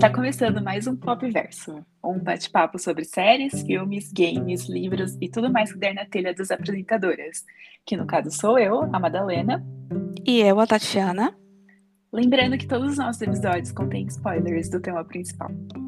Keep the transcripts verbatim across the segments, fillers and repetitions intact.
Está começando mais um Pop Verso, um bate-papo sobre séries, filmes, games, livros e tudo mais que der na telha das apresentadoras, que no caso sou eu, a Madalena. E eu, a Tatiana. Lembrando que todos os nossos episódios contêm spoilers do tema principal.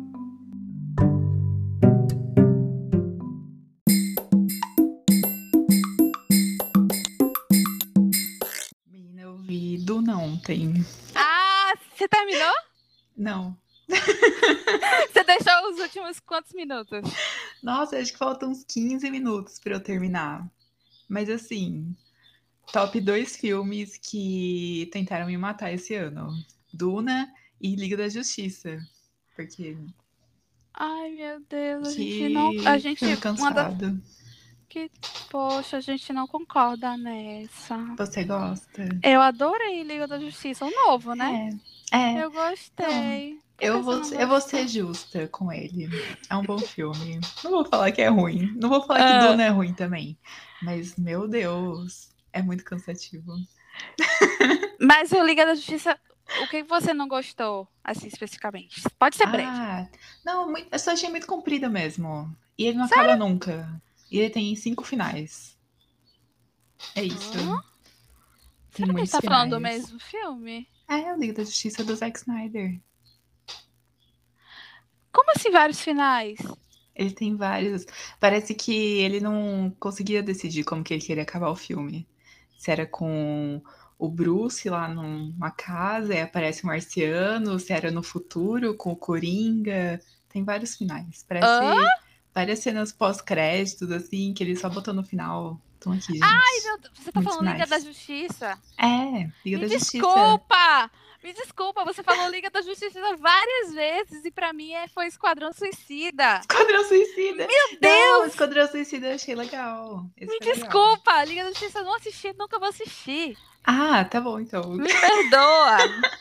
Menina, eu vi Duna ontem. Ah, você terminou? Não. Você deixou os últimos quantos minutos? Nossa, acho que faltam uns quinze minutos para eu terminar. Mas assim, top dois filmes que tentaram me matar esse ano. Duna e Liga da Justiça. Porque Ai, meu Deus, a gente não. A que gente filme manda. cansado. Que, poxa, a gente não concorda nessa. Você gosta? Eu adorei Liga da Justiça, o novo, né? É. É. Eu gostei. Por Eu que você vou, não eu vou gostou? ser justa com ele. É um bom filme. Não vou falar que é ruim. Não vou falar que Ah, Duna é ruim também. Mas, meu Deus, é muito cansativo. mas o Liga da Justiça, o que você não gostou, assim, especificamente? Pode ser breve. Ah, não, muito- eu só achei muito comprido mesmo. E ele não acaba Sério? nunca. E ele tem cinco finais. É isso. Ah, Tem será que a gente muitos tá falando do finais. mesmo filme? É, o Liga da Justiça do Zack Snyder. Como assim vários finais? Ele tem vários. Parece que ele não conseguia decidir como que ele queria acabar o filme. Se era com o Bruce lá numa casa e aparece um marciano, se era no futuro com o Coringa. Tem vários finais. Hã? Parece várias cenas pós-créditos, assim, que ele só botou no final. Estão aqui, Ai, gente. meu Deus, você tá Muitos falando Liga da finais. Justiça? É, Liga Me da Justiça. desculpa! Me desculpa, você falou Liga da Justiça várias vezes e pra mim é- foi Esquadrão Suicida. Esquadrão Suicida. Meu Não, Deus! Esquadrão Suicida eu achei legal. Esse Me foi legal. desculpa! Liga da Justiça eu não assisti, nunca vou assistir. Ah, tá bom então. Me perdoa!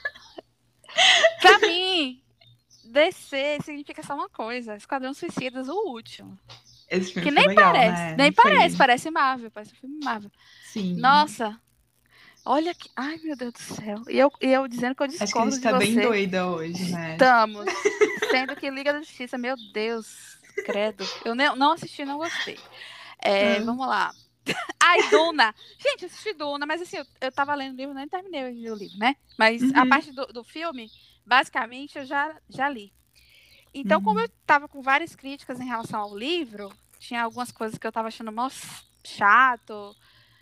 Pra mim, D C significa só uma coisa: Esquadrão Suicidas, o último. Esse filme Que foi nem legal, parece, né? nem Foi. parece, parece Marvel, parece um filme Marvel. Sim. Nossa, olha que. Ai, meu Deus do céu. E eu, e eu dizendo que eu Acho que a discordo gente de tá bem você. doida hoje, né? Estamos. Sendo que Liga da Justiça, meu Deus, credo. Eu nem- não assisti, não gostei. É, Ah, vamos lá. Ai, Duna. Gente, eu assisti Duna, mas assim, eu, eu tava lendo o livro, nem terminei de ler o livro, né? Mas a uhum, parte do, do filme, basicamente, eu já, já li. Então, como eu uhum. tava com várias críticas em relação ao livro, tinha algumas coisas que eu tava achando mó chato,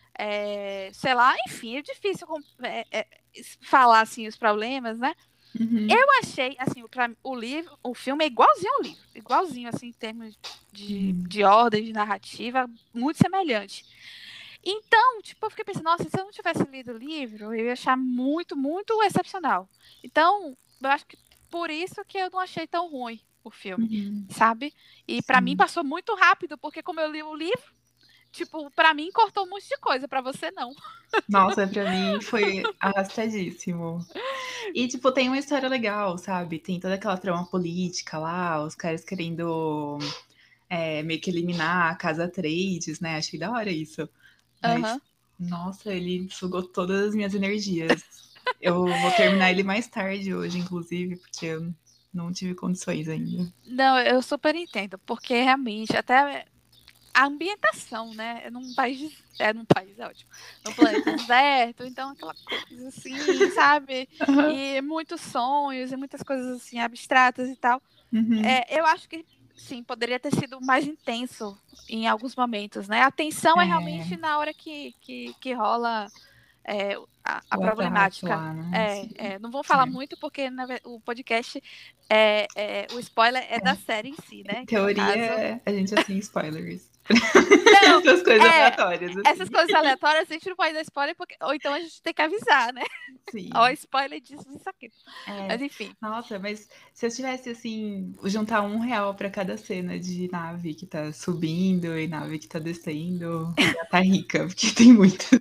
é, sei lá, enfim, é difícil é, é, falar assim os problemas, né? Uhum. Eu achei, assim, pra, o livro, o filme é igualzinho ao livro, igualzinho, assim, em termos de, Uhum. de ordem, de narrativa, muito semelhante. Então, tipo, eu fiquei pensando, nossa, se eu não tivesse lido o livro, eu ia achar muito, muito excepcional. Então, eu acho que por isso que eu não achei tão ruim o filme, Uhum. sabe? E pra mim Sim. passou muito rápido, porque como eu li o livro, tipo, pra mim cortou um monte de coisa, pra você não. Nossa, pra mim foi arrastadíssimo. E, tipo, tem uma história legal, sabe? Tem toda aquela trama política lá, os caras querendo é, meio que eliminar a Casa Trades, né? Achei da hora isso. Mas, Aham. nossa, ele sugou todas as minhas energias. Eu vou terminar ele mais tarde hoje, inclusive, porque eu não tive condições ainda. Não, eu super entendo, porque realmente, até a ambientação, né? É num país, é num país, é ótimo, num planeta deserto, então aquela coisa assim, sabe? Uhum. E muitos sonhos e muitas coisas assim abstratas e tal. Uhum. É, eu acho que sim, poderia ter sido mais intenso em alguns momentos, né? A tensão é realmente É, na hora que, que, que rola é, a, a o ataque problemática. lá, né? É, Sim. é, não vou falar É. muito porque na ve- o podcast é, é, o spoiler é da série em si, né? Que no caso. Teoria, a gente assim, spoilers. Não, Essas coisas é. aleatórias, Essas assim. coisas aleatórias a gente não pode dar spoiler, porque, ou então a gente tem que avisar, né? Ó, Sim. spoiler disso, disso, aqui. Mas É. enfim. Nossa, mas se eu tivesse, assim, juntar um real pra cada cena de nave que tá subindo e nave que tá descendo, eu ia tá rica, porque tem muitas.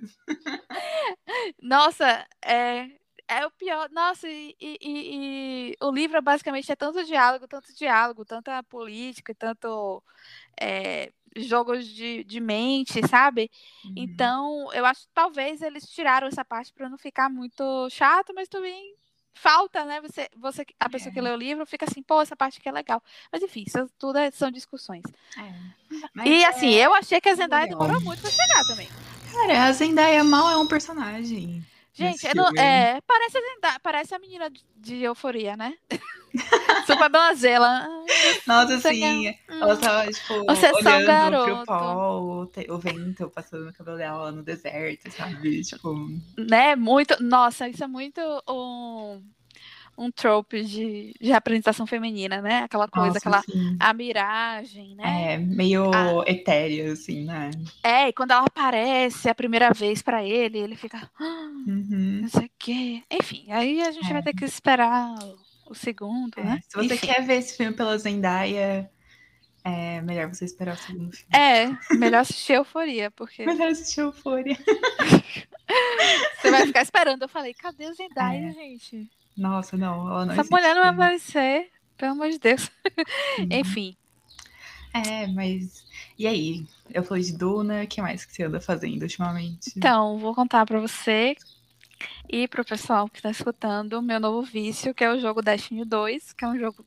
Nossa, é, é o pior. Nossa, e, e- e- e o livro basicamente é tanto diálogo, tanto diálogo, tanta política, tanto é, jogos de, de mente, sabe? Uhum. Então, eu acho que talvez eles tiraram essa parte para não ficar muito chato, mas também. falta, né? Você, você, a pessoa É. que lê o livro fica assim, pô, essa parte aqui é legal. Mas enfim, isso tudo é- são discussões. É. Mas E assim, é eu achei que a Zendaya legal. demorou muito pra chegar também. Cara, a Zendaya mal é um personagem nesse Gente, eu não, filme. é, parece, a Zendaya, parece a menina de, de Euforia, né? Super blanzela. Nossa, Você, assim, ela hum, tava, tipo, você é só um olhando pro garoto. pó, o, te- o vento passando no cabelo dela no deserto, sabe? Tipo, Né? Muito. Nossa, isso é muito um, um trope de, de representação feminina, né? Aquela coisa, nossa, aquela assim, a miragem, né? é A, meio etérea, assim, né? é, e quando ela aparece a primeira vez pra ele, ele fica. "Ah, não Uhum. sei o quê." Enfim, aí a gente vai ter É, que esperar o, o segundo, né? é. Se você Enfim. quer ver esse filme pela Zendaya, é melhor você esperar o segundo filme. É, melhor assistir Euforia, porque Melhor assistir Euphoria. você vai ficar esperando. Eu falei, cadê a Zendaya, É, gente? nossa, não, ela não Essa mulher não vai existe. aparecer, pelo amor de Deus. Uhum. Enfim, É, mas. E aí? Eu falei de Duna, o que mais que você anda fazendo ultimamente? então, vou contar pra você e pro pessoal que tá escutando o meu novo vício, que é o jogo Destiny dois, que é um jogo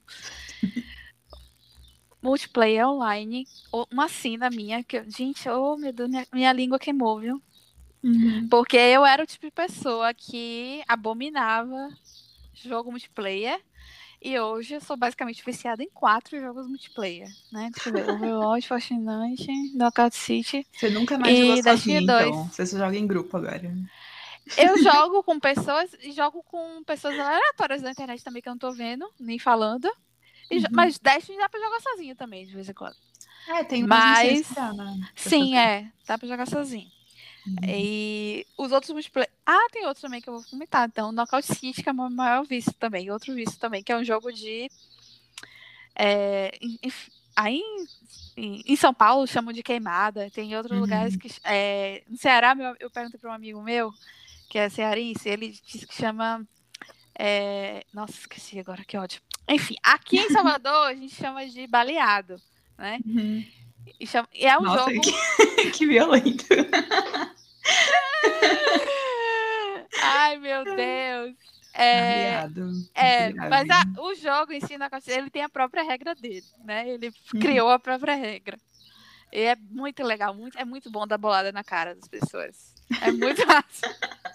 multiplayer online. Uma sina minha, que, gente, oh meu Deus, minha, minha língua queimou, viu? Uhum. Porque eu era o tipo de pessoa que abominava jogo multiplayer. E hoje eu sou basicamente viciada em quatro jogos multiplayer, né? Deixa eu ver. Overwatch, Fortnite, Knockout City Você nunca mais jogou e Destiny sozinha, dois. então. Você só joga em grupo agora. Eu jogo com pessoas e jogo com pessoas aleatórias da internet também que eu não tô vendo, nem falando. E, Uhum. mas Destiny dá pra jogar sozinho também, de vez em quando. É, tem umas missões Mas, que dá, né? Pra sim, fazer. é. Dá pra jogar sozinho. Uhum. E os outros multiplayer. Ah, tem outro também que eu vou comentar. Então, Knockout City, que é o meu maior vício também. Outro vício também, que é um jogo de. É, aí em, em São Paulo chamam de queimada. Tem outros lugares Uhum. que. É, no Ceará, meu, eu perguntei para um amigo meu, que é cearense, ele disse que chama. É, nossa, esqueci agora, que ódio. Enfim, aqui em Salvador a gente chama de baleado, né? Uhum. E, chama, e é um Nossa, jogo. que, que violento. Ai, meu Deus. É, Aliado. Muito é, mas grave. a, o jogo em si, ele tem a própria regra dele, né? Ele Uhum. criou a própria regra. E é muito legal, muito, é muito bom dar bolada na cara das pessoas. É muito massa.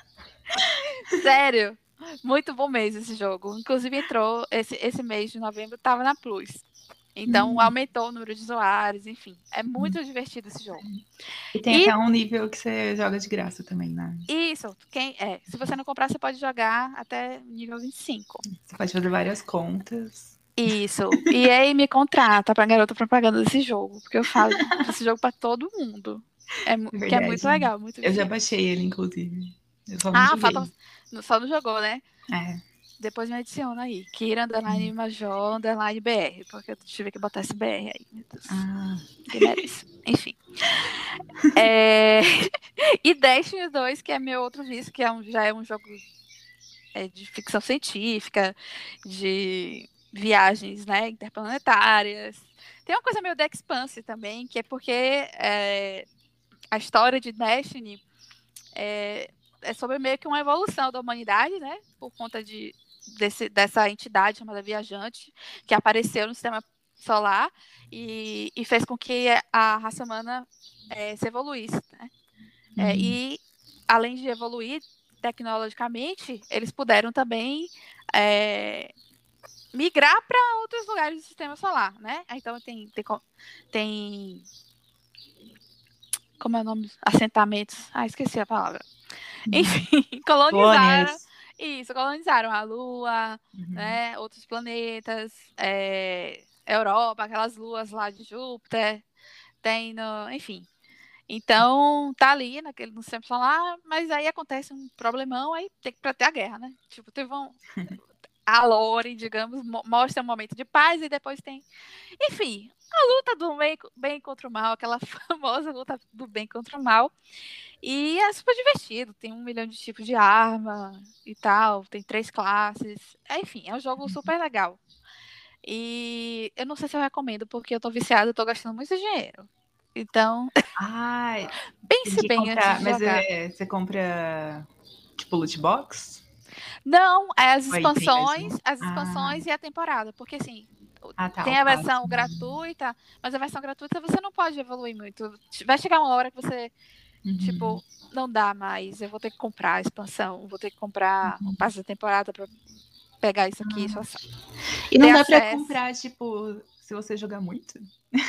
Sério. Muito bom mesmo esse jogo. Inclusive entrou, esse, esse mês de novembro estava na Plus. Então Uhum. aumentou o número de usuários, enfim. É muito divertido esse jogo. E tem E até um nível que você joga de graça também, né? isso, quem é, se você não comprar, você pode jogar até nível vinte e cinco. Você pode fazer várias contas. Isso. E aí me contrata pra garota propaganda desse jogo, porque eu falo desse jogo pra todo mundo. É, mu- É que é muito verdade. legal, muito Eu já viciante. baixei ele, inclusive. Eu só não Ah, falta. joguei. Só não jogou, né? É. Depois me adiciona aí. Kira underline Major underline B R. Porque eu tive que botar esse B R aí, meu Deus. Ah. Ninguém merece. Enfim. É... E Destiny dois, que é meu outro vício, que é um, já é um jogo é, de ficção científica, de viagens, né, interplanetárias. Tem uma coisa meio The Expanse também, que é porque é, a história de Destiny é, é sobre meio que uma evolução da humanidade, né? Por conta de, desse, dessa entidade chamada Viajante, que apareceu no sistema solar e, e fez com que a raça humana é, se evoluísse, né? É, Uhum. e além de evoluir tecnologicamente, eles puderam também é, migrar para outros lugares do sistema solar, né? Então tem, tem, tem como é o nome? Assentamentos. Ah, esqueci a palavra. Uhum. Enfim, colonizaram. Colônias. Isso, colonizaram a Lua, Uhum. né? Outros planetas, é, Europa, aquelas luas lá de Júpiter, tem no, enfim. Então, tá ali naquele no sistema solar, mas aí acontece um problemão, aí tem que ter a guerra, né? Tipo, teve um, a lore, digamos, mostra um momento de paz e depois tem. Enfim, a luta do bem, bem contra o mal, aquela famosa luta do bem contra o mal. E é super divertido, tem um milhão de tipos de arma e tal, tem três classes. Enfim, é um jogo super legal. E eu não sei se eu recomendo, porque eu tô viciada, eu tô gastando muito dinheiro. Então, Ai, tem pense que bem antes comprar. de Mas jogar. é, você compra tipo loot box? Não, é as Aí tem mais expansões, um. as Ah, expansões e a temporada. Porque assim, ah, tá, o tem a passe. versão gratuita, mas a versão gratuita você não pode evoluir muito. Vai chegar uma hora que você, Uhum, tipo, não dá mais. Eu vou ter que comprar a expansão, vou ter que comprar o uhum. passe da temporada pra pegar isso aqui, só E ter não dá pra acesso. comprar, tipo, se você jogar muito?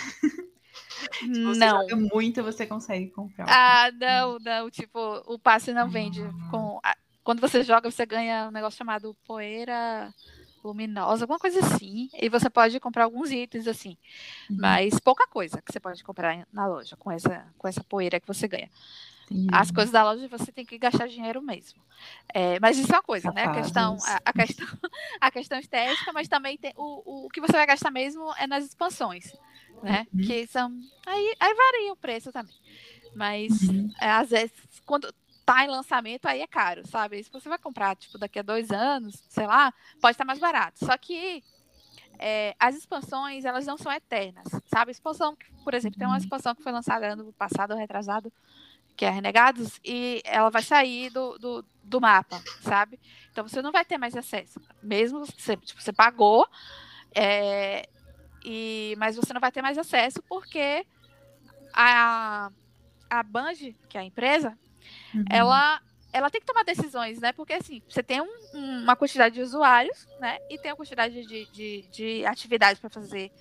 Se você Não. joga muito, você consegue comprar o passe. Ah, não, não. Tipo, o passe não vende Ah, com. Quando você joga, você ganha um negócio chamado poeira luminosa, alguma coisa assim. E você pode comprar alguns itens assim. uhum, Mas pouca coisa que você pode comprar na loja com essa, com essa poeira que você ganha. As entendi. coisas da loja você tem que gastar dinheiro mesmo. É, mas isso é uma coisa, né? A questão, Safados. a, a questão, a questão estética, mas também tem o, o, o que você vai gastar mesmo é nas expansões, né? Uhum, Que são. Aí, aí varia o preço também. Mas uhum, é, às vezes, quando tá em lançamento, aí é caro, sabe? Se você vai comprar, tipo, daqui a dois anos, sei lá, pode estar mais barato. Só que é, as expansões, elas não são eternas, sabe? Expansão, por exemplo, tem uma uhum, expansão que foi lançada ano passado, retrasado, que é Renegados, e ela vai sair do, do, do mapa, sabe? Então você não vai ter mais acesso. Mesmo você, tipo, você pagou, é, e, mas você não vai ter mais acesso porque a, a Bungie, que é a empresa, uhum, ela, ela tem que tomar decisões, né? Porque assim, você tem um, uma quantidade de usuários, né? E tem uma quantidade de, de, de atividades para fazer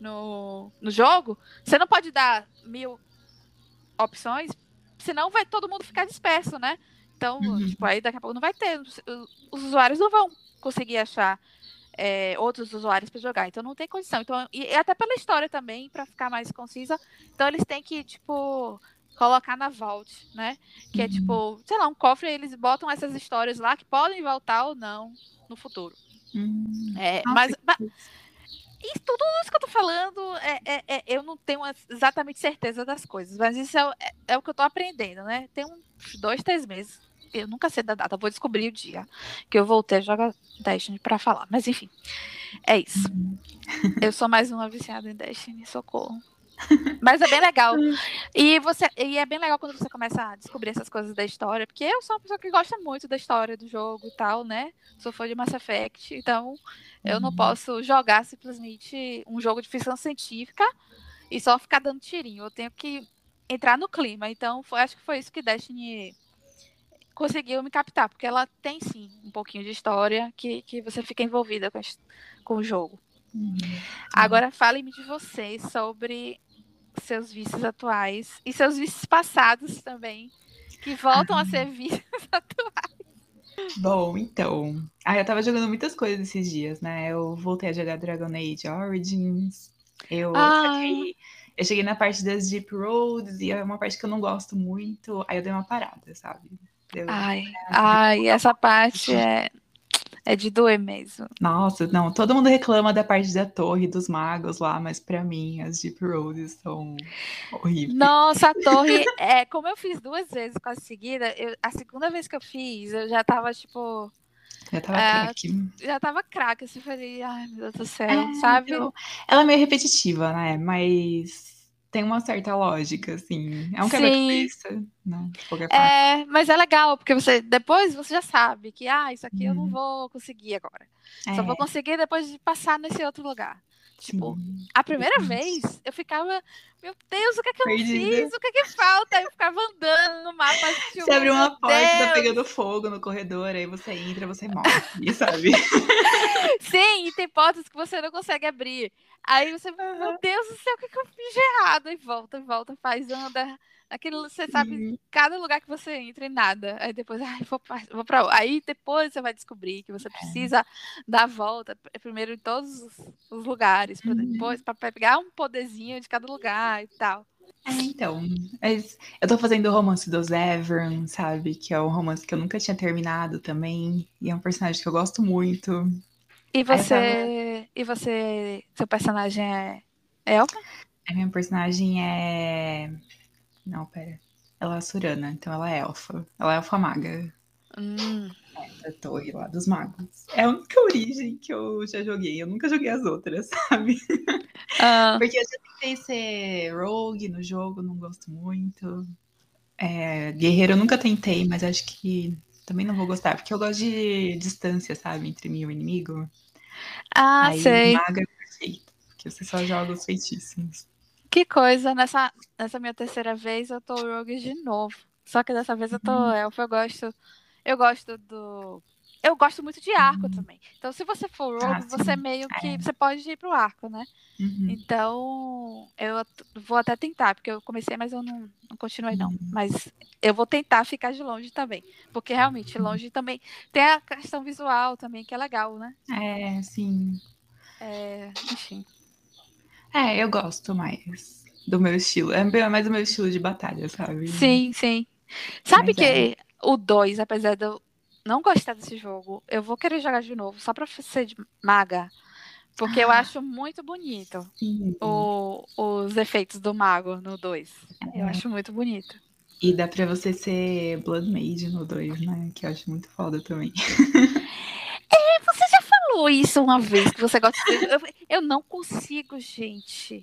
no, no jogo. Você não pode dar mil opções, senão vai todo mundo ficar disperso, né? Então, tipo, uhum. aí daqui a pouco não vai ter. Os, os usuários não vão conseguir achar é, outros usuários para jogar. Então não tem condição. Então, e, e até pela história também, para ficar mais concisa. Então eles têm que, tipo, colocar na Vault, né? Que é Uhum. tipo, sei lá, um cofre, eles botam essas histórias lá que podem voltar ou não no futuro. Hum. É, Nossa, mas, que mas coisa. isso, tudo isso que eu tô falando, é, é, é, eu não tenho exatamente certeza das coisas, mas isso é, é, é o que eu tô aprendendo, né? Tem uns dois, três meses. Eu nunca sei da data, vou descobrir o dia que eu voltei a jogar Destiny pra falar. Mas enfim, é isso. Uhum. Eu sou mais uma viciada em Destiny, socorro. Mas é bem legal. E, você, e é bem legal quando você começa a descobrir essas coisas da história, porque eu sou uma pessoa que gosta muito da história do jogo e tal, né? Sou fã de Mass Effect, então eu não Uhum. posso jogar simplesmente um jogo de ficção científica e só ficar dando tirinho. Eu tenho que entrar no clima. Então, foi, acho que foi isso que Destiny conseguiu me captar, porque ela tem sim um pouquinho de história que, que você fica envolvida com, com o jogo. Uhum. Sim. Agora fale-me de vocês sobre seus vícios atuais e seus vícios passados também, que Ah, voltam a ser vícios atuais. bom, então. Ah, eu tava jogando muitas coisas esses dias, né? Eu voltei a jogar Dragon Age Origins. Eu, só que Ah, aí eu cheguei na parte das Deep Roads e é uma parte que eu não gosto muito. Aí eu dei uma parada, sabe? Deu, ai, ah, queria ai, voltar um essa pouco. parte é, é de doer mesmo. Nossa, não, todo mundo reclama da parte da torre dos magos lá, mas pra mim as Deep Roads são horríveis. Nossa, a torre, é, como eu fiz duas vezes quase seguida, eu, a segunda vez que eu fiz, eu já tava, tipo, Já tava é, craque. já tava craque, assim, falei, ai, meu Deus do É, céu, sabe? então, ela é meio repetitiva, né? Mas tem uma certa lógica, assim. É um Sim, quebra-cabeça, né? De qualquer forma. é, mas é legal, porque você depois você já sabe que, ah, isso aqui eu não Uhum. vou conseguir agora. Só vou É, conseguir depois de passar nesse outro lugar. Tipo, sim. a primeira Exatamente. vez eu ficava, meu Deus, o que é que eu não Perdida. fiz? O que é que falta? Eu ficava andando no mapa, Você tipo, abre meu uma porta, tá pegando Deus. fogo no corredor, aí você entra, você morre, sabe? Sim, e tem portas que você não consegue abrir. Aí você, meu Deus do céu, o que, é que eu fiz de errado? E volta, e volta, faz, anda. Aquele, você sabe, Sim. cada lugar que você entra e nada. Aí depois, ai, vou pra, vou pra. Aí depois você vai descobrir que você precisa dar a volta primeiro em todos os, os lugares, pra Uhum. depois para pegar um poderzinho de cada lugar e tal. É, então. Mas eu tô fazendo o romance do Zevran, sabe? Que é um romance que eu nunca tinha terminado também. E é um personagem que eu gosto muito. E Aí eu tava. você. E você. Seu personagem é elfa? A minha personagem é. Não, pera. Ela é Surana, então ela é elfa. Ela é elfa maga Hum. da torre lá dos magos. É a única origem que eu já joguei. Eu nunca joguei as outras, sabe? Ah, Porque eu já tentei ser rogue no jogo, não gosto muito. É, guerreiro eu nunca tentei, mas acho que também não vou gostar, porque eu gosto de distância, sabe, entre mim e o inimigo. Ah, Aí o sei. mago é perfeito, porque você só joga os feitiços. Que coisa, nessa, nessa minha terceira vez eu tô rogue de novo. Só que dessa vez eu tô Uhum. elfo, eu gosto. Eu gosto do. Eu gosto muito de arco Uhum. também. Então, se você for Ah, rogue, você sim. meio que. É. Você pode ir pro arco, né? Uhum. Então, eu vou até tentar, porque eu comecei, mas eu não, não continuei, não. Uhum. Mas eu vou tentar ficar de longe também. Porque realmente, longe também. Tem a questão visual também, que é legal, né? É, sim. É, enfim. É, eu gosto mais do meu estilo. É bem mais o meu estilo de batalha, sabe? Sim, sim. Sabe Mas é. que o dois, apesar de eu não gostar desse jogo, eu vou querer jogar de novo, só pra ser de maga. Porque eu Ah, acho muito bonito sim. o, os efeitos do mago no dois. Eu É. acho muito bonito. E dá pra você ser Blood Mage no dois, né? Que eu acho muito foda também. Você já falou isso uma vez, que você gosta de... Eu, eu não consigo, gente.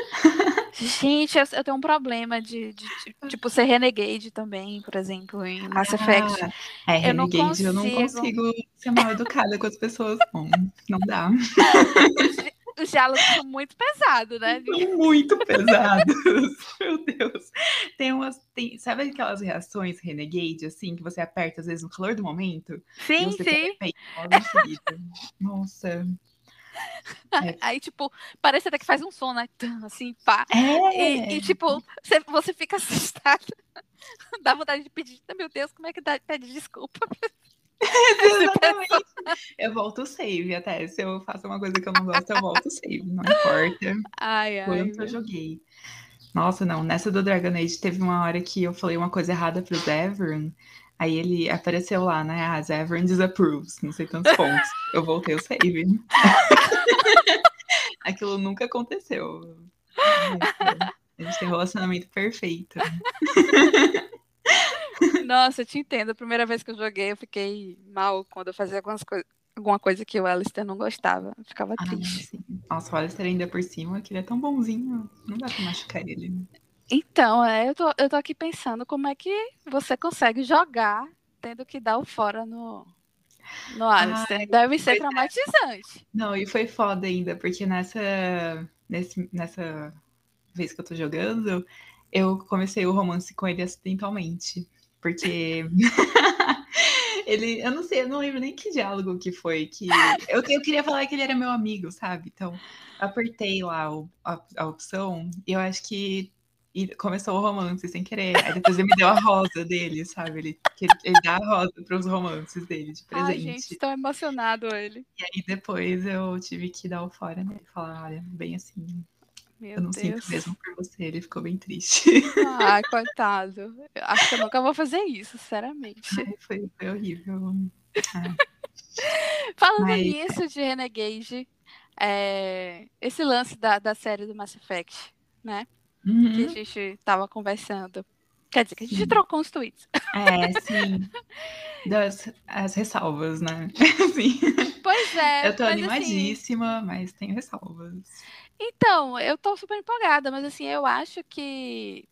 Gente, eu, eu tenho um problema de, de, de, tipo, ser renegade também, por exemplo, em Mass Effect. Ah, é, Eu não Renegade, eu não consigo. consigo ser mal educada com as pessoas, não. Não dá. Os, di- os diálogos são muito pesados, né? São muito pesados. Meu Deus. Tem umas. Tem, sabe aquelas reações Renegade, assim, que você aperta às vezes no calor do momento e Sim, você se sim. arrepende logo em seguida. Nossa. É. Aí, tipo, parece até que faz um som, né? Tum, assim, pá. E, É. e tipo, você, você fica assustado. Dá vontade de pedir, meu Deus, como é que dá, pede desculpa pra essa pessoa? Exatamente. Eu volto o save até. Se eu faço uma coisa que eu não gosto, eu volto o save. Não importa Ai, ai, quanto eu meu. joguei. Nossa, não. Nessa do Dragon Age teve uma hora que eu falei uma coisa errada pro Zevran. Aí ele apareceu lá, né? Ah, Zevran disapproves, não sei quantos pontos. Eu voltei o save. Aquilo nunca aconteceu. Nossa, a gente tem um relacionamento perfeito. Nossa, eu te entendo. A primeira vez que eu joguei, eu fiquei mal quando eu fazia algumas coisas. Alguma coisa que o Alistair não gostava. Eu ficava Ah, triste. sim. Nossa, o Alistair ainda por cima, que ele é tão bonzinho. Não dá pra machucar ele. Então, é, eu tô, eu tô aqui pensando como é que você consegue jogar tendo que dar o fora no, no Ah, Alistair. Deve ser pois é. traumatizante. Não, e foi foda ainda, porque nessa, nesse, nessa vez que eu tô jogando, eu comecei o romance com ele acidentalmente. Porque ele, eu não sei, eu não lembro nem que diálogo que foi. Que eu, eu queria falar que ele era meu amigo, sabe? Então, apertei lá o, a, a opção e eu acho que e começou o romance sem querer. Aí depois ele me deu a rosa dele, sabe? Ele, que ele, ele dá a rosa para os romances dele de Ai, gente, presente. tão emocionado ele. E aí depois eu tive que dar o fora, né? Falar, olha, bem assim, Meu eu não sinto Deus. mesmo por você. Ele ficou bem triste. Ai, coitado. Eu acho que eu nunca vou fazer isso, sinceramente. Ai, foi, foi horrível. Ah, Falando mas. nisso de Renegade, é, esse lance da, da série do Mass Effect, né? Que a Uhum, gente tava conversando. Quer dizer, que a gente sim. trocou uns tweets. É, sim. Das as ressalvas, né? Sim. Pois é, Eu tô mas assim. animadíssima, mas tenho ressalvas. Então, eu tô super empolgada, mas assim, eu acho que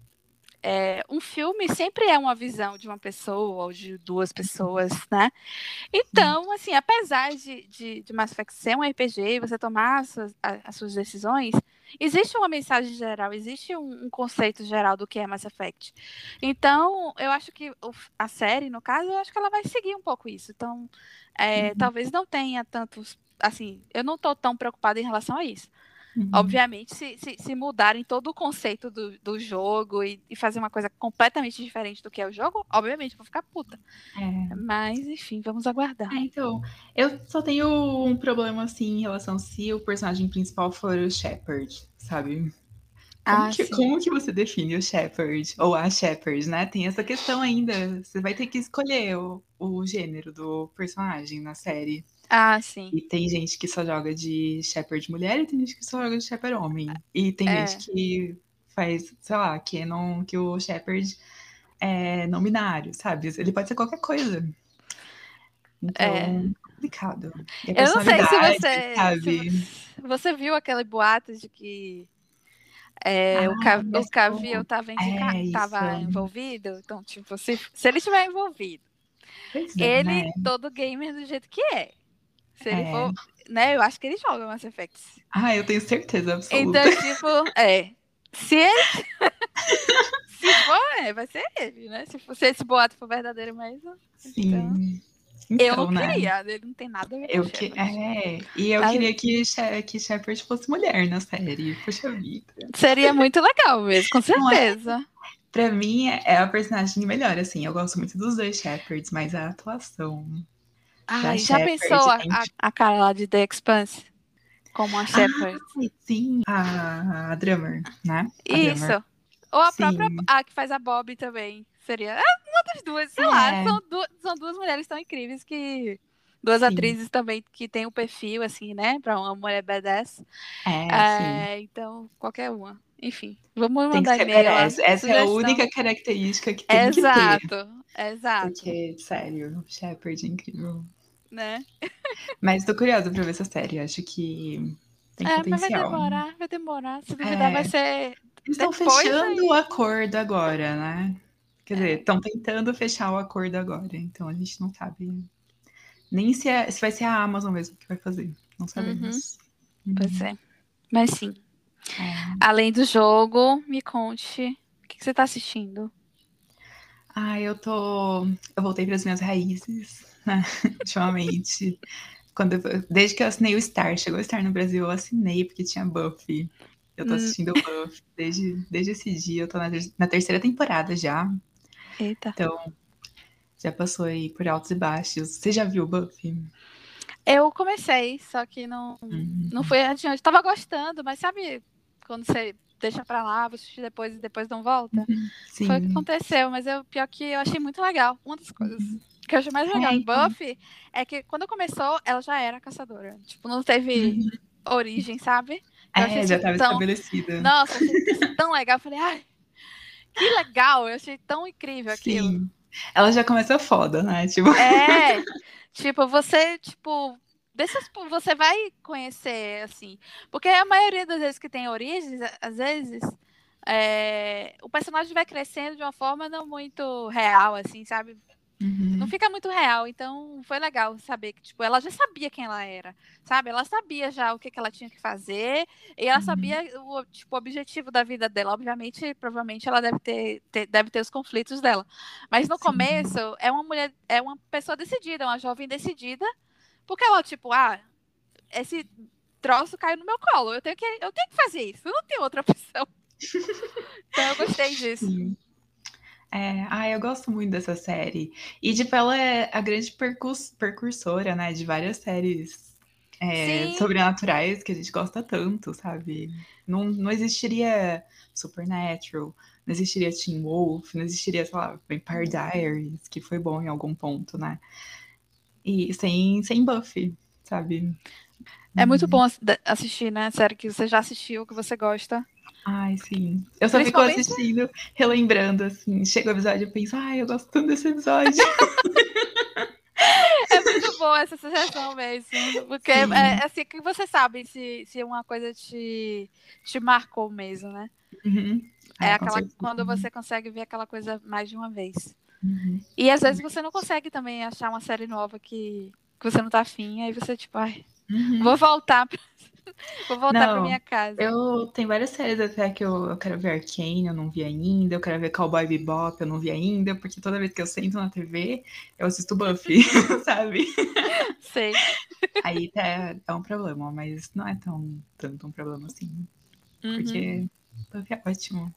é, um filme sempre é uma visão de uma pessoa ou de duas pessoas, né? Sim. Então, assim, apesar de, de, de Mass Effect ser um R P G e você tomar as suas, as suas decisões, existe uma mensagem geral, existe um, um conceito geral do que é Mass Effect. Então, eu acho que o- a série, no caso, eu acho que ela vai seguir um pouco isso. Então, é, Uhum, talvez não tenha tantos. Assim, eu não estou tão preocupada em relação a isso. uhum. Obviamente, se, se, se mudarem todo o conceito do, do jogo e, e fazer uma coisa completamente diferente do que é o jogo, obviamente eu vou ficar puta. É. Mas, enfim, vamos aguardar. É, então, eu só tenho um problema, assim, em relação se o personagem principal for o Shepard, sabe? Como Ah, que, sim. como que você define o Shepard ou a Shepard, né? Tem essa questão ainda. Você vai ter que escolher o, o gênero do personagem na série. Ah, sim. E tem gente que só joga de Shepard mulher e tem gente que só joga de Shepard homem. E tem gente É, que faz, sei lá, que, não, que o Shepard é não binário, sabe? Ele pode ser qualquer coisa. é. Então, complicado. E a Eu não sei se personalidade, você, se vo- sabe? você viu aquele boato de que é, o, Ah, Ca- o mas Cavill como? estava indica... É isso. tava envolvido. Então, tipo, se, se ele estiver envolvido Pois é, Ele, né? todo gamer do jeito que é. Se ele É. for, né, eu acho que ele joga Mass Effect. Ah, eu tenho certeza absoluta. Então, tipo, é. Se ele, se for, é, vai ser ele, né? Se, for, se esse boato for verdadeiro mesmo. Então, Sim. eu não Então, né? queria. Ele não tem nada a ver com o Eu que... Shepard. É, e eu Mas queria que, She- que Shepard fosse mulher na série. Poxa vida. seria muito legal mesmo, com Não é? certeza. Pra mim, é a personagem melhor, assim. Eu gosto muito dos dois Shepards, mas a atuação da Ai, já pensou Shepard a, tem... a, a cara lá de The Expanse como a Ah, Shepard? sim, a, a Drummer, né? A Isso. Drummer. Ou a própria Sim. a que faz a Bob também. Seria é uma das duas, sei lá. É, São, du são duas mulheres tão incríveis que. Duas sim. atrizes também que tem o perfil, assim, né? Pra uma mulher badass. É, sim. É, então, qualquer uma. Enfim, vamos Tem que mandar ser e-mail lá. badass. Essa é a Sugestão. única característica que tem que ter. Exato, exato. Porque, sério, Shepard é incrível. Né? Mas tô curiosa pra ver essa série. Acho que tem É, mas vai potencial. demorar, vai demorar. Se duvidar, vai É, ser eles estão depois fechando o aí. acordo agora, né? Quer dizer, É. estão tentando fechar o acordo agora. Então a gente não sabe nem se, é, se vai ser a Amazon mesmo que vai fazer. Não Uhum, sabemos. pois Uhum. é. Mas sim. É. Além do jogo, me conte o que, que você tá assistindo. Ah, eu tô. Eu voltei para as minhas raízes, né? Ultimamente. Quando eu... Desde que eu assinei o Star, chegou o Star no Brasil, eu assinei porque tinha Buffy. Eu tô Hum, assistindo Buffy desde, desde esse dia. Eu tô na, na terceira temporada já. eita. Então, já passou aí por altos e baixos. Você já viu Buffy? Eu comecei, só que não, Uhum. não foi adiante. Tava gostando, mas sabe quando você deixa pra lá, você assistir depois e depois não volta? Foi o que Sim. aconteceu, mas eu, pior que eu achei muito legal. Uma das coisas que eu achei mais legal É, em então. Buffy é que quando começou, ela já era caçadora. Tipo, não teve Uhum. origem, sabe? Eu achei É, já isso estava tão. estabelecida. Nossa, eu achei isso tão legal. Eu falei, ai, que legal! Eu achei tão incrível aquilo. Sim. Ela já começa foda, né? Tipo. É, tipo, você, tipo, dessas, você vai conhecer, assim, porque a maioria das vezes que tem origens, às vezes, é, o personagem vai crescendo de uma forma não muito real, assim, sabe? Não Uhum. fica muito real, então foi legal saber que, tipo, ela já sabia quem ela era, sabe? Ela sabia já o que, que ela tinha que fazer, e ela Uhum. sabia o, tipo, o objetivo da vida dela. Obviamente, provavelmente ela deve ter, ter- deve ter os conflitos dela. Mas no Sim. começo, é uma mulher, é uma pessoa decidida, uma jovem decidida, porque ela, tipo, ah, esse troço caiu no meu colo, eu tenho que, eu tenho que fazer isso, eu não tenho outra opção. Então eu gostei disso. Sim. É, ah, eu gosto muito dessa série. E, tipo, ela é a grande percurs- percursora, né, de várias séries é, Sim, sobrenaturais que a gente gosta tanto, sabe? Não, não existiria Supernatural, não existiria Teen Wolf, não existiria, sei lá, Vampire Diaries, que foi bom em algum ponto, né? E sem, sem Buffy, sabe? é muito Uhum. bom assistir, né? Série que você já assistiu, que você gosta. Ai, sim. Eu só fico Principalmente assistindo, relembrando, assim. Chega o episódio e penso, ai, eu gosto tanto desse episódio. é muito boa essa sensação mesmo. Porque é, Sim. é assim que você sabe se, se uma coisa te, te marcou mesmo, né? Uhum. É É, com aquela certeza. quando você consegue ver aquela coisa mais de uma vez. Uhum. E às vezes você não consegue também achar uma série nova que, que você não tá afim, aí você, tipo, ai, vou Uhum. voltar, pra- vou voltar pra Não, minha casa. eu tenho várias séries até que eu, eu quero ver Arcane, eu não vi ainda. Eu quero ver Cowboy Bebop, eu não vi ainda. Porque toda vez que eu sento na T V, eu assisto Buffy, sabe? Sei. Aí é, é um problema, mas não é tão tanto um problema assim. Uhum. Porque Buffy é ótimo.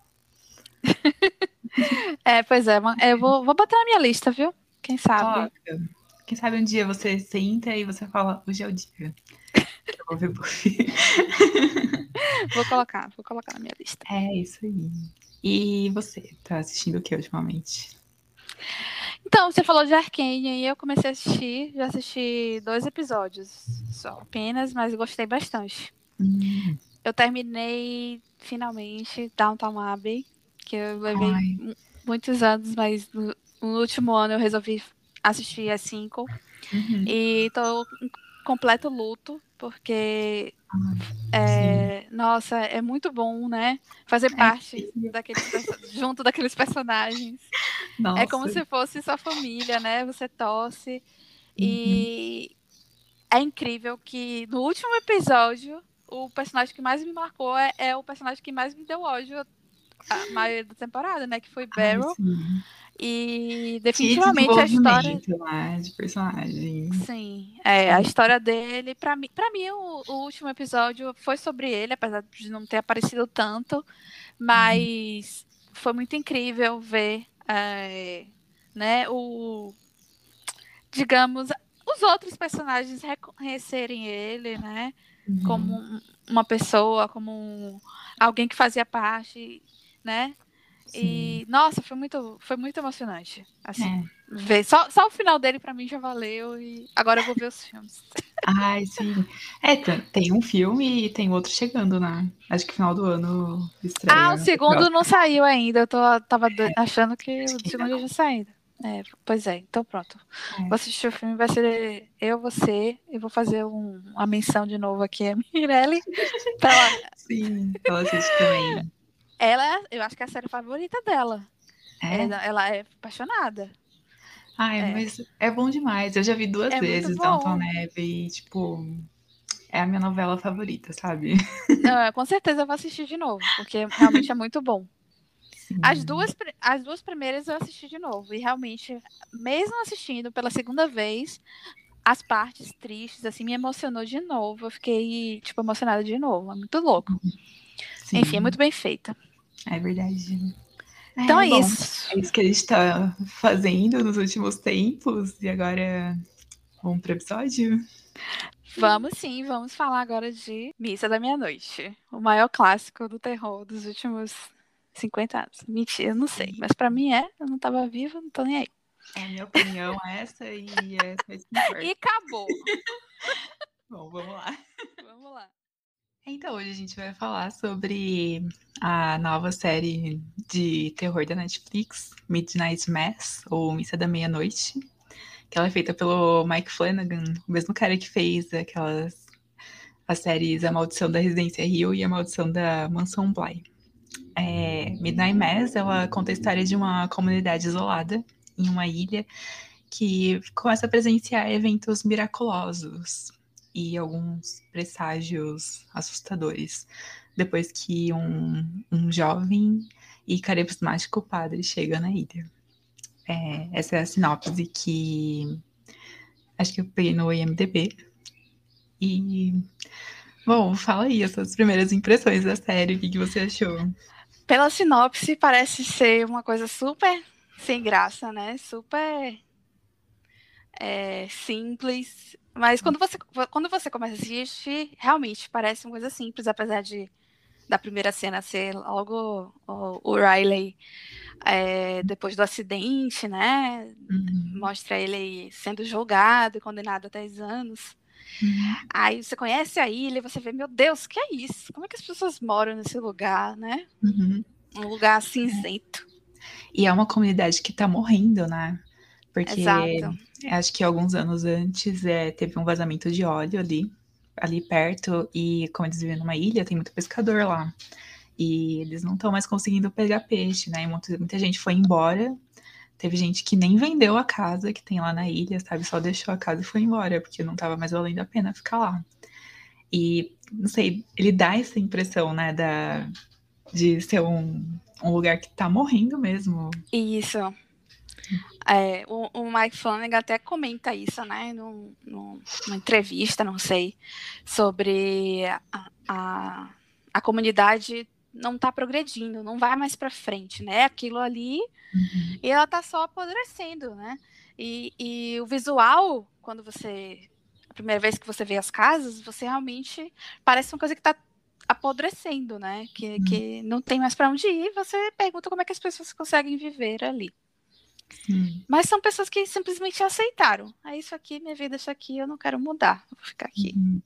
É, pois é, ma- eu vou, vou botar na minha lista, viu? Quem sabe? Coloca. Quem sabe um dia você senta e você fala, hoje é o dia que eu vou ver Buffy. Vou colocar, vou colocar na minha lista. É isso aí. E você, tá assistindo o que ultimamente? Então, você falou de Arcane e eu comecei a assistir, já assisti dois episódios só apenas, mas gostei bastante. Hum, Eu terminei finalmente Downton Abbey, que eu levei ai. mu- muitos anos, mas no, no último ano eu resolvi assistir as cinco Uhum. e tô em completo luto, porque Sim. É, nossa, é muito bom, né? Fazer É parte incrível. daqueles perso- junto daqueles personagens. É como Nossa. se fosse sua família, né? Você torce. Uhum. E é incrível que no último episódio, o personagem que mais me marcou é, é o personagem que mais me deu ódio a maioria da temporada, né? Que foi Ai, Beryl. sim. E Que definitivamente a história. desenvolvimento, né, de personagem. Sim, é, a É. história dele, pra mim, pra mim o, o último episódio foi sobre ele, apesar de não ter aparecido tanto, Uhum. mas foi muito incrível ver, é, né, o, digamos, os outros personagens reconhecerem ele, né, como Uhum. um- uma pessoa, como um- alguém que fazia parte, né, Sim. e nossa, foi muito, foi muito emocionante, assim, É. ver, só, só o final dele pra mim já valeu e agora eu vou ver os filmes. Ai, sim. É, te- tem um filme e tem outro chegando, né? Acho que final do ano Ah, o estreia o segundo não próximo. saiu ainda. Eu tô, tava do- achando que Acho o que ainda segundo já não. tinha saído. É, pois é, então pronto. É. Vou assistir o filme, vai ser eu, você, e vou fazer um- uma menção de novo aqui a Mirelle. Pra ela, Sim, ela assiste também. ela, eu acho que é a série favorita dela. É? Ela, ela é apaixonada. Ai, É, mas é bom demais. Eu já vi duas é muito vezes Downton bom. Abbey e, tipo, é a minha novela favorita, sabe? Não, com certeza eu vou assistir de novo, porque realmente é muito bom. As Sim. duas, pri- as duas primeiras eu assisti de novo. E realmente, mesmo assistindo pela segunda vez, as partes tristes, assim, me emocionou de novo. Eu fiquei, tipo, emocionada de novo. É muito louco. Enfim, é Sim, muito bem feita. é verdade. Então É é bom. isso. É isso que a gente tá fazendo nos últimos tempos. E agora vamos pro episódio? Vamos sim, vamos falar agora de Missa da Meia-Noite. O maior clássico do terror dos últimos cinquenta anos. Mentira, eu não sei. Sim. Mas pra mim é. Eu não tava viva, não tô nem aí. É a minha opinião essa e é só isso que E importa. acabou. Bom, vamos lá. Vamos lá. Então, hoje a gente vai falar sobre a nova série de terror da Netflix, Midnight Mass, ou Missa da Meia-Noite, que ela é feita pelo Mike Flanagan, o mesmo cara que fez aquelas as séries A Maldição da Residência Hill e A Maldição da Mansão Bly. É, Midnight Mass, ela conta a história de uma comunidade isolada em uma ilha que começa a presenciar eventos miraculosos e alguns presságios assustadores depois que um, um jovem e carismático padre chega na ilha. É, essa é a sinopse que acho que eu peguei no I M D B. E, bom, fala aí as suas primeiras impressões da série, o que, que você achou? Pela sinopse, parece ser uma coisa super sem graça, né? Super é, simples. Mas quando você, quando você começa a assistir, realmente parece uma coisa simples, apesar de da primeira cena ser logo o, o Riley é, depois do acidente, né? Uhum, Mostra ele sendo julgado e condenado a dez anos. uhum, Aí você conhece a ilha e você vê, meu Deus, que é isso? Como é que as pessoas moram nesse lugar, né? uhum. Um lugar cinzento. E é uma comunidade que tá morrendo, né? Porque Exato. acho que alguns anos antes é, teve um vazamento de óleo ali, ali perto, e como eles vivem numa ilha, tem muito pescador lá. E eles não estão mais conseguindo pegar peixe, né? E muita, muita gente foi embora. Teve gente que nem vendeu a casa que tem lá na ilha, sabe? Só deixou a casa e foi embora, porque não tava mais valendo a pena ficar lá. E, não sei, ele dá essa impressão, né, da, de ser um, um lugar que tá morrendo mesmo. Isso. É, o, o Mike Flanagan até comenta isso, né, num, num, numa entrevista, não sei, sobre a, a, a comunidade não está progredindo, não vai mais para frente, né? Aquilo ali Uhum, e ela está só apodrecendo, né? E, e o visual, quando você a primeira vez que você vê as casas, você realmente parece uma coisa que está apodrecendo, né? Que, uhum, que não tem mais para onde ir. Você pergunta como é que as pessoas conseguem viver ali. sim. Mas são pessoas que simplesmente aceitaram. É isso aqui, minha vida é isso aqui, eu não quero mudar. Eu vou ficar aqui. Uhum.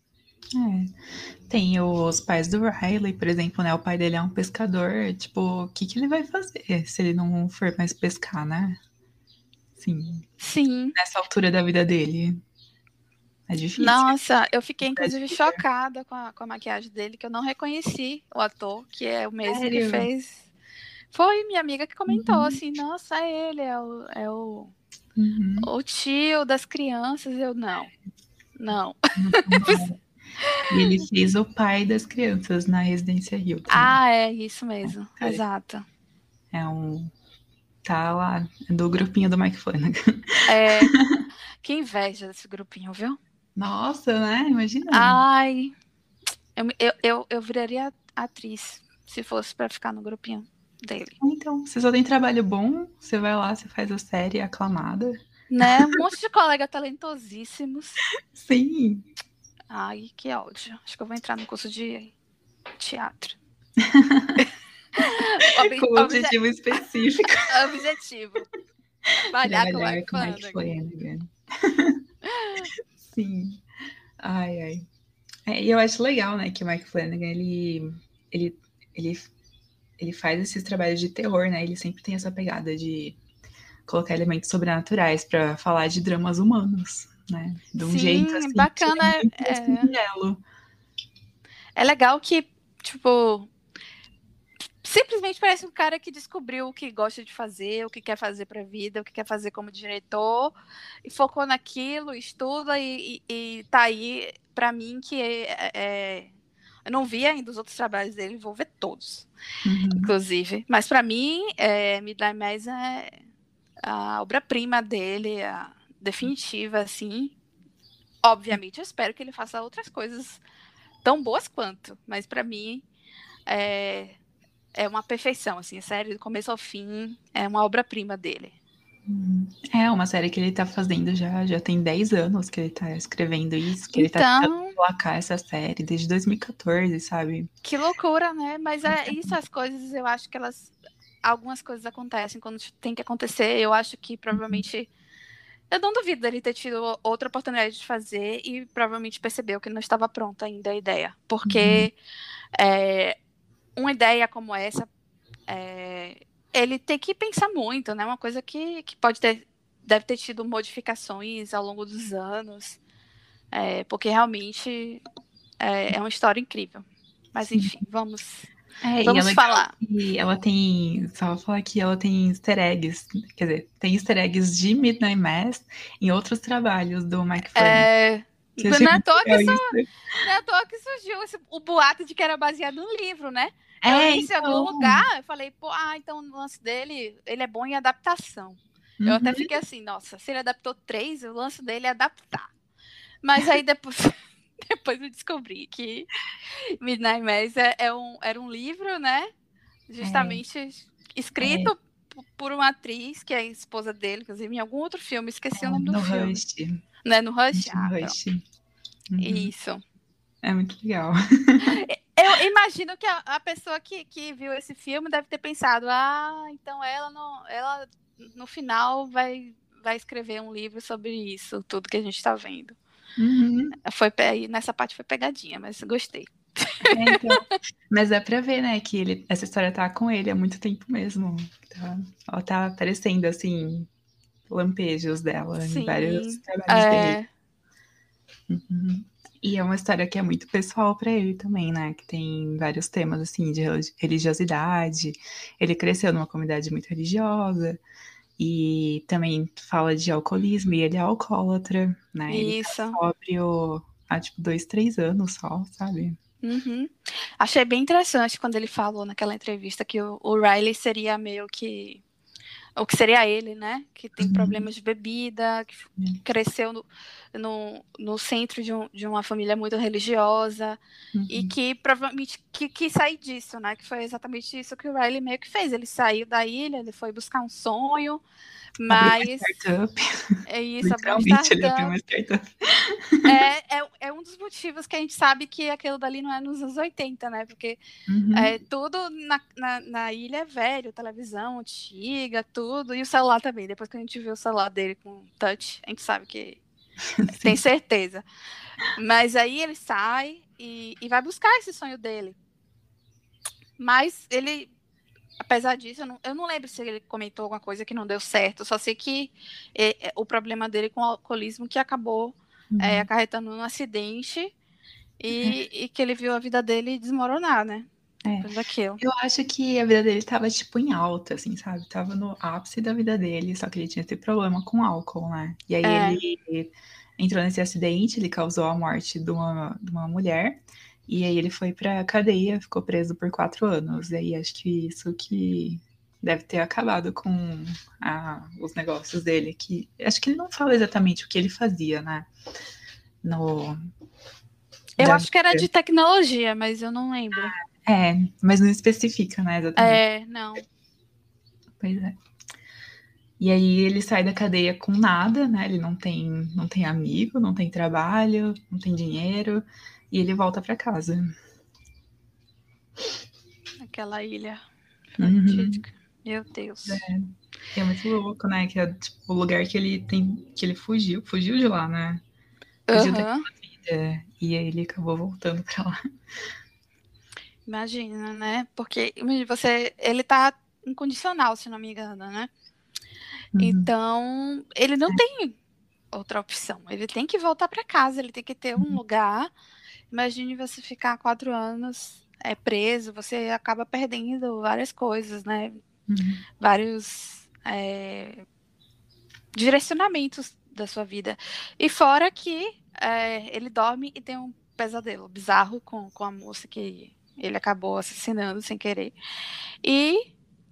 É. Tem os pais do Riley, por exemplo, né? O pai dele é um pescador. Tipo, o que, que ele vai fazer se ele não for mais pescar, né? Sim, Sim, nessa altura da vida dele. É difícil. Nossa, eu fiquei Brad inclusive Pitt. chocada com a, com a maquiagem dele, que eu não reconheci o ator, que é o mesmo que Sério? fez. Foi minha amiga que comentou Uhum, assim: nossa, é ele, é o, é o, uhum. o tio das crianças. Eu não, não. E ele fez o pai das crianças na Residência Rio também. Ah, é isso mesmo, É, exato. é um. Tá lá, é do grupinho do Mike Flanagan. É, que inveja desse grupinho, viu? Nossa, né? Imagina. Ai, eu, eu, eu, eu viraria atriz se fosse pra ficar no grupinho dele. Então, você só tem trabalho bom, você vai lá, você faz a série aclamada. Né? Um monte de colega talentosíssimos. Sim. Ai, que ódio. Acho que eu vou entrar no curso de teatro. Ob Com obje objetivo específico. objetivo. Trabalhar com o Trabalhar Mike com Mike Flanagan. Flanagan. Sim. Ai, ai. É, e eu acho legal, né, que o Mike Flanagan, ele, ele, ele, ele faz esses trabalhos de terror, né? Ele sempre tem essa pegada de colocar elementos sobrenaturais para falar de dramas humanos, né? De um jeito, Sim, assim, que bacana. é muito É, singelo. é legal que, tipo, simplesmente parece um cara que descobriu o que gosta de fazer, o que quer fazer pra vida, o que quer fazer como diretor, e focou naquilo, estuda e, e, e tá aí, pra mim, que é, é, eu não vi ainda os outros trabalhos dele, vou ver todos, Uhum. inclusive. Mas pra mim, é, Midnight Mass é a obra-prima dele, a definitiva, assim. Obviamente, eu espero que ele faça outras coisas tão boas quanto, mas pra mim é, é uma perfeição, assim, sério, do começo ao fim, é uma obra-prima dele. É uma série que ele tá fazendo já, já tem dez anos que ele tá escrevendo isso, que ele tá tentando Então, placar essa série desde dois mil e quatorze, sabe? que loucura, né? Mas é isso, as coisas, eu acho que elas. Algumas coisas acontecem quando tem que acontecer. Eu acho que provavelmente. Eu não duvido dele ter tido outra oportunidade de fazer e provavelmente percebeu que não estava pronta ainda a ideia. Uhum. Porque é, uma ideia como essa, é, ele tem que pensar muito, né? Uma coisa que, que pode ter, deve ter tido modificações ao longo dos anos, é, porque realmente é, é uma história incrível. Mas Sim. enfim, vamos, É, e é vamos legal falar. que ela tem, só vou falar que ela tem easter eggs, quer dizer, tem easter eggs de Midnight Mass em outros trabalhos do Mike Flanagan. É, Você achei não é à muito toa que, legal isso, isso. não é à toa que surgiu esse, o boato de que era baseado num livro, né? Eu É, li isso em algum então. lugar, eu falei, pô, ah, então o lance dele, ele é bom em adaptação. Eu até Uhum. fiquei assim, nossa, se ele adaptou três, o lance dele é adaptar. Mas aí depois, depois eu descobri que Midnight Mass é, é um, era um livro, né? É, Justamente é, escrito por uma atriz, que é a esposa dele, inclusive em algum outro filme, esqueci o nome do no filme. Rush. Né? No Rush? No Ah, pronto. Rush. Uhum. Isso. É muito legal. Eu imagino que a, a pessoa que, que viu esse filme deve ter pensado, ah, então ela não, ela no final vai, vai escrever um livro sobre isso, tudo que a gente está vendo. Uhum. Foi nessa parte foi pegadinha, mas gostei. É, então. Mas dá pra ver, né, que ele, essa história tá com ele há muito tempo mesmo. Tá, ela tá aparecendo, assim, lampejos dela em vários Sim, trabalhos dele. é, Uhum. E é uma história que é muito pessoal pra ele também, né? Que tem vários temas, assim, de religiosidade. Ele cresceu numa comunidade muito religiosa. E também fala de alcoolismo. E ele é alcoólatra, né? Ele tá isso. sóbrio há, tipo, dois, três anos só, sabe? Uhum. Achei bem interessante quando ele falou naquela entrevista que o, o Riley seria meio que o que seria ele, né? Que tem Uhum. problemas de bebida, que cresceu no, no, no centro de, um, de uma família muito religiosa e Uhum. que provavelmente que, quis sair disso, né? Que foi exatamente isso que o Riley meio que fez. Ele saiu da ilha, ele foi buscar um sonho, Abriu uma mas startup. é isso, abriu uma Literalmente, ele abriu startup. uma startup. É, é, é um dos motivos que a gente sabe que aquilo dali não é nos anos oitenta, né? Porque Uhum. é, tudo na, na, na ilha é velho, televisão antiga, tudo, e o celular também. Depois que a gente viu o celular dele com touch, a gente sabe que tem Sim. certeza. Mas aí ele sai e, e vai buscar esse sonho dele. Mas ele, apesar disso, eu não, eu não lembro se ele comentou alguma coisa que não deu certo. Eu só sei que é, é, o problema dele com o alcoolismo que acabou é, Uhum. acarretando um acidente É, e, e que ele viu a vida dele desmoronar, né? é. Depois daquilo. Eu acho que a vida dele estava, tipo, em alta, assim, sabe? Tava no ápice da vida dele, só que ele tinha esse problema com álcool, né? E aí É, ele entrou nesse acidente, ele causou a morte de uma, de uma mulher, e aí ele foi pra cadeia, ficou preso por quatro anos. E aí acho que isso que deve ter acabado com a- os negócios dele, que acho que ele não fala exatamente o que ele fazia, né? No, eu da acho que era vida. de tecnologia, mas eu não lembro. É, mas não especifica, né, exatamente. É, não. Pois é. E aí ele sai da cadeia com nada, né? Ele não tem, não tem amigo, não tem trabalho, não tem dinheiro, e ele volta para casa. Aquela ilha Uhum. fatídica. Meu Deus. E é muito louco, né? Que é tipo, o lugar que ele tem, que ele fugiu, fugiu de lá, né? Fugiu daquela Aham. vida. E aí ele acabou voltando para lá. Imagina, né? Porque imagina, você, ele tá incondicional, se não me engano, né? Uhum. Então, ele não tem outra opção. Ele tem que voltar para casa, ele tem que ter um lugar. Imagine você ficar quatro anos é, preso, você acaba perdendo várias coisas, né? Uhum. Vários é, direcionamentos da sua vida. E fora que é, ele dorme e tem um pesadelo bizarro com, com a moça que ele acabou assassinando sem querer. E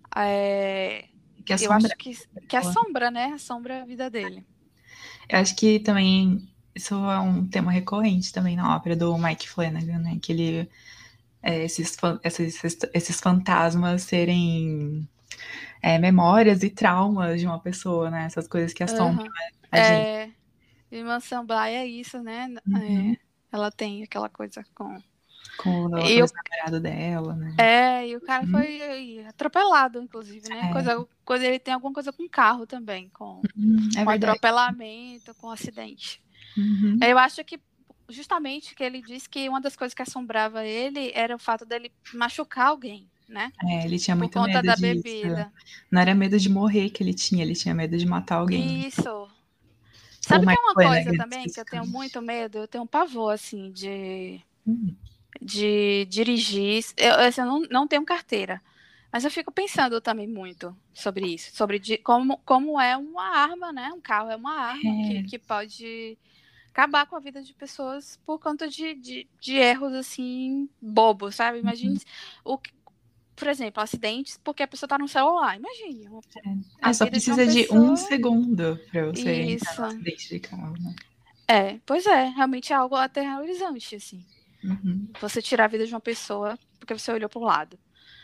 é, Que eu assombra acho que, que ela. assombra, né? Assombra a vida dele. Eu acho que também isso é um tema recorrente também na ópera do Mike Flanagan, né? Que ele é, esses, esses, esses fantasmas serem é, memórias e traumas de uma pessoa, né? Essas coisas que assombram Uhum. a gente. É, e Mansão Bly é isso, né? Uhum. É, ela tem aquela coisa com. Com o E o, ex-namorado dela, né? é, e o cara Uhum. foi atropelado, inclusive, né? É, Coisa, coisa, ele tem alguma coisa com carro também, com, uhum, é com verdade. atropelamento, com acidente. Uhum. Eu acho que justamente que ele disse que uma das coisas que assombrava ele era o fato dele machucar alguém, né? É, ele tinha Por muito conta medo da disso. bebida. Não era medo de morrer que ele tinha, ele tinha medo de matar alguém. Isso. O Sabe que é Mike uma coisa Flanagan, também que eu tenho especificamente. muito medo? Eu tenho um pavor, assim, de, Hum, de dirigir. Eu, assim, eu não, não tenho carteira. Mas eu fico pensando também muito sobre isso, sobre de, como, como é uma arma, né? Um carro é uma arma que, é, que pode acabar com a vida de pessoas por conta de, de, de erros assim bobos, sabe? Imagine o que, por exemplo, acidentes porque a pessoa tá no celular. Imagine a é, só vida de uma precisa de um pessoa. segundo para você entrar Isso. num acidente de carro, né? É, pois é, realmente é algo aterrorizante, assim. Uhum, Você tirar a vida de uma pessoa porque você olhou para o lado.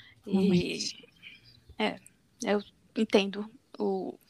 E realmente. é, eu entendo o,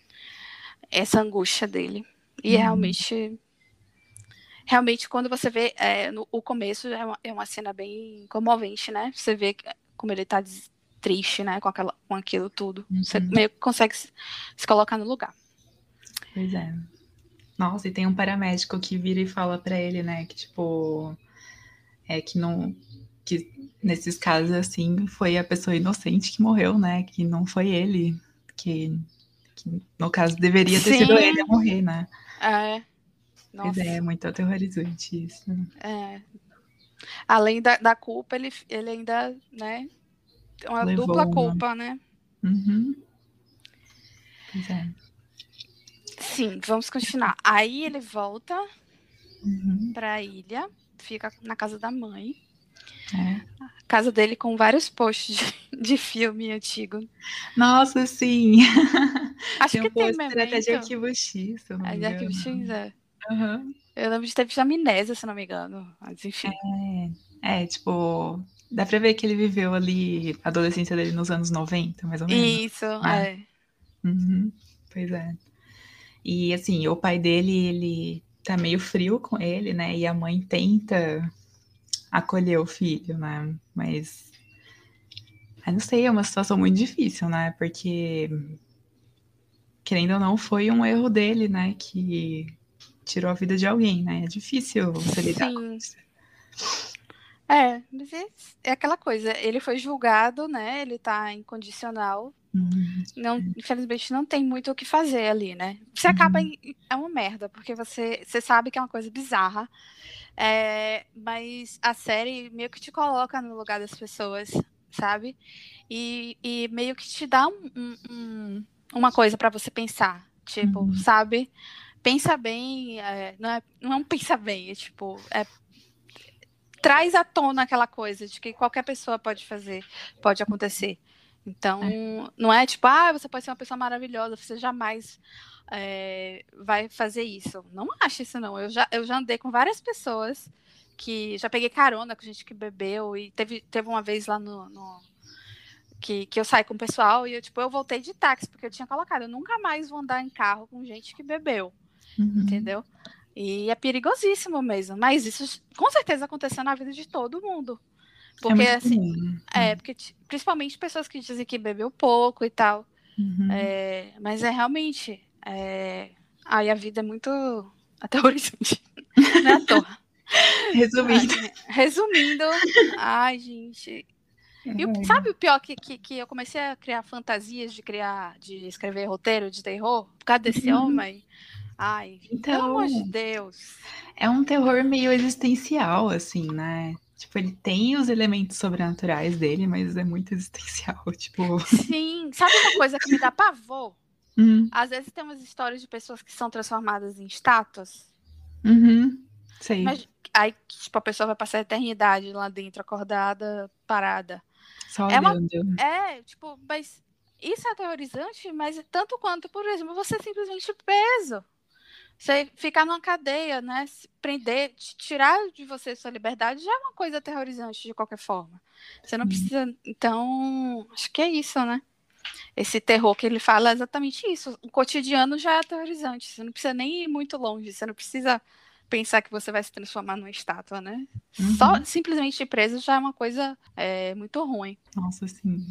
essa angústia dele. E é Uhum. realmente, realmente quando você vê é, no, o começo é uma, é uma cena bem comovente, né? Você vê como ele tá triste, né? Com, aquela, com aquilo tudo. Você Uhum. meio que consegue se, se colocar no lugar. Pois é. Nossa, e tem um paramédico que vira e fala pra ele, né, que tipo, é que não, que nesses casos assim foi a pessoa inocente que morreu, né, que não foi ele, que, que no caso deveria ter sido ele a Sim, morrer, né. é, Pois é, é nossa. muito aterrorizante isso. É, além da, da culpa, ele, ele ainda, né? Uma dupla Levou uma. culpa, né? Uhum. Pois é. Sim, vamos continuar. Aí ele volta Uhum. para a ilha, fica na casa da mãe. É. Casa dele com vários posts de, de filme antigo. Nossa, sim. Acho Tem um que tem pôster até de Memento. Arquivo X, se eu não É me de engano. Arquivo X, é. Uhum. Eu lembro de ter visto Amnésia, se não me engano. Mas enfim. É, tipo, dá pra ver que ele viveu ali a adolescência dele nos anos noventa, mais ou menos, Isso, né? é. Uhum, pois é. E assim, o pai dele, ele tá meio frio com ele, né? E a mãe tenta acolher o filho, né? Mas, eu não sei, é uma situação muito difícil, né? Porque, querendo ou não, foi um erro dele, né? Que tirou a vida de alguém, né? É difícil você lidar com Sim. isso. É, mas é, é aquela coisa, ele foi julgado, né? Ele tá incondicional. Uhum. Não, infelizmente não tem muito o que fazer ali, né? Você acaba Uhum. em, é uma merda, porque você, você sabe que é uma coisa bizarra, é, mas a série meio que te coloca no lugar das pessoas, sabe? E, e meio que te dá um, um, um, uma coisa para você pensar, tipo, Uhum. sabe? Pensa bem, é, não, é, não é um pensa bem, é tipo, é, traz à tona aquela coisa de que qualquer pessoa pode fazer, pode acontecer. Então, É. não é tipo, ah, você pode ser uma pessoa maravilhosa, você jamais é, vai fazer isso. Não acho isso, não. Eu já, eu já andei com várias pessoas que já peguei carona com gente que bebeu e teve, teve uma vez lá no, no que, que eu saí com o pessoal e eu, tipo, eu voltei de táxi, porque eu tinha colocado, eu nunca mais vou andar em carro com gente que bebeu, Uhum. entendeu? E é perigosíssimo mesmo, mas isso com certeza aconteceu na vida de todo mundo. É Porque, muito assim, comum. é, porque principalmente pessoas que dizem que bebeu pouco e tal. Uhum. É, mas é realmente. É, ai, a vida é muito aterrorizante. Não é à toa. Resumindo. Ai, resumindo, ai, gente. E o- É. sabe o pior que, que, que eu comecei a criar fantasias de criar, de escrever roteiro de terror por causa desse Uhum. homem? Ai, pelo amor de Então, Deus. é um terror meio existencial, assim, né? Tipo, ele tem os elementos sobrenaturais dele, mas é muito existencial. Tipo, Sim, sabe uma coisa que me dá pavor? hum, Às vezes tem umas histórias de pessoas que são transformadas em estátuas. uhum, sei. Mas aí, tipo, a pessoa vai passar a eternidade lá dentro, acordada, parada. Só É uma. olhando. É, tipo, mas isso é aterrorizante, mas tanto quanto, por exemplo, você é simplesmente preso. Você ficar numa cadeia, né? Se prender, tirar de você sua liberdade já é uma coisa aterrorizante de qualquer forma. Você não Sim. precisa. Então, acho que é isso, né? Esse terror que ele fala é exatamente isso. O cotidiano já é aterrorizante. Você não precisa nem ir muito longe. Você não precisa pensar que você vai se transformar numa estátua, né? Só Uhum. simplesmente preso já é uma coisa é, muito ruim. Nossa, sim.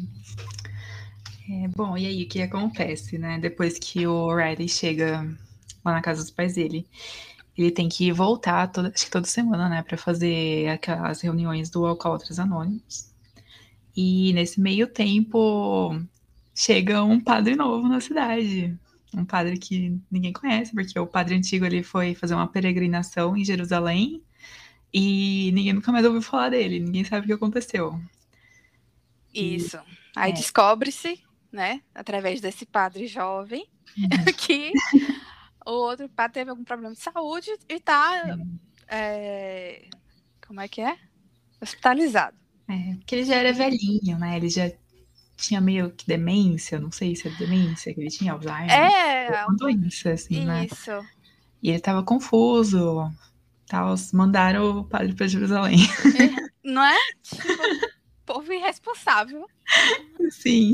É, bom, e aí, o que acontece, né? Depois que o Riley chega lá na casa dos pais dele, ele tem que voltar, toda, acho que toda semana, né? Pra fazer aquelas reuniões do Alcoólatras Anônimos. E nesse meio tempo, chega um padre novo na cidade. Um padre que ninguém conhece, porque o padre antigo ele foi fazer uma peregrinação em Jerusalém e ninguém nunca mais ouviu falar dele, ninguém sabe o que aconteceu. E Isso. Aí é, descobre-se, né, através desse padre jovem, uhum, que o outro padre teve algum problema de saúde e tá. É, como é que é? Hospitalizado. é, porque ele já era velhinho, né? Ele já tinha meio que demência, não sei se é demência, que ele tinha Alzheimer, É, uma alguma. doença, assim, né? Isso. E ele tava confuso, tal, mandaram o padre para Jerusalém. E, não é? Tipo, povo irresponsável. Sim.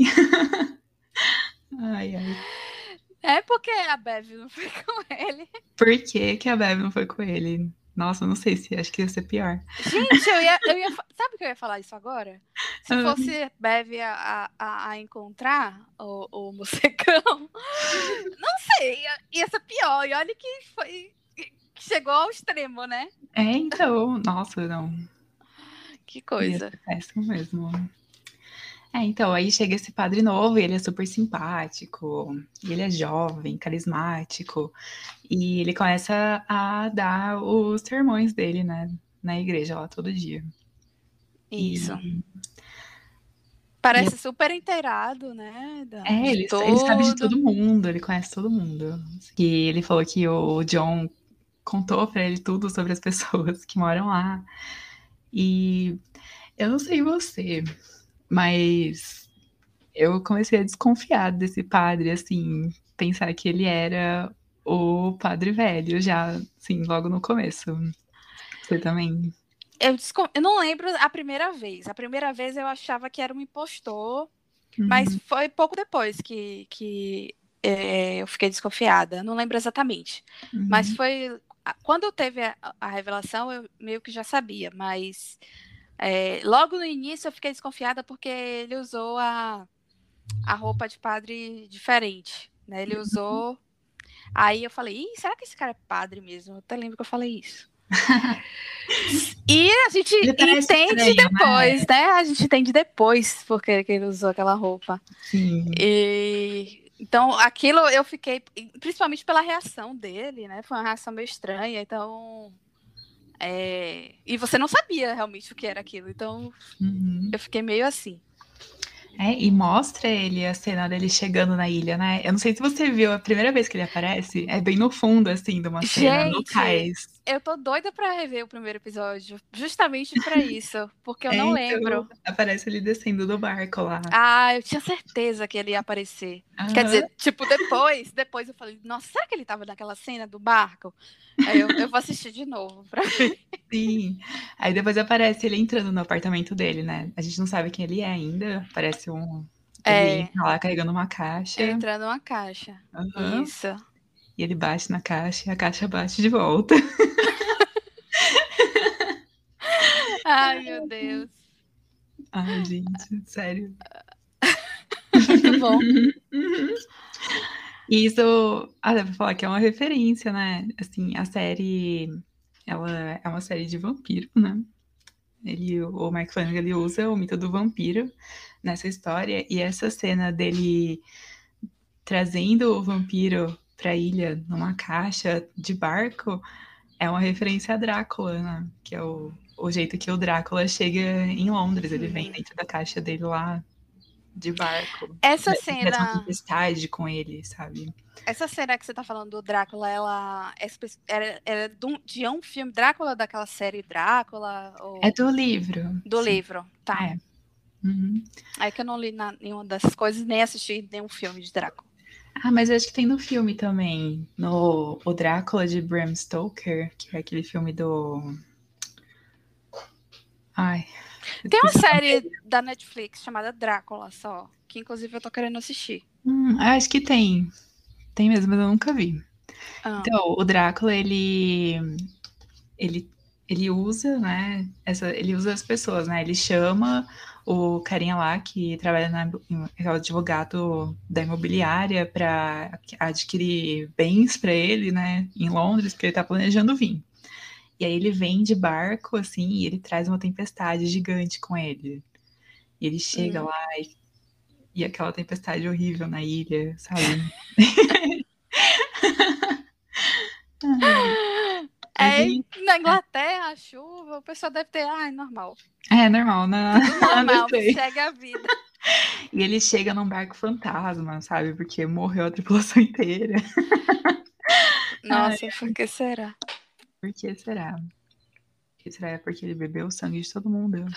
Ai, ai. É porque a Bev não foi com ele. Por que, que a Bebe não foi com ele? Nossa, eu não sei se acho que ia ser pior. Gente, eu ia, eu ia. Sabe que eu ia falar isso agora? Se Ah, fosse Bev a, a, a encontrar o, o Mocegão, não sei, ia, ia ser pior. E olha que foi. Que chegou ao extremo, né? é, então, nossa, não. Que Ia coisa. ser péssimo mesmo. É, então, aí chega esse padre novo e ele é super simpático, e ele é jovem, carismático, e ele começa a dar os sermões dele, né, na igreja lá todo dia. Isso. E, e Parece super inteirado, né? da- é, De ele, ele sabe de tudo. todo mundo, ele conhece todo mundo. E ele falou que o John contou pra ele tudo sobre as pessoas que moram lá. E eu não sei você, mas eu comecei a desconfiar desse padre, assim, pensar que ele era o padre velho já, assim, logo no começo. Você também? Eu, descon- eu não lembro a primeira vez. A primeira vez eu achava que era um impostor, mas Uhum, foi pouco depois que, que é, eu fiquei desconfiada. Não lembro exatamente. Mas uhum, foi. Quando teve a, a revelação, eu meio que já sabia, mas é, logo no início eu fiquei desconfiada porque ele usou a, a roupa de padre diferente. Né? Ele usou. Aí eu falei, Ih, será que esse cara é padre mesmo? Eu até lembro que eu falei isso. E a gente Ele parece entende estranho, depois, né? né? A gente entende depois porque que ele usou aquela roupa. Sim. E então aquilo eu fiquei, principalmente pela reação dele, né? Foi uma reação meio estranha, então é... e você não sabia realmente o que era aquilo, então Uhum. eu fiquei meio assim. É, e mostra ele, a cena dele chegando na ilha, né? Eu não sei se você viu, a primeira vez que ele aparece é bem no fundo, assim, de uma cena, no Gente, cais. eu tô doida pra rever o primeiro episódio, justamente pra isso, porque eu É, não então, lembro. aparece ele descendo do barco lá. Ah, eu tinha certeza que ele ia aparecer. Quer Aham. dizer, tipo, depois, depois eu falei, nossa, será que ele tava naquela cena do barco? Aí eu, eu vou assistir de novo pra ver. Sim. Aí depois aparece ele entrando no apartamento dele, né? A gente não sabe quem ele é ainda. Parece um. Ele É, entra lá carregando uma caixa. entra numa caixa. Aham. Isso. E ele bate na caixa e a caixa bate de volta. Ai, meu Deus. Ai, gente, sério. Muito bom. Uhum. E isso, ah, dá pra falar que é uma referência, né? Assim, a série, ela é uma série de vampiro, né? Ele, o Mark Flanagan, ele usa o mito do vampiro nessa história, e essa cena dele trazendo o vampiro pra ilha numa caixa de barco é uma referência a Drácula, né? Que é o, o jeito que o Drácula chega em Londres. Ele vem Uhum. dentro da caixa dele lá de barco. Essa Ele traz uma cena, tempestade com ele, sabe? essa cena que você tá falando do Drácula, ela é, espe- era, era de um- de um filme Drácula, daquela série Drácula, É ou do livro, do sim. livro? Tá. É. Uhum. É que eu não li na- nenhuma dessas coisas, nem assisti nenhum filme de Drácula. Ah, mas eu acho que tem no filme também. No O Drácula de Bram Stoker, que é aquele filme do. Ai, Tem uma esqueci o nome série dele. da Netflix chamada Drácula só, que inclusive eu tô querendo assistir. Hum, acho que tem. Tem mesmo, mas eu nunca vi. Ah, Então, o Drácula, ele. Ele, ele usa, né? Essa, ele usa as pessoas, né? Ele chama o carinha lá que trabalha na, é o advogado da imobiliária para adquirir bens para ele, né? Em Londres, porque ele tá planejando vir. E aí ele vem de barco, assim, e ele traz uma tempestade gigante com ele. E ele chega hum. lá e, e aquela tempestade horrível na ilha, sabe? Ai, é É, bem. na Inglaterra, a chuva, o pessoal deve ter, ai, normal. É normal, não, Tudo nada normal, sei. segue a vida. E ele chega num barco fantasma, sabe? Porque morreu a tripulação inteira. Ai, Nossa, por que será? por que será? Por que será? É porque ele bebeu o sangue de todo mundo.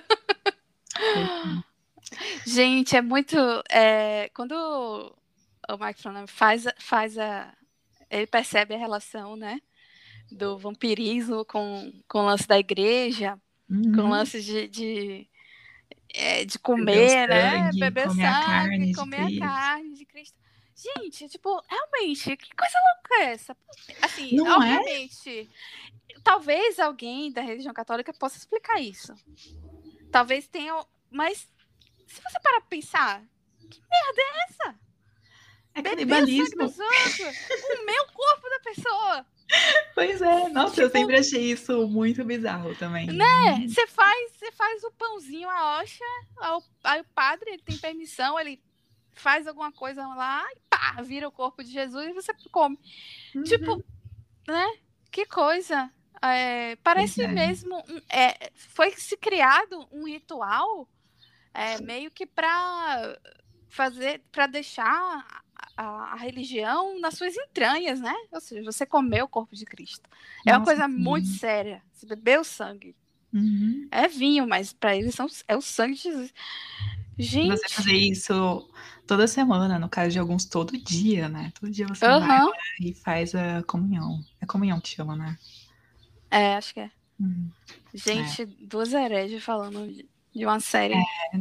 Coitado. Gente, é muito. É, quando o Mark Flanagan faz, faz a. Ele percebe a relação, né? Do vampirismo com, com o lance da igreja, com o Uhum. lance de, de, é, de Beber o comer, né? sangue, Beber comer a sangue, carne de comer a Cristo. carne de Cristo. Gente, tipo, realmente, que coisa louca é essa? Assim, Não é? obviamente, talvez alguém da religião católica possa explicar isso. Talvez tenha. Mas se você parar pra pensar, que merda é essa? É Beber o sangue canibalismo. dos outros, comer o corpo da pessoa. Pois é. Nossa, eu Tipo, sempre achei isso muito bizarro também. né? Você faz, você faz o pãozinho, a hoxa, aí o padre ele tem permissão, ele faz alguma coisa lá e pá, vira o corpo de Jesus e você come. Uhum. Tipo, né? Que coisa. É, Pois parece é. mesmo. Um, é, foi se criado um ritual é, meio que para fazer, para deixar a, a, a religião nas suas entranhas, né? Ou seja, você comer o corpo de Cristo. É uma Nossa, coisa muito sim. séria. Você beber o sangue. Uhum. É vinho, mas para eles são, é o sangue de Jesus. E você fazer Gente, isso toda semana, no caso de alguns, todo dia, né? Todo dia você vai aham. lá e faz a comunhão. É comunhão que chama, né? É, acho que é. Uhum. É. Gente, duas hereges falando de, de uma série. É,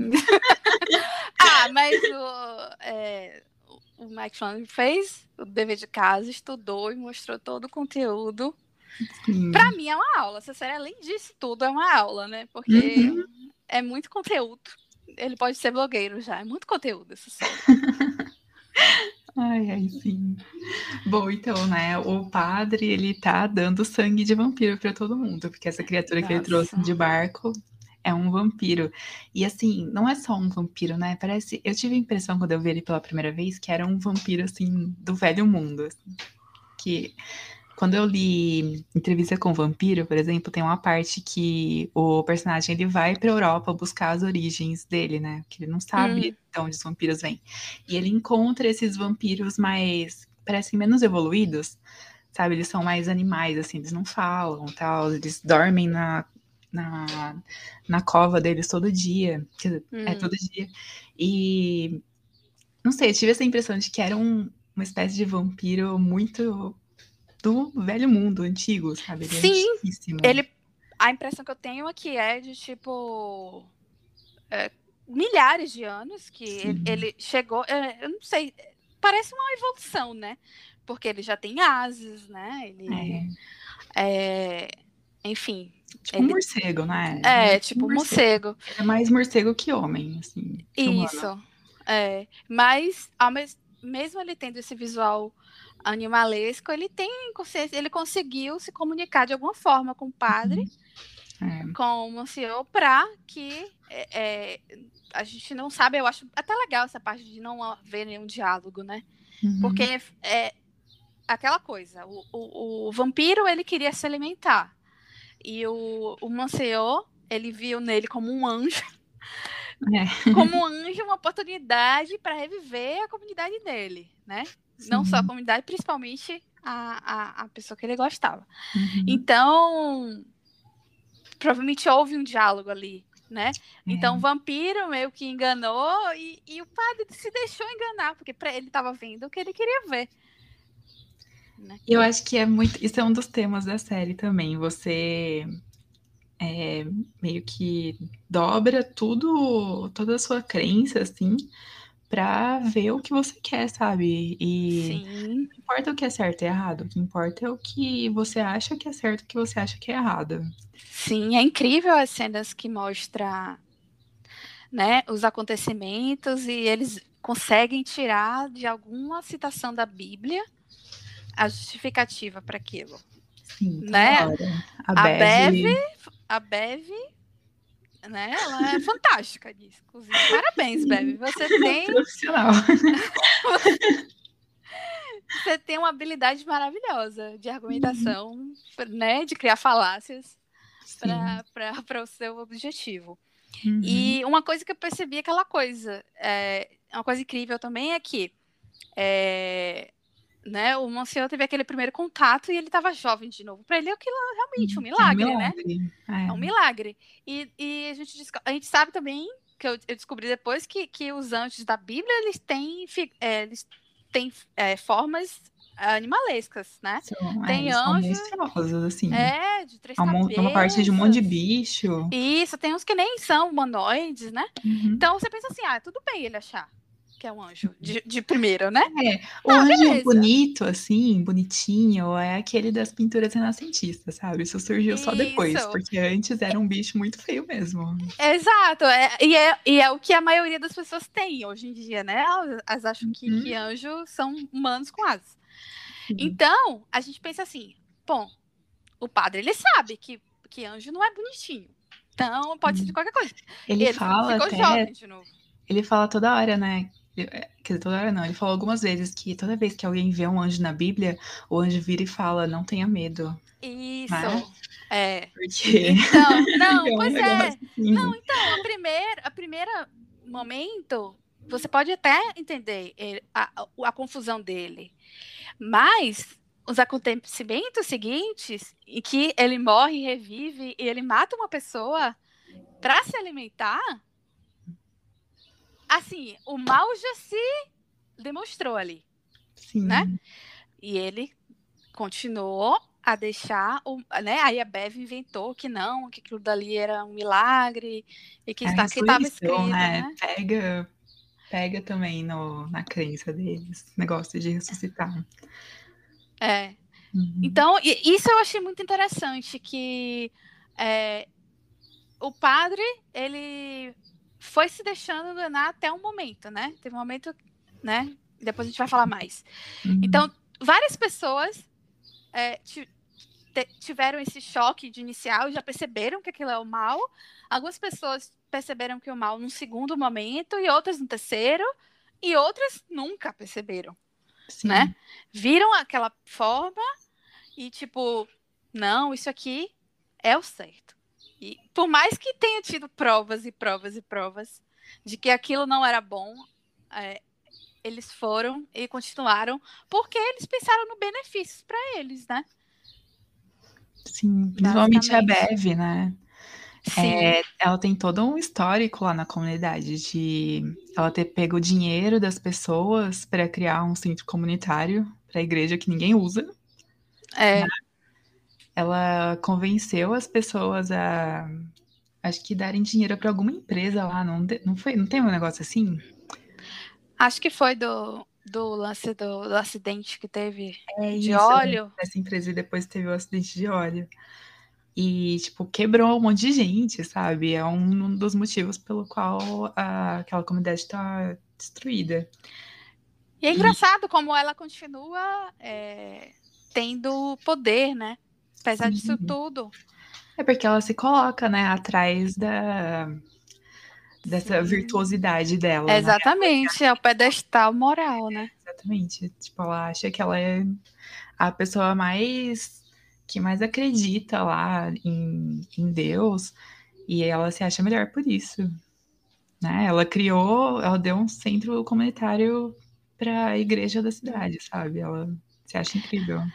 Ah, mas o, é, o Mike Flanagan fez o dever de casa, estudou e mostrou todo o conteúdo. Pra sim. mim é uma aula. Essa série, além disso tudo, é uma aula, né? Porque Uhum. é muito conteúdo. Ele pode ser blogueiro já. É muito conteúdo essa série. Ai, ai, sim. Bom, então, né, o padre, ele tá dando sangue de vampiro pra todo mundo, porque essa criatura que ele trouxe Nossa. de barco é um vampiro. E assim, não é só um vampiro, né, parece eu tive a impressão quando eu vi ele pela primeira vez que era um vampiro, assim, do velho mundo, assim, que quando eu li Entrevista com o Vampiro, por exemplo, tem uma parte que o personagem ele vai pra Europa buscar as origens dele, né, que ele não sabe Hum. de onde os vampiros vêm. E ele encontra esses vampiros mais parecem menos evoluídos, sabe, eles são mais animais, assim, eles não falam, tal, eles dormem na na na cova deles todo dia, quer dizer, é Hum. todo dia. E não sei, eu tive essa impressão de que era um uma espécie de vampiro muito do velho mundo, antigo, sabe, ele é Sim, antiguíssimo. ele a impressão que eu tenho é que é de, tipo, eh, milhares de anos que ele Sim. ele chegou, eh, eu não sei, parece uma evolução, né, porque ele já tem asas, né, ele, É. eh, enfim, Tipo um ele morcego, né, ele é é, tipo um tipo morcego. morcego. Ele é mais morcego que homem, assim, que humano. Isso, é. Mas ao mes mesmo ele tendo esse visual animalesco, ele tem consciência, ele conseguiu se comunicar de alguma forma com o padre, Uhum. É. com o Monsieur, pra que, eh eh, a gente não sabe, eu acho até legal essa parte de não haver nenhum diálogo, né, porque, Uhum. é aquela coisa, o o o vampiro ele queria se alimentar, e o o Monsieur, ele viu nele como um anjo É. como um anjo, uma oportunidade pra reviver a comunidade dele, né, não só a Sim. comunidade, principalmente a a a pessoa que ele gostava. Uhum. Então provavelmente houve um diálogo ali, né, então o É. vampiro meio que enganou e e o padre se deixou enganar, porque pra ele estava vendo o que ele queria ver. Né. E eu acho que é muito isso é um dos temas da série também, você, eh, meio que dobra tudo toda a sua crença, assim, pra ver o que você quer, sabe, e Sim. não importa o que é certo e errado, o que importa é o que você acha que é certo, o que você acha que é errado. Sim, é incrível as cenas que mostra, né, os acontecimentos e eles conseguem tirar de alguma citação da Bíblia a justificativa pra aquilo, Sim, toda né. hora. A A Bev Bev a Bev, né, ela é fantástica nisso, inclusive. Parabéns, Bev, Sim, você tem profissional. você tem uma habilidade maravilhosa de Uhum. argumentação, né, de criar falácias Sim. pra pra pra o seu objetivo. Uhum. E uma coisa que eu percebi é aquela coisa, eh, uma coisa incrível também é que, eh, né, o Monsieur teve aquele primeiro contato e ele estava jovem de novo. Pra ele aquilo é realmente um Sim, é um milagre, né. milagre. É um É. milagre. E e a gente desco a gente sabe também, que eu eu descobri depois que que os anjos da Bíblia eles têm fi eh, eles têm, eh, formas animalescas, né. São, é, Tem eles são anjo monstruosos, assim. é, de três É uma é uma parte de um monte de cabeças. bicho. Isso, tem uns que nem são humanoides, né. Uhum. Então você pensa assim: "Ah, tudo bem ele achar que é um anjo de de primeira, né. É, o Tá, anjo beleza". bonito, assim, bonitinho, é aquele das pinturas renascentistas, sabe. Isso surgiu só depois, Isso. porque antes É era um bicho muito feio mesmo. Exato, é e é e é o que a maioria das pessoas tem hoje em dia, né, elas acham que que Uhum. anjos são humanos com asas. Sim. Então, a gente pensa assim: "Bom, o padre ele sabe que que anjo não é bonitinho, então pode ser de Sim. qualquer coisa". Ele Ele fi fala ficou até jovem de novo. ele fala toda hora, né, eh, quer dizer, toda hora não, ele falou algumas vezes que toda vez que alguém vê um anjo na Bíblia, o anjo vira e fala: "Não tenha medo", né. Isso, é. Porque Então não, é um pois negócio é. Não, assim. então, a primeira a primeira momento, você pode até entender, eh, a a confusão dele, mas os acontecimentos seguintes, em que ele morre e revive e ele mata uma pessoa pra se alimentar assim, o mal já se demonstrou ali, né. Sim. E ele continuou a deixar o né, aí a Bev inventou que não, que aquilo dali era um milagre e que É a está que estava ressurreição, escrito, né, né. pega pega também no na crença deles, negócio de ressuscitar. É. Uhum. Então, i isso eu achei muito interessante que, eh, o padre, ele foi se deixando enganar até um momento, né. Teve um momento, né, Depois a gente vai falar mais. Uhum. Então, várias pessoas é, tiveram esse choque de inicial e já perceberam que aquilo é o mal. Algumas pessoas perceberam que o mal num segundo momento e outras no terceiro e outras nunca perceberam, Sim. né? Viram aquela forma e tipo, não, isso aqui é o certo. E por mais que tenha tido provas e provas e provas de que aquilo não era bom, é, eles foram e continuaram porque eles pensaram no benefício para eles, né? Sim, principalmente a Bev, né? É, ela tem todo um histórico lá na comunidade de ela ter pego o dinheiro das pessoas para criar um centro comunitário para a igreja que ninguém usa. É. Né? Ela convenceu as pessoas a, acho que darem dinheiro para alguma empresa lá, não, não foi, não tem um negócio assim? Acho que foi do, do lance do, do acidente que teve é de isso, óleo. Essa empresa e depois teve o acidente de óleo. E, tipo, quebrou um monte de gente, sabe? É um dos motivos pelo qual a, aquela comunidade tá destruída. E é engraçado e... como ela continua é, tendo poder, né? Apesar Sim. disso tudo. É porque ela se coloca, né, atrás da... dessa Sim. virtuosidade dela. É exatamente, né? É o pedestal moral, né? É, exatamente. Tipo, ela acha que ela é a pessoa mais... que mais acredita lá em, em Deus. E ela se acha melhor por isso. Né? Ela criou, ela deu um centro comunitário para a igreja da cidade, sabe? Ela se acha incrível.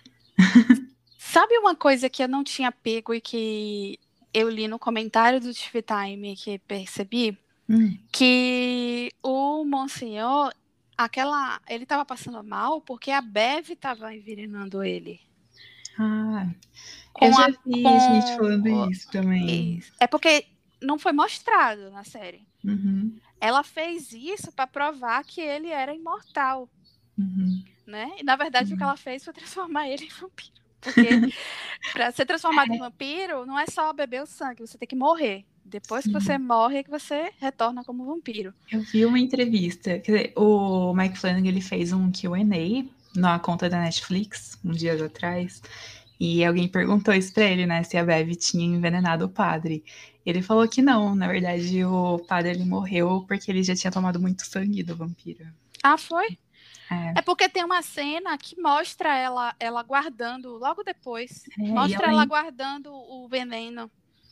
Sabe uma coisa que eu não tinha pego e que eu li no comentário do T V Time que percebi? Hum. Que o Monsenhor, aquela, ele estava passando mal porque a Bev estava envenenando ele. Ah, com eu já vi a, gente falando o, isso também. Isso. É porque não foi mostrado na série. Uhum. Ela fez isso para provar que ele era imortal. Uhum. Né? E, na verdade, uhum. o que ela fez foi transformar ele em vampiro. Porque para ser transformado em vampiro, não é só beber o sangue, você tem que morrer. Depois Sim. que você morre, é que você retorna como vampiro. Eu vi uma entrevista, quer dizer, o Mike Flanagan, ele fez um Q and A na conta da Netflix, uns dias atrás, e alguém perguntou isso pra ele, né, se a Bev tinha envenenado o padre. Ele falou que não, na verdade, o padre, ele morreu porque ele já tinha tomado muito sangue do vampiro. Ah, foi? É, é porque tem uma cena que mostra ela, ela guardando, logo depois, é, mostra ela, ela guardando o veneno.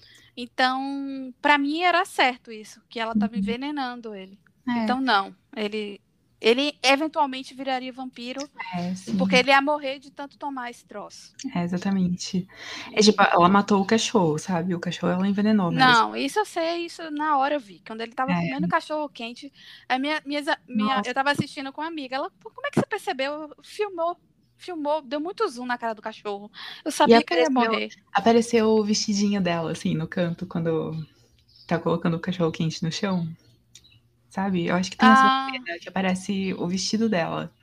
Então, para mim era certo isso, que ela estava uhum. envenenando ele. É. Então, não, ele, ele eventualmente viraria vampiro, é, porque ele ia morrer de tanto tomar esse troço. É, exatamente. É, tipo, ela matou o cachorro, sabe? O cachorro ela envenenou mesmo. Não, isso eu sei, isso na hora eu vi. Quando ele tava é. comendo cachorro quente, a minha, minha, minha, eu tava assistindo com uma amiga, ela, como é que você percebeu? Filmou. Filmou, deu muito zoom na cara do cachorro. Eu sabia apareceu, que ele ia morrer. Apareceu o vestidinho dela, assim, no canto, quando tá colocando o cachorro quente no chão. Sabe? Eu acho que tem ah. essa cena que aparece o vestido dela.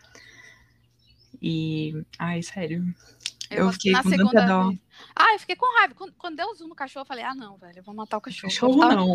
E... Ai, sério. Eu, eu fiquei com tanta dó. Vez. Ah, eu fiquei com raiva. Quando, quando deu zoom no cachorro, eu falei, ah, não, velho, eu vou matar o cachorro. Cachorro botar... não.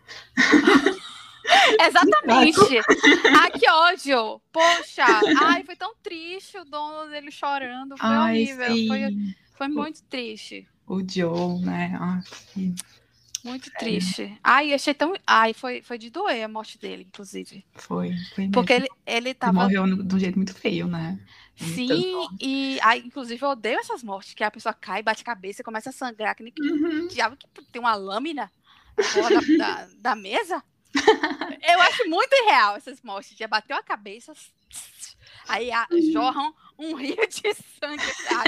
Exatamente. Ah, que ódio. Poxa. Ai, foi tão triste o dono dele chorando. Foi Ai, horrível. Sim. Foi, foi muito o, triste. O Joe, né? Ai, muito sério. triste. Ai, achei tão... Ai, foi, foi de doer a morte dele, inclusive. Foi, foi mesmo. Porque ele, ele tava... Ele morreu de um jeito muito feio, né? Sim, e ai, inclusive eu odeio essas mortes, que a pessoa cai, bate a cabeça e começa a sangrar, que nem uhum. diabo que tem uma lâmina fora da, da, da mesa. Eu acho muito irreal essas mortes, já bateu a cabeça, aí a, jorram um rio de sangue. Ai.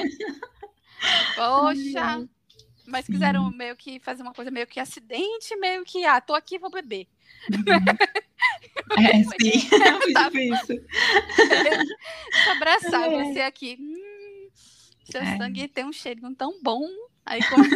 Poxa, mas quiseram meio que fazer uma coisa meio que acidente, meio que, ah, tô aqui, vou beber. Uhum. É, sim, é tá, difícil. Se abraçar, é. Você aqui, hum, seu é. sangue tem um cheirinho tão bom. Aí como...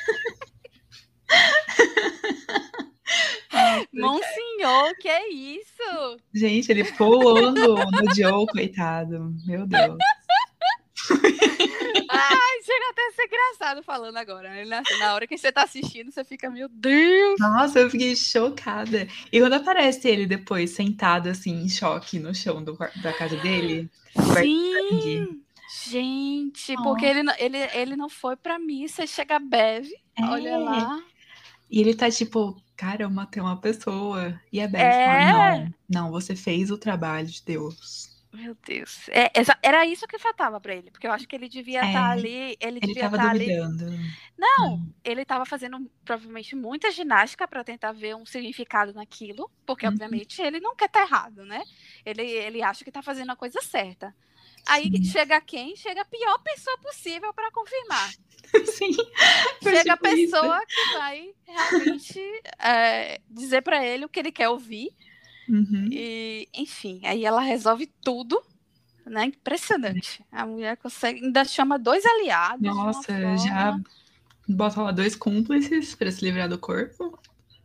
Monsenhor, que é isso? Gente, ele pulou no, no Joe, coitado. Meu Deus. Ai, chega até a ser engraçado falando agora. Né? Na, na hora que você tá assistindo, você fica, meu Deus. Nossa, eu fiquei chocada. E quando aparece ele depois, sentado assim, em choque no chão do, da casa dele, coberto de sangue. Sim, gente, Nossa. porque ele, não- ele, ele não foi pra missa, chega a Bev, É. olha lá. E ele tá tipo, cara, eu matei uma pessoa. E a Bev fala, É, não, não, você fez o trabalho de Deus. meu Deus. É, exa- era isso que faltava pra ele, porque eu acho que ele devia É, estar ali, ele ele devia tava estar ali. duvidando. Não, ele estava fazendo provavelmente muita ginástica para tentar ver um significado naquilo, porque Uhum. obviamente ele não quer estar errado, né? Ele, ele acha que está fazendo a coisa certa. Aí Sim. chega quem? Chega a pior pessoa possível para confirmar. Sim. Chega a Tipo isso. pessoa que vai realmente é, dizer para ele o que ele quer ouvir. Uhum. E, enfim, aí ela resolve tudo, né? Impressionante. A mulher consegue, ainda chama dois aliados. Nossa, de uma já forma... bota lá dois cúmplices pra se livrar do corpo.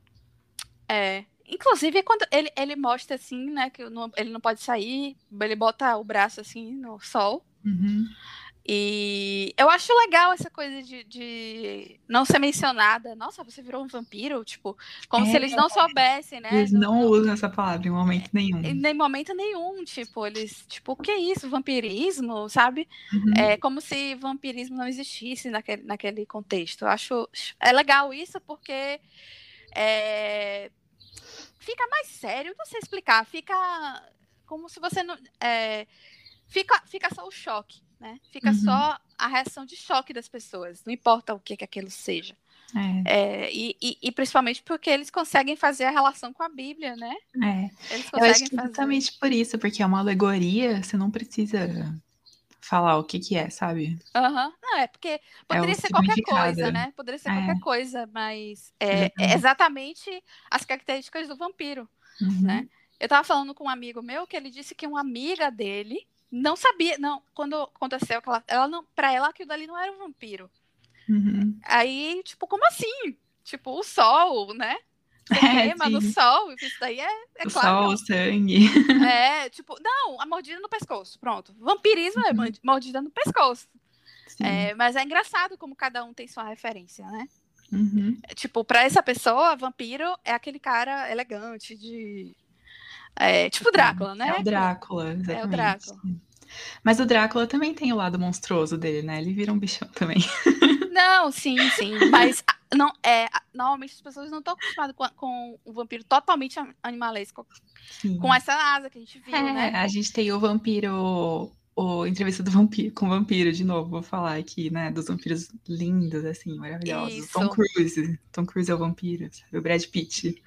É. Inclusive, quando ele, ele mostra assim, né, que não, ele não pode sair, ele bota o braço assim no sol. Uhum. E eu acho legal essa coisa de, de não ser mencionada. Nossa, você virou um vampiro? Tipo, como É, se eles não soubessem, né? Eles No, não no, usam essa palavra em momento nenhum. em nem momento nenhum, tipo, eles, tipo, o que é isso? Vampirismo, sabe? Uhum. É como se vampirismo não existisse naquele, naquele contexto. Eu acho, é legal isso porque é, fica mais sério, não sei explicar, fica como se você não, é, fica, fica só o choque, né? Fica Uhum. só a reação de choque das pessoas, não importa o que, que aquilo seja. É. É, e, e, e principalmente porque eles conseguem fazer a relação com a Bíblia, né? É. Eles Eu acho conseguem que fazer. exatamente por isso, porque é uma alegoria, você não precisa falar o que que é, sabe? Uhum. Não, é porque poderia É ser qualquer significado. coisa, né? Poderia ser É. qualquer coisa, mas é, Exatamente. é exatamente as características do vampiro, Uhum. né? Eu tava falando com um amigo meu que ele disse que uma amiga dele não sabia, não, quando aconteceu que ela, ela não, pra ela aquilo dali não era um vampiro. Uhum. Aí, tipo, como assim? Tipo, o sol, né? Você É, queima no sim. sol, isso daí é, é O claro. sol, que o sangue. é, é, tipo, não, a mordida no pescoço, pronto. Vampirismo é Uhum. mordida no pescoço. Sim. É, mas é engraçado como cada um tem sua referência, né? Uhum. Tipo, pra essa pessoa, vampiro é aquele cara elegante de... É, tipo Drácula, né? É o Drácula, exatamente. É o Drácula. Mas o Drácula também tem o lado monstruoso dele, né? Ele vira um bichão também. Não, sim, sim. Mas não, é, normalmente as pessoas não estão acostumadas com, com o vampiro totalmente animalesco. Sim. Com essa asa que a gente viu, É, né? a gente tem o vampiro, o entrevista do vampiro, com o vampiro, de novo, vou falar aqui, né? Dos vampiros lindos, assim, maravilhosos. Isso. Tom Cruise. Tom Cruise é o vampiro, sabe? O Brad Pitt.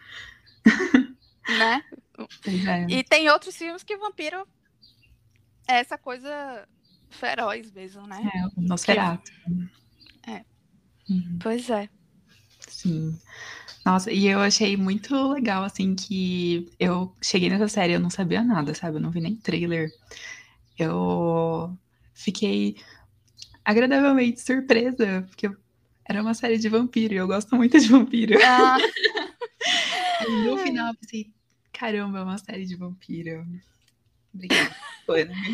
Né? Pois é. E tem outros filmes que o vampiro é essa coisa feroz mesmo, né? É, o Nosferatu. É. Uhum. Pois é. Sim. Nossa, e eu achei muito legal, assim, que eu cheguei nessa série, eu não sabia nada, sabe? Eu não vi nem trailer. Eu fiquei agradavelmente surpresa, porque era uma série de vampiro, e eu gosto muito de vampiro. Ah. Aí, no final, eu pensei, caramba, é uma série de vampiro. Obrigada. Foi, né?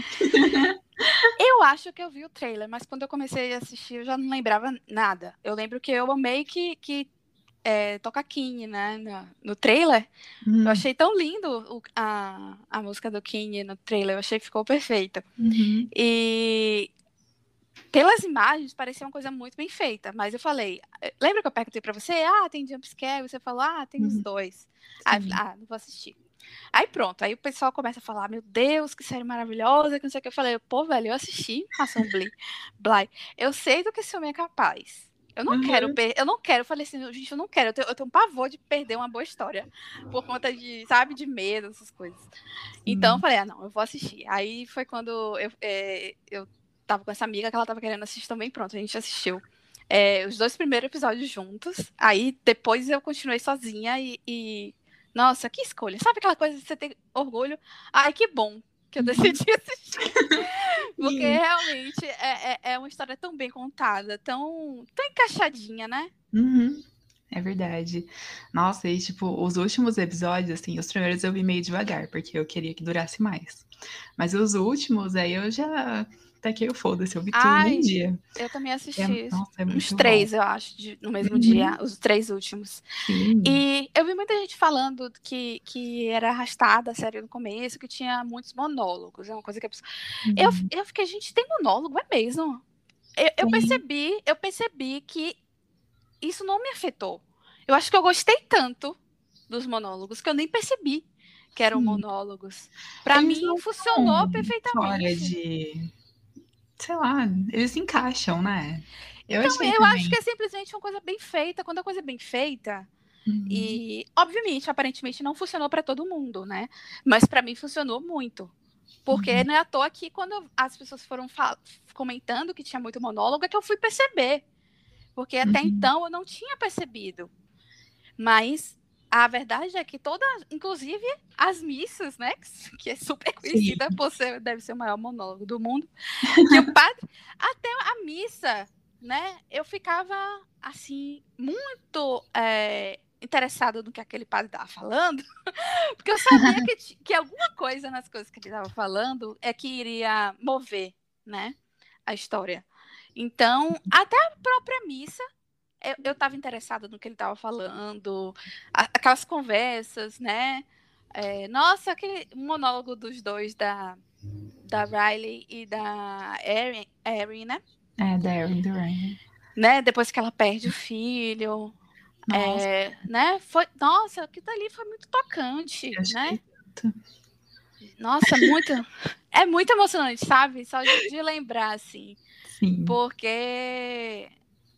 Eu acho que eu vi o trailer, mas quando eu comecei a assistir, eu já não lembrava nada. Eu lembro que eu amei que, que é, toca King, né? No, no trailer. Uhum. Eu achei tão lindo o, a, a música do King no trailer. Eu achei que ficou perfeita. Uhum. E pelas imagens, parecia uma coisa muito bem feita. Mas eu falei... Lembra que eu perguntei pra você? Ah, tem jumpscare? Você falou, ah, tem os Uhum. dois. Aí eu falei, ah, não vou assistir. Aí pronto, aí o pessoal começa a falar, meu Deus, que série maravilhosa, que não sei o que. Eu falei, pô, velho, eu assisti Maçom Bly. Eu sei do que esse homem é capaz. Eu não Uhum. quero perder, eu não quero, eu falei assim, gente, eu não quero, eu tenho, eu tenho um pavor de perder uma boa história, por conta de, sabe, de medo, essas coisas. Sim. Então eu falei, ah, não, eu vou assistir. Aí foi quando eu, é, eu tava com essa amiga que ela tava querendo assistir também, pronto, a gente assistiu. É, os dois primeiros episódios juntos, aí depois eu continuei sozinha e... e... Nossa, que escolha. Sabe aquela coisa de você ter orgulho? Ai, que bom que eu decidi assistir. Porque realmente é, é, é uma história tão bem contada, tão, tão encaixadinha, né? Uhum. É verdade. Nossa, e tipo, os últimos episódios, assim, os primeiros eu vi meio devagar, porque eu queria que durasse mais. Mas os últimos, aí eu já taquei o foda-se, eu vi tudo num Ai, dia. eu também É, assisti nossa, é uns muito bom. três, eu acho, de- no mesmo dia, Uhum, os três últimos. sim. E eu vi muita gente falando que, que era arrastada a série no começo, que tinha muitos monólogos. É uma coisa que a pessoa... eu, Uhum. eu fiquei, gente, tem monólogo, é mesmo? Eu, eu Tem. percebi, eu percebi que isso não me afetou. Eu acho que eu gostei tanto dos monólogos que eu nem percebi que eram Sim. monólogos. Pra Eles mim, não funcionou estão fora perfeitamente. de. Sei lá, eles se encaixam, né? Eu Então, achei eu acho que também. é simplesmente uma coisa bem feita. Quando a coisa é bem feita, Uhum. e obviamente, aparentemente não funcionou para todo mundo, né? Mas para mim funcionou muito. Porque Uhum. não é à toa que quando as pessoas foram comentando que tinha muito monólogo, é que eu fui perceber. Porque até Uhum. então eu não tinha percebido. Mas a verdade é que toda, inclusive as missas, né, que é super Sim. conhecida por ser, deve ser o maior monólogo do mundo, que o padre, até a missa, né, eu ficava assim muito é, interessada no que aquele padre estava falando, porque eu sabia que, que alguma coisa nas coisas que ele estava falando é que iria mover, né, a história. Então, até a própria missa eu estava interessada no que ele estava falando, a, aquelas conversas, né? É, nossa, aquele monólogo dos dois, da, da Riley e da Erin, Erin, né? É, da Erin do Ryan. né? Depois que ela perde o filho. Nossa, É, né? Foi, nossa, aquilo ali foi muito tocante, eu né? chorei tanto. Nossa, muito. É muito emocionante, sabe? Só de, de lembrar, assim. Sim. Porque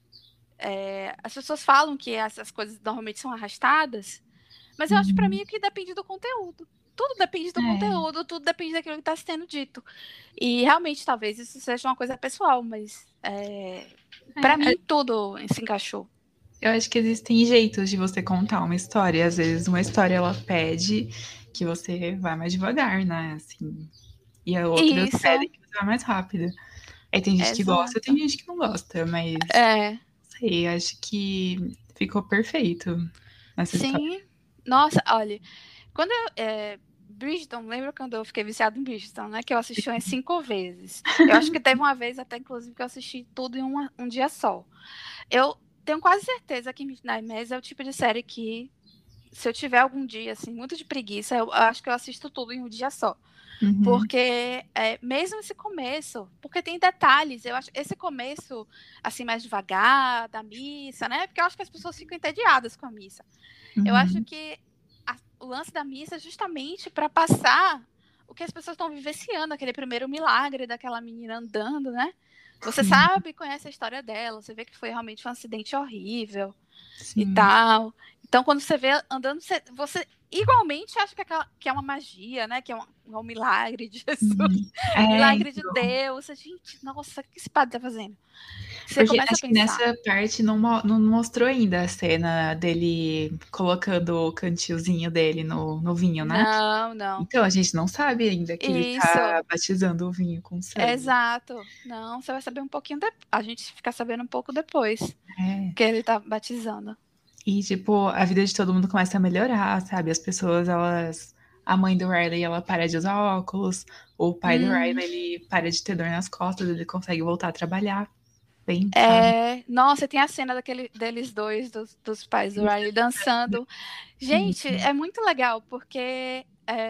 é, as pessoas falam que essas coisas normalmente são arrastadas, mas eu acho para Uhum. mim que depende do conteúdo. Tudo depende do É, conteúdo, tudo depende daquilo que está sendo dito. E realmente, talvez isso seja uma coisa pessoal, mas é, para é, mim tudo se encaixou. eu acho que existem jeitos de você contar uma história. Às vezes uma história ela pede que você vá mais devagar, né? Assim, e a outras Isso, pedem que você vá mais rápido. Aí tem gente que gosta, tem exato. gente que não gosta, mas É, não sei, acho que ficou perfeito essa história. sim. Nossa, olha, quando eu. É, Bridgerton, lembra quando eu fiquei viciada em Bridgerton, né? Que eu assisti umas cinco vezes. Eu acho que teve uma vez, até inclusive, que eu assisti tudo em uma, um dia só. Eu tenho quase certeza que Midnight Mass é o tipo de série que, se eu tiver algum dia, assim, muito de preguiça, eu acho que eu assisto tudo em um dia só. Uhum, Porque, é, mesmo esse começo, porque tem detalhes, eu acho, esse começo, assim, mais devagar, da missa, né? Porque eu acho que as pessoas ficam entediadas com a missa. Eu acho uhum, que a, o lance da missa é justamente para passar o que as pessoas estão vivenciando, aquele primeiro milagre daquela menina andando, né? Você sim, sabe, conhece a história dela, você vê que foi realmente um acidente horrível e sim. tal. Então, quando você vê andando, você, você igualmente acha que, aquela, que é uma magia, né? Que é um, é um milagre de Jesus, Uhum. É, milagre de então, Deus. Gente, nossa, o que esse padre tá fazendo? Você porque começa a acho que pensar. nessa parte não, mo- não mostrou ainda a cena dele colocando o cantilzinho dele no, no vinho, né? Não, não. Então a gente não sabe ainda que ele Isso. tá batizando o vinho com sangue. Exato. Não, você vai saber um pouquinho depois. A gente fica sabendo um pouco depois É. que ele tá batizando. E, tipo, a vida de todo mundo começa a melhorar, sabe? As pessoas, elas. A mãe do Riley, ela para de usar óculos. O pai do Hum, Riley, ele para de ter dor nas costas, ele consegue voltar a trabalhar bem, sabe? é... Nossa, tem a cena daquele, deles dois, dos, dos pais do Riley, dançando. Sim. Gente, é muito legal, porque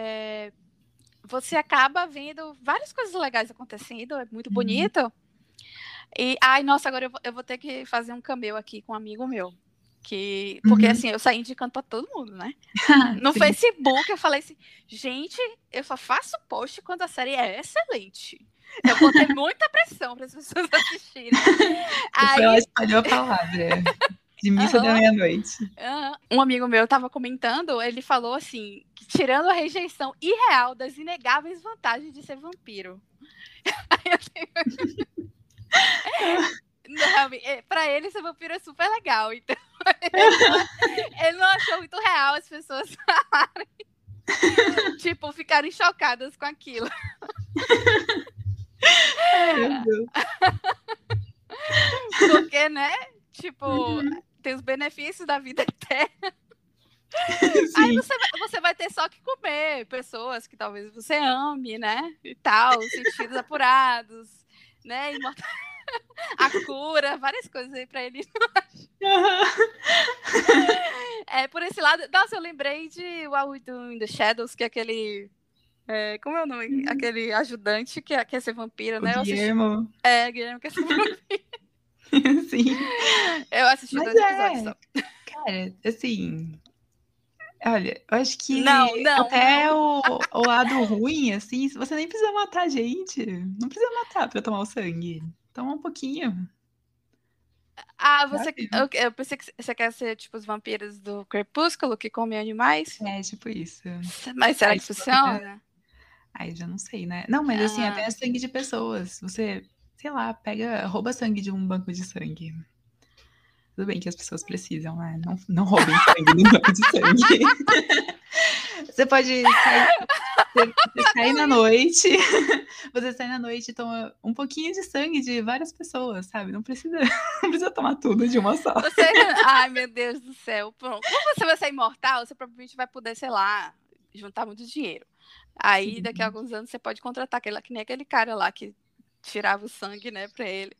é, você acaba vendo várias coisas legais acontecendo, é muito Uhum. bonito. E, ai, nossa, agora eu vou, eu vou ter que fazer um cameo aqui com um amigo meu. Que, porque Uhum. assim, eu saí indicando pra todo mundo, né? No Sim. Facebook, eu falei assim, gente, eu só faço post quando a série é excelente. Eu botei muita pressão para as pessoas assistirem. Depois ela Aí, espalhou a palavra de missa da uh -huh, meia-noite. uh -huh, um amigo meu estava comentando, ele falou assim, que, tirando a rejeição irreal das inegáveis vantagens de ser vampiro. Aí eu tenho... Não, pra ele ser vampiro é super legal, então ele não, ele não achou muito real as pessoas falarem, tipo, ficarem chocadas com aquilo. Ai, meu Deus. Porque, né? Tipo, Uhum. tem os benefícios da vida eterna. Sim. Aí você, você vai ter só que comer pessoas que talvez você ame, né? E tal, sentidos apurados, né? Imortal... a cura, várias coisas aí pra ele. É, por esse lado... Nossa, eu lembrei de What We Do in the Shadows, que é aquele... É, como é o nome? Hum. Aquele ajudante que quer ser vampiro, o né? Guilhermo. Eu assisti... É, Guilherme quer ser vampiro. Sim. Eu assisti Mas dois é, episódios só. Cara, assim... Olha, eu acho que não, não, até não. O, o lado ruim, assim, você nem precisa matar a gente. Não precisa matar pra tomar o sangue. Toma um pouquinho. Ah, você... Eu, eu pensei que você quer ser tipo os vampiros do Crepúsculo, que comem animais? É, tipo isso. Mas será Aí, que funciona? Aí já não sei, né? Não, mas assim, ah. até sangue de pessoas. Você, sei lá, pega, rouba sangue de um banco de sangue. Tudo bem que as pessoas precisam, né? Não, não roubem sangue de um banco de sangue. Você pode sair, você, você sai na noite, você sai na noite e toma um pouquinho de sangue de várias pessoas, sabe? Não precisa, não precisa tomar tudo de uma só. Você... Ai, meu Deus do céu. Pronto. Como você vai ser imortal, você provavelmente vai poder, sei lá, juntar muito dinheiro. Aí, Sim. daqui a alguns anos, você pode contratar aquele, que nem aquele cara lá que tirava o sangue, né, pra ele.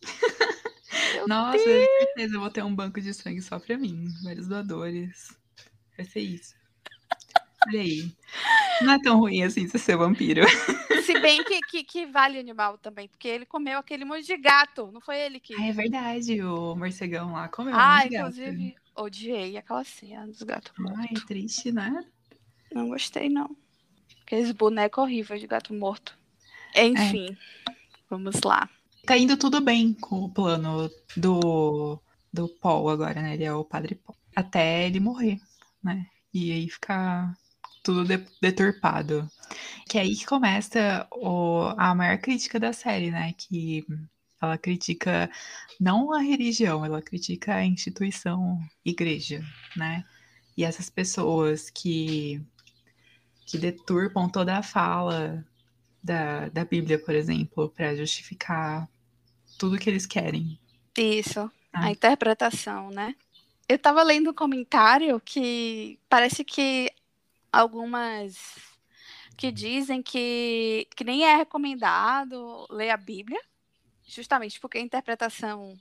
Meu Nossa, Deus. com certeza eu vou ter um banco de sangue só pra mim. Vários doadores. Vai ser isso. Olha aí. Não é tão ruim assim você ser vampiro. Se bem que, que, que vale animal também, porque ele comeu aquele monte de gato, não foi ele que... Ah, é verdade, o morcegão lá comeu ah, um monte de gato. inclusive, odiei aquela cena dos gatos mortos. Ai, triste, né? Não gostei, não. Aqueles bonecos horríveis de gato morto. Enfim, é. Vamos lá. Tá indo tudo bem com o plano do, do Paul agora, né? Ele é o padre Paul. Até ele morrer, né? E aí ficar tudo de, deturpado. Que é aí que começa o, a maior crítica da série, né? Que ela critica não a religião, ela critica a instituição igreja, né? E essas pessoas que, que deturpam toda a fala da, da Bíblia, por exemplo, para justificar tudo que eles querem. Isso, ah. A interpretação, né? Eu tava lendo um comentário que parece que algumas que dizem que, que nem é recomendado ler a Bíblia, justamente porque a interpretação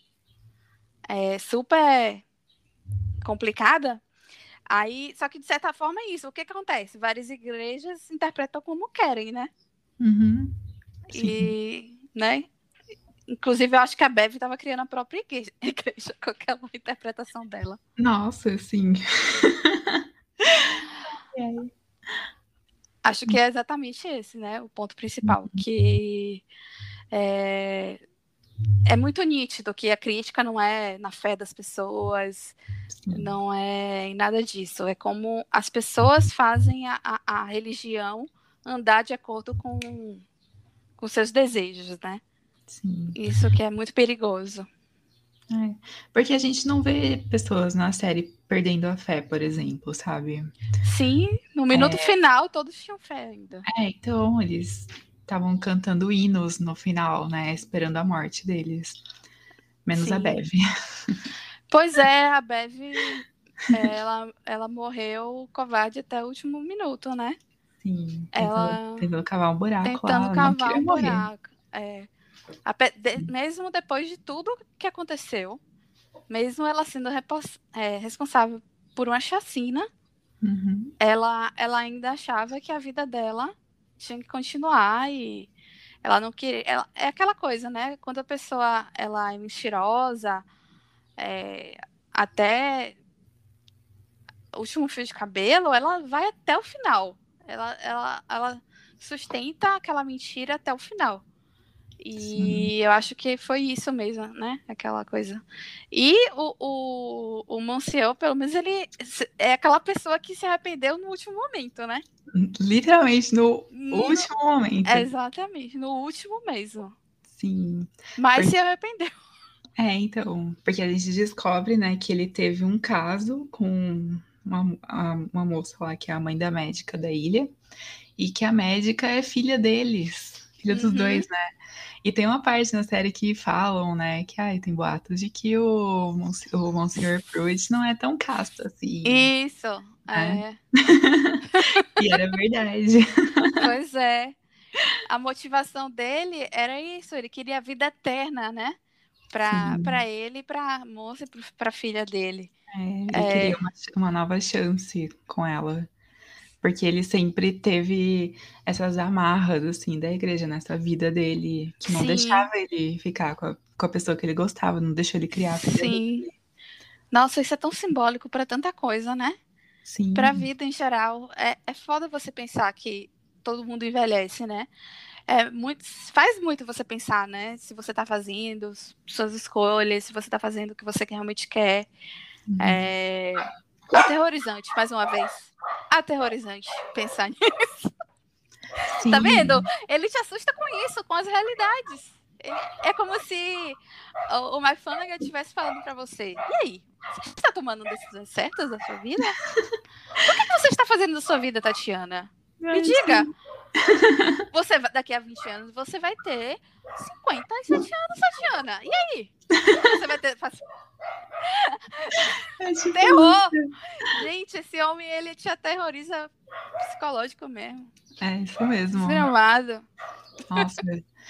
é super complicada. Aí, só que de certa forma é isso. O que, que acontece? Várias igrejas interpretam como querem, né? Uhum. Sim. E, né? Inclusive, eu acho que a Bev estava criando a própria igreja, igreja com aquela interpretação dela. Nossa, sim. Acho que é exatamente esse, né? O ponto principal. Uhum. Que é, é muito nítido que a crítica não é na fé das pessoas, sim. Não é em nada disso. É como as pessoas fazem a, a, a religião andar de acordo com, com seus desejos, né? Sim. Isso que é muito perigoso. É, porque a gente não vê pessoas na série perdendo a fé, por exemplo, sabe? Sim, no minuto é... final todos tinham fé ainda. É, então eles estavam cantando hinos no final, né? Esperando a morte deles. Menos Sim. a Bev. Pois é, a Bev, ela, ela morreu covarde até o último minuto, né? Sim, ela tentando cavar um buraco tentando lá, cavar não queria um morrer. buraco. É. De, mesmo depois de tudo que aconteceu, mesmo ela sendo é, responsável por uma chacina, uhum. ela, ela ainda achava que a vida dela tinha que continuar e ela não queria... Ela, é aquela coisa, né? Quando a pessoa ela é mentirosa, é, até o último fio de cabelo, ela vai até o final. Ela, ela, ela sustenta aquela mentira até o final. E Sim. eu acho que foi isso mesmo, né? Aquela coisa. E o, o, o Monsieur, pelo menos, ele é aquela pessoa que se arrependeu no último momento, né? Literalmente, no, no último momento. Exatamente, no último mesmo. Sim. Mas porque... se arrependeu. É, então, porque a gente descobre, né, que ele teve um caso com uma, uma moça lá, que é a mãe da médica da ilha, e que a médica é filha deles. Filho dos Uhum. dois, né? E tem uma parte na série que falam, né, que ai, tem boatos de que o, Monsi- o Monsenhor Pruitt não é tão casto assim, Isso, né? é. E era verdade. Pois é. A motivação dele era isso, ele queria a vida eterna, né? Para Sim, para ele, para a moça e para a filha dele. é, ele queria É, uma, uma nova chance com ela. Porque ele sempre teve essas amarras, assim, da igreja nessa vida dele, que não deixava sim, ele ficar com a, com a pessoa que ele gostava, não deixou ele criar a filha dele. sim. Nossa, isso é tão simbólico para tanta coisa, né? Para a Sim, vida em geral. É, é foda você pensar que todo mundo envelhece, né? É muito, faz muito você pensar, né? Se você tá fazendo suas escolhas, se você tá fazendo o que você realmente quer. uhum. É aterrorizante, mais uma vez. Aterrorizante pensar nisso. Tá vendo? Sim, Ele te assusta com isso, com as realidades. É como se o, o McFlanagan estivesse falando pra você. E aí? Você está tomando decisões certas da sua vida? O que, que você está fazendo da sua vida, Tatiana? Me ai, diga. sim. Você, daqui a vinte anos, você vai ter cinquenta e sete anos, Tatiana. E aí? Como você vai ter. É tipo Terror! isso. Gente, esse homem, ele te aterroriza psicológico mesmo. É isso mesmo. Desgramado. Nossa,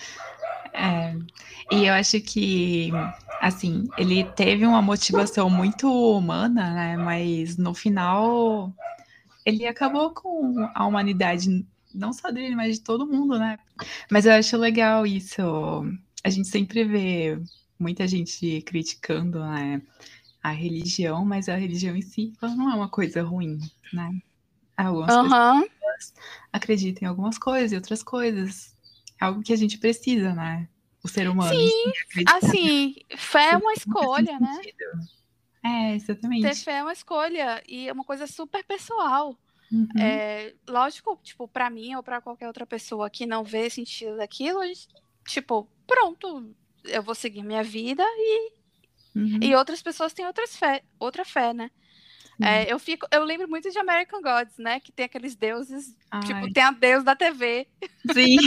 é. E eu acho que, assim, ele teve uma motivação muito humana, né? Mas no final ele acabou com a humanidade, não só dele, mas de todo mundo, né? Mas eu acho legal isso. A gente sempre vê muita gente criticando, né, a religião, mas a religião em si ela não é uma coisa ruim, né? Algumas pessoas Aham. acreditam em algumas coisas e outras coisas. É algo que a gente precisa, né? O ser humano em si Sim, acreditar, assim, fé é porque uma nunca faz escolha, né? sentido. É, Ter exatamente. fé é uma escolha e é uma coisa super pessoal. Uhum, É, lógico, tipo, pra mim ou pra qualquer outra pessoa que não vê sentido daquilo, a gente, tipo, pronto, eu vou seguir minha vida e, e uhum, outras pessoas têm outras fé, outra fé, né? sim. É, eu fico, eu lembro muito de American Gods, né? Que tem aqueles deuses, tipo, Ai, tem a deus da T V, sim.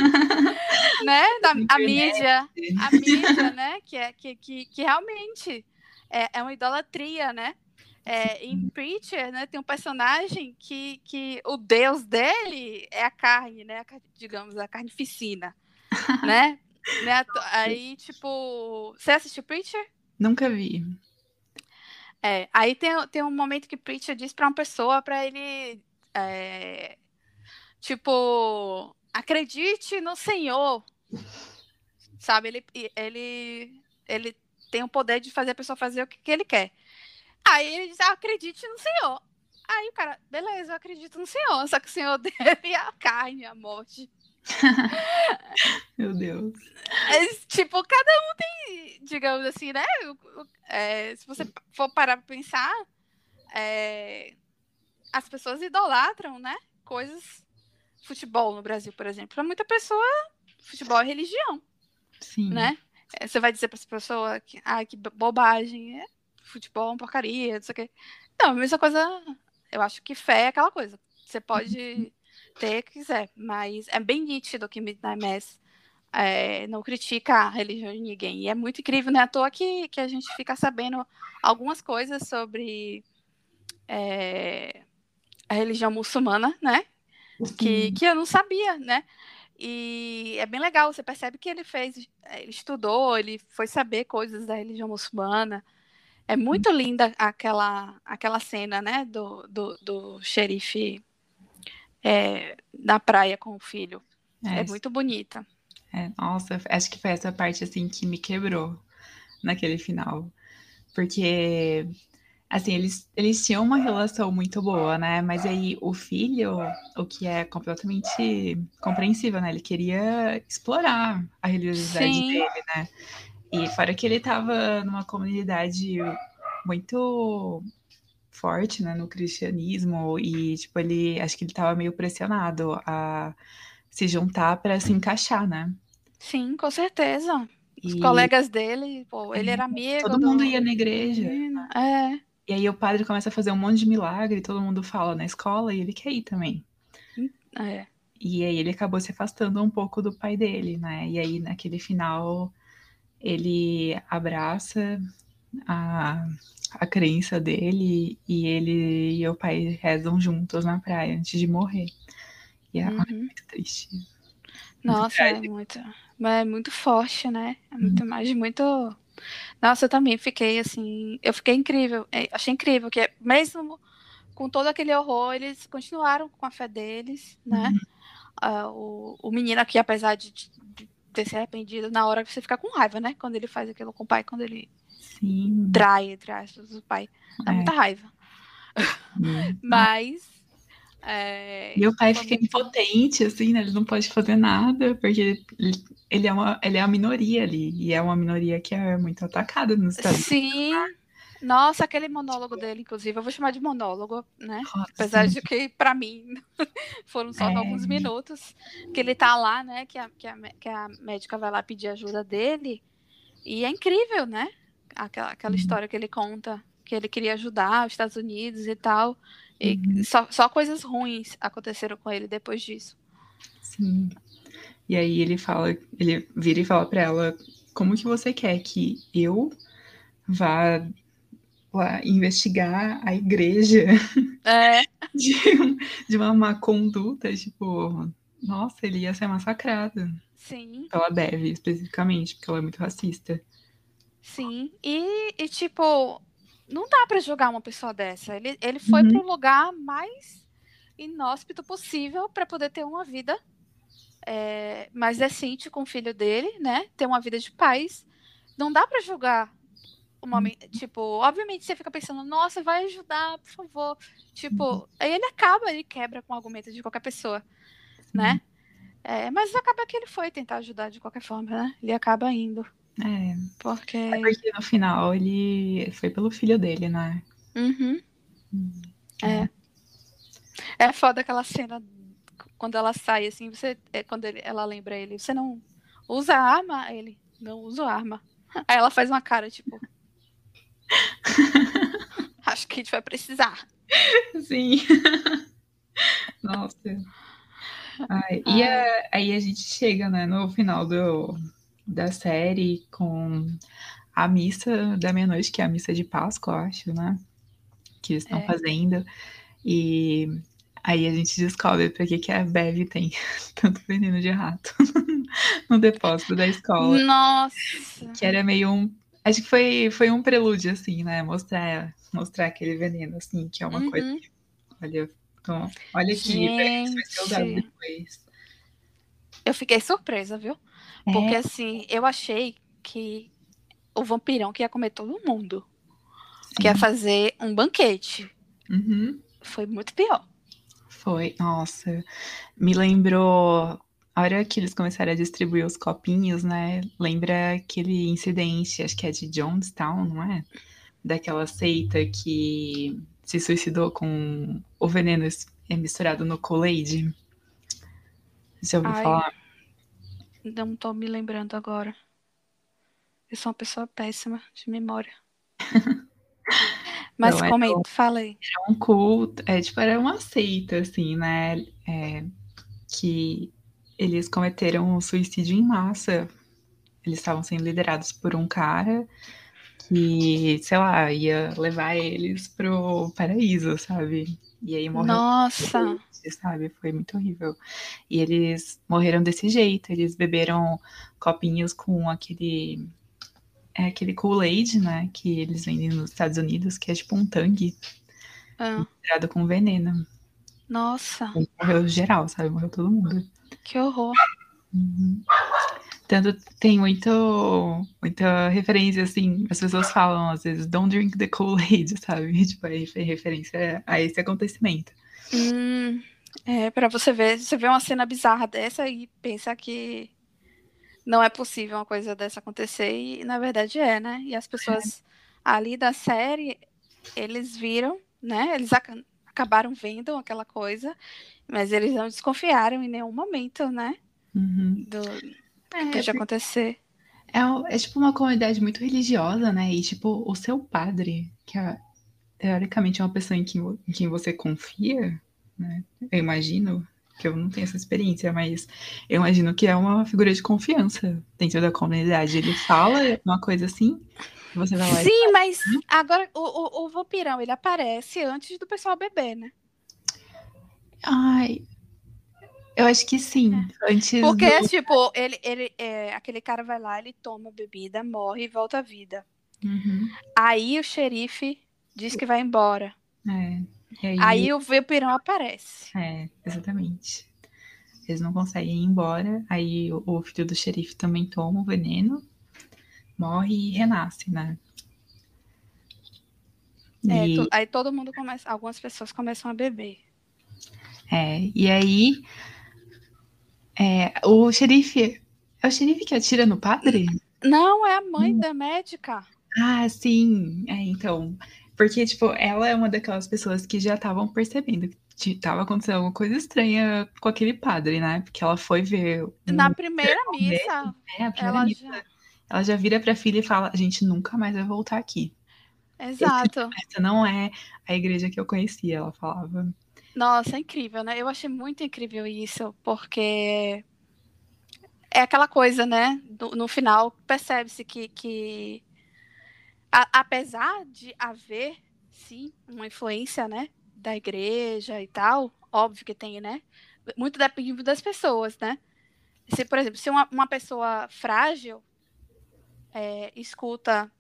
né? Da, a Internet. mídia, a mídia, né? Que é que, que, que realmente é, é uma idolatria, né? É, em Sim. Preacher, né, tem um personagem que, que o deus dele é a carne, né? A, digamos, a carnificina, né? né? Aí, tipo, você assistiu Preacher? Nunca vi. É, aí tem, tem um momento que Preacher diz para uma pessoa para ele, é, tipo, acredite no Senhor, sabe? Ele, ele, ele tem o poder de fazer a pessoa fazer o que, que ele quer. Aí ele diz, ah, acredite no Senhor. Aí o cara, beleza, eu acredito no Senhor, só que o Senhor dele é a carne, a morte. Meu Deus. É, tipo, cada um tem, digamos assim, né? É, se você for parar pra pensar, é, as pessoas idolatram, né? Coisas. Futebol no Brasil, por exemplo. Para muita pessoa, futebol é religião, Sim. né? É, você vai dizer para essa pessoa que, ah, que bobagem, é, futebol é uma porcaria, não sei o quê. Não, a mesma coisa, eu acho que fé é aquela coisa. Você pode ter o que quiser, mas é bem nítido que Midnight Mass é, não critica a religião de ninguém. E é muito incrível, não é à toa que, que a gente fica sabendo algumas coisas sobre é, a religião muçulmana, né? Que, Sim. que eu não sabia, né? E é bem legal, você percebe que ele fez, ele estudou, ele foi saber coisas da religião muçulmana. É muito linda aquela, aquela cena, né, do, do, do xerife é, na praia com o filho. É É, muito bonita. é, nossa, acho que foi essa parte assim que me quebrou naquele final. Porque, assim, eles, eles tinham uma relação muito boa, né? Mas aí o filho, o que é completamente compreensível, né? Ele queria explorar a religiosidade Sim, dele, né? E fora que ele tava numa comunidade muito forte, né, no cristianismo e tipo ele, acho que ele tava meio pressionado a se juntar para se encaixar, né? sim, com certeza. Os E colegas dele, pô, é, ele era amigo todo mundo do, ia na do igreja. menino. É, E aí o padre começa a fazer um monte de milagre, todo mundo fala na escola e ele quer ir também. é. e aí ele acabou se afastando um pouco do pai dele, né? E aí naquele final ele abraça a, a crença dele e ele e o pai rezam juntos na praia antes de morrer. E é, ai, Uhum. muito triste. Muito Nossa, é trágico. muito, é muito forte, né? É Uhum. muito mais, muito. Nossa, eu também fiquei assim, eu fiquei incrível, é, achei incrível que mesmo com todo aquele horror, eles continuaram com a fé deles, né? Uhum. Uh, o, o menino aqui, apesar de, de ter se arrependido, na hora você fica com raiva, né? Quando ele faz aquilo com o pai, quando ele Sim. trai, entre aspas, o pai. Dá É, muita raiva. sim. Ah, Mas é, e o pai foi fica muito. impotente, assim, né? Ele não pode fazer nada, porque ele, ele é uma, ele é a minoria ali, e é uma minoria que é muito atacada nos Estados Unidos. Sim. Nossa, aquele monólogo dele, inclusive, eu vou chamar de monólogo, né? Apesar Sim, de que, pra mim, foram só alguns é, minutos que ele tá lá, né? Que a, que a, que a médica vai lá pedir ajuda dele. E é incrível, né? Aquela, aquela história que ele conta, que ele queria ajudar os Estados Unidos e tal. E uhum, só, só coisas ruins aconteceram com ele depois disso. sim. E aí ele fala, ele vira e fala pra ela, como que você quer que eu vá lá investigar a igreja É, de, de uma má conduta? Tipo, nossa, ele ia ser massacrado sim, pela Bev, especificamente, porque ela é muito racista. sim. E, e tipo, não dá pra julgar uma pessoa dessa. Ele, ele foi Uhum, pro lugar mais inóspito possível para poder ter uma vida é, mais decente com o filho dele, né? Ter uma vida de paz. Não dá pra julgar uma, tipo, obviamente você fica pensando, nossa, vai ajudar, por favor. sim, Tipo, aí ele acaba, ele quebra com o argumento de qualquer pessoa, sim. né? É, mas acaba que ele foi tentar ajudar de qualquer forma, né? Ele acaba indo, É, é porque. porque no final ele foi pelo filho dele, né? Uhum, É. é. É foda aquela cena quando ela sai, assim, você. É, quando ele, ela lembra ele, você não usa arma? Ele, não uso arma. Aí ela faz uma cara, tipo, acho que a gente vai precisar. Sim. Nossa. Ai, e Ai, a- aí a gente chega, né, no final do, da série com a missa da meia-noite, que é a missa de Páscoa, eu acho, né? Que eles estão é. fazendo. E aí a gente descobre por que que a Bev tem tanto veneno de rato no depósito da escola. Nossa, Que era meio um. Acho que foi, foi um prelúdio, assim, né? Mostrar, mostrar aquele veneno, assim, que é uma coisa uhum. que, olha, então, olha que isso vai ser usado Gente, depois. eu fiquei surpresa, viu? Porque É, assim, eu achei que o vampirão que ia comer todo mundo, que ia sim. fazer um banquete. Uhum. Foi muito pior. Foi, nossa, me lembrou a hora que eles começaram a distribuir os copinhos, né? Lembra aquele incidente, acho que é de Jonestown, não é? Daquela seita que se suicidou com o veneno misturado no Kool-Aid. Já ouviu Ai, falar? não tô me lembrando agora. Eu sou uma pessoa péssima de memória. Mas Então, era comenta, fala aí. um culto, é, tipo, era uma seita, assim, né? É, que eles cometeram um suicídio em massa. Eles estavam sendo liderados por um cara que, sei lá, ia levar eles pro paraíso, sabe? E aí morreu, Nossa, sabe? Foi muito horrível. E eles morreram desse jeito. Eles beberam copinhos com aquele. É aquele Kool-Aid, né? Que eles vendem nos Estados Unidos, que é tipo um tangue ah, misturado com veneno. nossa, E morreu geral, sabe? Morreu todo mundo. que horror. Uhum. Tanto tem muito, muita referência, assim, as pessoas falam às vezes, don't drink the Kool-Aid, sabe? Tipo, aí foi referência a esse acontecimento. Hum, é, pra você ver, você vê uma cena bizarra dessa e pensa que não é possível uma coisa dessa acontecer, e na verdade é, né? E as pessoas ali da série, eles viram, né? Eles ac- acabaram vendo aquela coisa, mas eles não desconfiaram em nenhum momento, né? Uhum. Do que É, podia acontecer. é, um- é tipo uma comunidade muito religiosa, né? E tipo, o seu padre, que é teoricamente uma pessoa em quem, em quem você confia, né? Eu imagino. porque eu não tenho essa experiência, mas eu imagino que é uma figura de confiança dentro da comunidade. Ele fala uma coisa assim, e você vai lá e Sim, faz, mas né? agora o, o, o vampirão, ele aparece antes do pessoal beber, né? Ai, eu acho que sim. Antes Porque, do. tipo, ele, ele, é, aquele cara vai lá, ele toma bebida, morre e volta à vida. Uhum. Aí o xerife diz que vai embora. É. E aí, Aí o vampirão aparece. é, exatamente. Eles não conseguem ir embora. Aí o, o filho do xerife também toma o veneno, morre e renasce, né? É, to, E, aí todo mundo começa, algumas pessoas começam a beber. é, e aí, é, o xerife. É o xerife que atira no padre? Não, é a mãe da médica. Ah, sim. É, então. Porque, tipo, ela é uma daquelas pessoas que já estavam percebendo que tava acontecendo alguma coisa estranha com aquele padre, né? Porque ela foi ver Na um primeira sermão dele, missa, é, a primeira ela missa. já. Ela já vira pra filha e fala: a gente nunca mais vai voltar aqui. Esse, Exato. essa não é a igreja que eu conhecia, ela falava. Nossa, é incrível, né? Eu achei muito incrível isso, porque é aquela coisa, né? No, no final, percebe-se que, que a, apesar de haver, sim, uma influência, né? Da igreja e tal, óbvio que tem, né? Muito depende das pessoas, né? Se, por exemplo, se uma, uma pessoa frágil é, escuta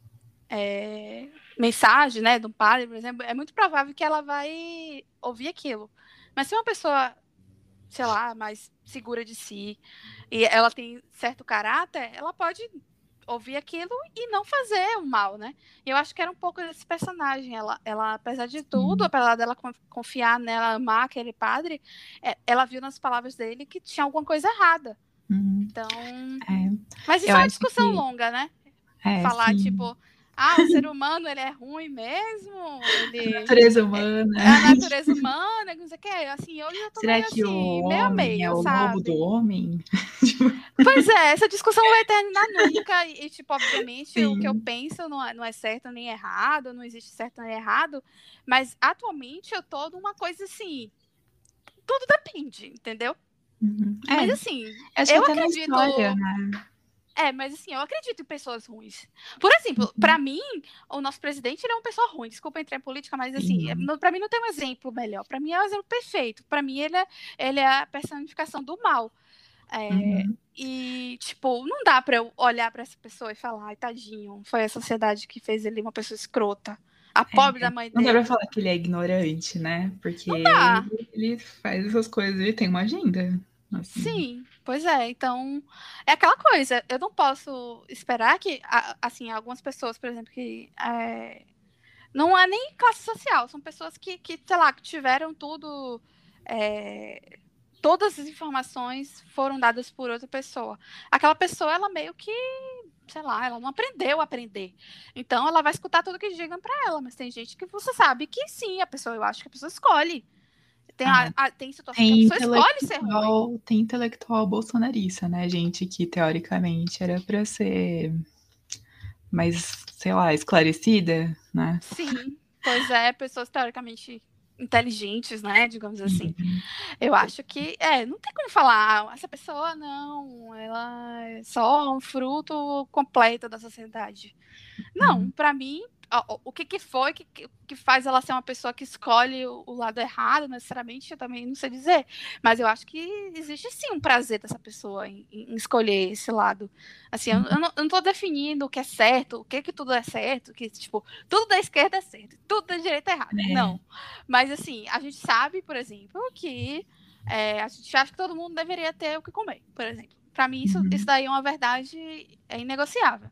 é, mensagem, né, de um padre, por exemplo, é muito provável que ela vai ouvir aquilo. Mas se uma pessoa, sei lá, mais segura de si e ela tem certo caráter, ela pode ouvir aquilo e não fazer o mal, né? E eu acho que era um pouco desse personagem. Ela, ela apesar de tudo, Sim. apesar dela confiar nela, amar aquele padre, ela viu nas palavras dele que tinha alguma coisa errada. Uhum. Então, É, mas isso eu é uma acho discussão que. longa, né? É, Falar, sim. tipo, ah, o ser humano, ele é ruim mesmo, A ele natureza é, humana. é a natureza humana, não sei o que, assim, eu já tô Será meio que o assim, meio a homem é meio, o lobo do sabe? homem? Pois é, essa discussão vai terminar nunca, e, tipo, obviamente, o que eu Sim. penso não é, não é certo nem errado, não existe certo nem errado, mas atualmente eu tô numa coisa assim, tudo depende, entendeu? Uhum. Mas É, assim, acho que eu até na história, acredito. né? É, mas assim, eu acredito em pessoas ruins. Por exemplo, para mim, o nosso presidente ele é uma pessoa ruim. Desculpa entrar em política, mas assim, Sim. para mim não tem um exemplo melhor. Para mim é um exemplo perfeito. Para mim ele é, ele é a personificação do mal. É, Uhum. e tipo, não dá para eu olhar para essa pessoa e falar, ai, tadinho, foi a sociedade que fez ele uma pessoa escrota. A pobre da É, mãe não dá pra dele. falar que ele é ignorante, né? Porque Não dá. ele faz essas coisas, ele tem uma agenda, assim. Sim, pois é. Então, é aquela coisa. Eu não posso esperar que, assim, algumas pessoas, por exemplo, que é, não é nem classe social, são pessoas que, que sei lá, que tiveram tudo. É, todas as informações foram dadas por outra pessoa. Aquela pessoa, ela meio que, sei lá, ela não aprendeu a aprender. Então, ela vai escutar tudo que digam para ela. Mas tem gente que você sabe que sim, a pessoa, eu acho que a pessoa escolhe. Tem, Ah, a, a, tem situação que a tem pessoa escolhe ser ruim. intelectual, tem intelectual bolsonarista, né? Gente que teoricamente era pra ser mais, sei lá, esclarecida, né? Sim, pois é, pessoas teoricamente inteligentes, né, digamos assim. Uhum. Eu acho que, é, não tem como falar, ah, essa pessoa não, ela é só um fruto completo da sociedade. Não, Uhum. para mim, o, o que, que foi que, que faz ela ser uma pessoa que escolhe o, o lado errado, necessariamente, eu também não sei dizer. Mas eu acho que existe sim um prazer dessa pessoa em, em escolher esse lado. Assim, eu, eu, não, eu não tô definindo o que é certo, o que que tudo é certo, que, tipo, tudo da esquerda é certo, tudo da direita é errado. É. Não. Mas, assim, a gente sabe, por exemplo, que é, a gente acha que todo mundo deveria ter o que comer, por exemplo. Para mim, isso, isso Uhum. daí é uma verdade é inegociável.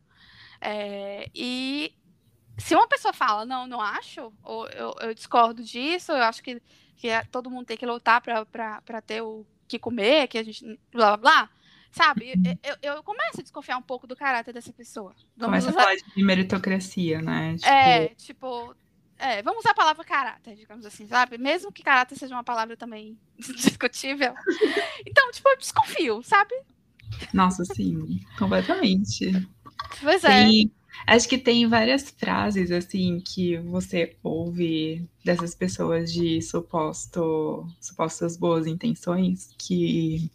É, e se uma pessoa fala, não, não acho, ou eu, eu discordo disso, eu acho que, que é, todo mundo tem que lutar para ter o que comer, que a gente. Blá blá blá. Sabe? Eu, eu, eu começo a desconfiar um pouco do caráter dessa pessoa. Vamos Começa a usar. falar de meritocracia, né? Tipo, É, tipo. É, vamos usar a palavra caráter, digamos assim, sabe? Mesmo que caráter seja uma palavra também discutível. Então, tipo, eu desconfio, sabe? nossa, sim, completamente. Pois é. Tem. Acho que tem várias frases, assim, que você ouve dessas pessoas de suposto, supostas boas intenções que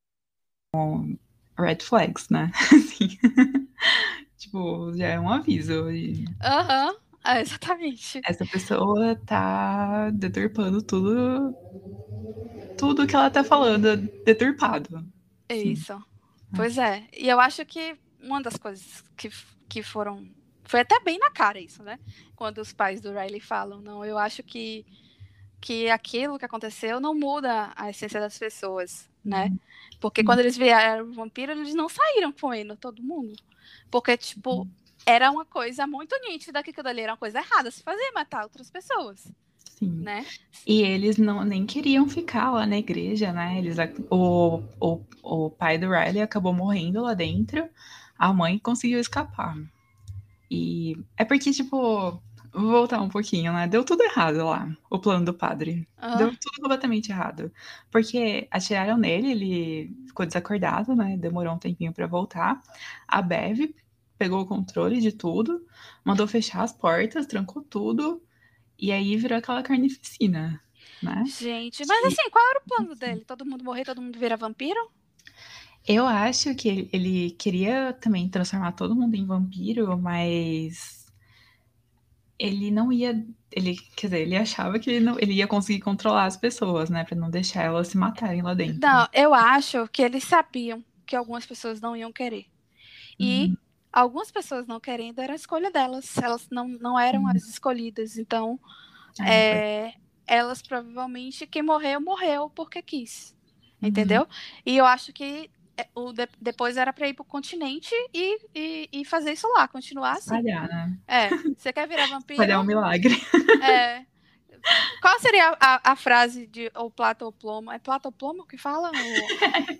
red flags, né? Assim, tipo, já é um aviso. E Aham, é, exatamente. essa pessoa tá deturpando tudo, tudo que ela tá falando, deturpado. É Sim. isso. Pois é. E eu acho que uma das coisas que, que foram. Foi até bem na cara isso, né? Quando os pais do Riley falam, não, eu acho que, que aquilo que aconteceu não muda a essência das pessoas, né? Porque quando eles vieram o vampiro, eles não saíram comendo todo mundo. Porque, tipo, era uma coisa muito nítida que aquilo ali era uma coisa errada se fazer, matar outras pessoas. Sim. Né? E eles não nem queriam ficar lá na igreja, né? Eles, o, o, o pai do Riley acabou morrendo lá dentro, a mãe conseguiu escapar. E é porque, tipo, vou voltar um pouquinho, né? Deu tudo errado lá, o plano do padre. Ah. Deu tudo completamente errado. Porque atiraram nele, ele ficou desacordado, né? Demorou um tempinho para voltar. A Bev pegou o controle de tudo, mandou fechar as portas, trancou tudo. E aí virou aquela carnificina, né? Gente, mas Que assim, qual era o plano dele? Todo mundo morrer, todo mundo vira vampiro? eu acho que ele, ele queria também transformar todo mundo em vampiro, mas ele não ia. Ele, quer dizer, ele achava que ele, não, ele ia conseguir controlar as pessoas, né? Pra não deixar elas se matarem lá dentro. Não, eu acho que eles sabiam que algumas pessoas não iam querer. E Uhum. algumas pessoas não querendo era a escolha delas. Elas não, não eram as escolhidas. Então, É, pode... é, elas provavelmente, quem morreu, morreu porque quis. Uhum. Entendeu? E eu acho que é, o de, depois era para ir pro continente e, e, e fazer isso lá, continuar assim. Espalhar, né? É, você quer virar vampiro? Espalhar um milagre. É. Qual seria a, a frase de o plata ou plomo? É plata ou plomo que fala? Ou...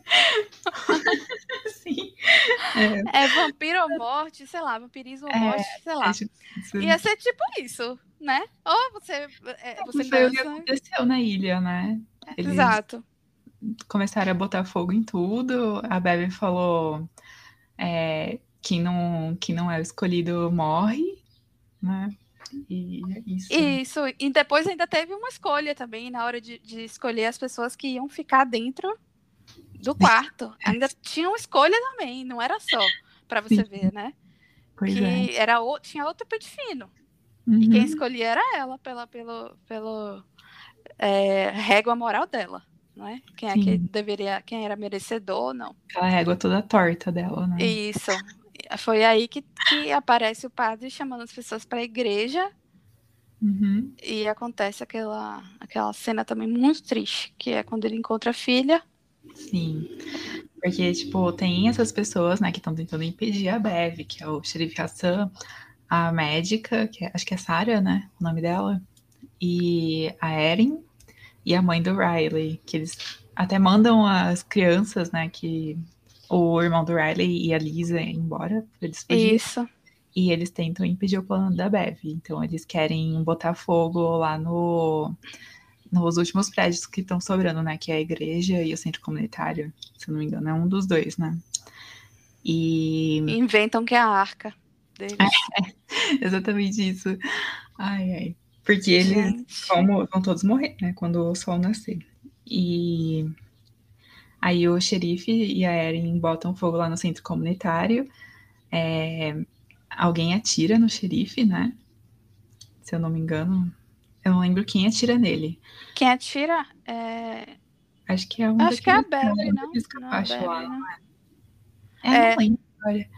Sim. É, É vampiro ou morte, sei lá, vampirismo ou é, morte, sei é lá. tipo isso. Ia ser tipo isso, né? Ou você, é, você E foi o ganha que sangue. aconteceu na ilha, né? É, Eles exato. começaram a botar fogo em tudo. A Bebe falou é, que não, que não é o escolhido morre, né? E é isso. Isso. E depois ainda teve uma escolha também, na hora de, de escolher as pessoas que iam ficar dentro do quarto. Ainda tinha uma escolha também, não era só para você Sim, ver, né? pois é. Que era o, tinha outro pente fino. E quem Uhum. escolhia era ela, pela, pelo, pelo é, régua moral dela, não é? Quem é que Sim, deveria, quem era merecedor ou não. aquela régua toda torta dela, né? Isso. Foi aí que, que aparece o padre chamando as pessoas para a igreja Uhum. e acontece aquela, aquela cena também muito triste, que é quando ele encontra a filha. Sim. Porque, tipo, tem essas pessoas, né, que estão tentando impedir a Bev, que é o xerife Hassan, a médica, que é, acho que é Sarah, né, o nome dela, e a Erin, e a mãe do Riley, que eles até mandam as crianças, né, que o irmão do Riley e a Lisa ir embora, pra eles fugirem, Isso. e eles tentam impedir o plano da Bev. Então eles querem botar fogo lá no nos últimos prédios que estão sobrando, né, que é a igreja e o centro comunitário, se não me engano, é um dos dois, né? E E inventam que é a arca deles. é exatamente isso. Ai, ai. Porque eles Gente. vão, vão todos morrer, né, quando o sol nascer. E aí o xerife e a Erin botam fogo lá no centro comunitário. É, alguém atira no xerife, né? Se eu não me engano. Eu não lembro quem atira nele. Quem atira é. Acho que é um Acho que é a daqueles, Bev, não? daqueles Não é a capachos lá. Bev, não. É, não É, lembro. Olha.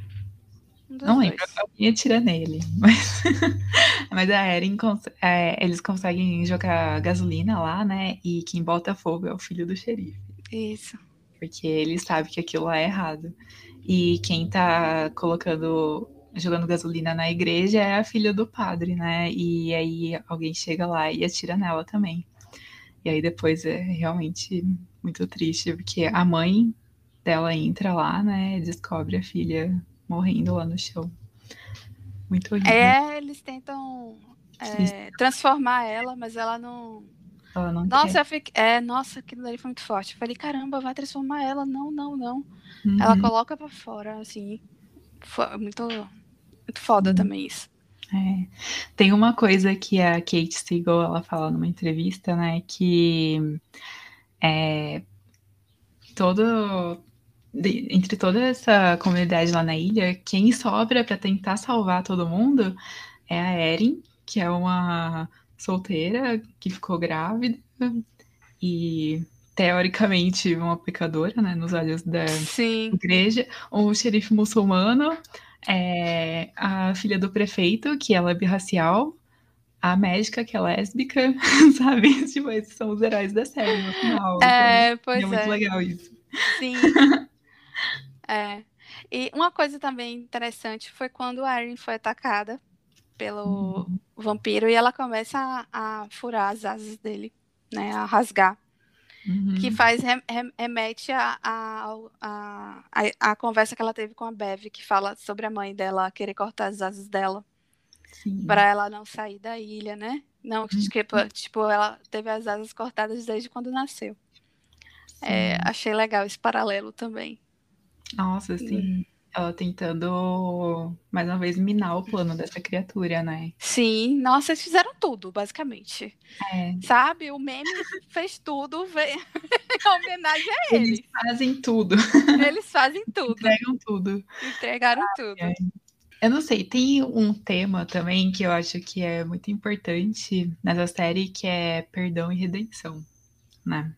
um dos Não lembro. dois. Alguém atira nele. Mas, mas a Erin, é, eles conseguem jogar gasolina lá, né? E quem bota fogo é o filho do xerife. Isso. Porque ele sabe que aquilo lá é errado. E quem tá colocando, jogando gasolina na igreja é a filha do padre, né? E aí alguém chega lá e atira nela também. E aí depois é realmente muito triste, porque a mãe dela entra lá, né? Descobre a filha morrendo lá no chão. Muito horrível. É, eles tentam é, transformar ela, mas ela não. Ela não quer. Nossa, eu fiquei. É, nossa, aquilo ali foi muito forte. Eu falei, caramba, vai transformar ela. Não, não, não. Ela Uhum. coloca pra fora, assim. Foi muito. Muito foda Hum. também isso. É. Tem uma coisa que a Kate Siegel, ela fala numa entrevista, né, que é, todo, de, entre toda essa comunidade lá na ilha, quem sobra para tentar salvar todo mundo é a Erin, que é uma solteira que ficou grávida e teoricamente uma pecadora, né, nos olhos da Sim. igreja, o xerife muçulmano, é, a filha do prefeito, que ela é birracial, a médica, que é lésbica, sabe? Tipo, esses são os heróis da série no final. É, Então, é pois muito é. legal isso. Sim. É. E uma coisa também interessante foi quando a Erin foi atacada pelo Uhum. vampiro e ela começa a, a furar as asas dele, né? A rasgar. Que Uhum. faz rem, rem, remete a, a, a, a, a conversa que ela teve com a Bev, que fala sobre a mãe dela querer cortar as asas dela para Sim. ela não sair da ilha, né? Não, Uhum. tipo, tipo, ela teve as asas cortadas desde quando nasceu. É, Sim. achei legal esse paralelo também. Nossa, sim. Ela tentando, mais uma vez, minar o plano dessa criatura, né? Sim, nossa, eles fizeram tudo, basicamente. É. Sabe? O meme fez tudo, veio... em homenagem a Eles eles. fazem tudo. Eles fazem tudo. Entregam tudo. Entregaram tudo. É. Eu não sei, tem um tema também que eu acho que é muito importante nessa série, que é perdão e redenção, né?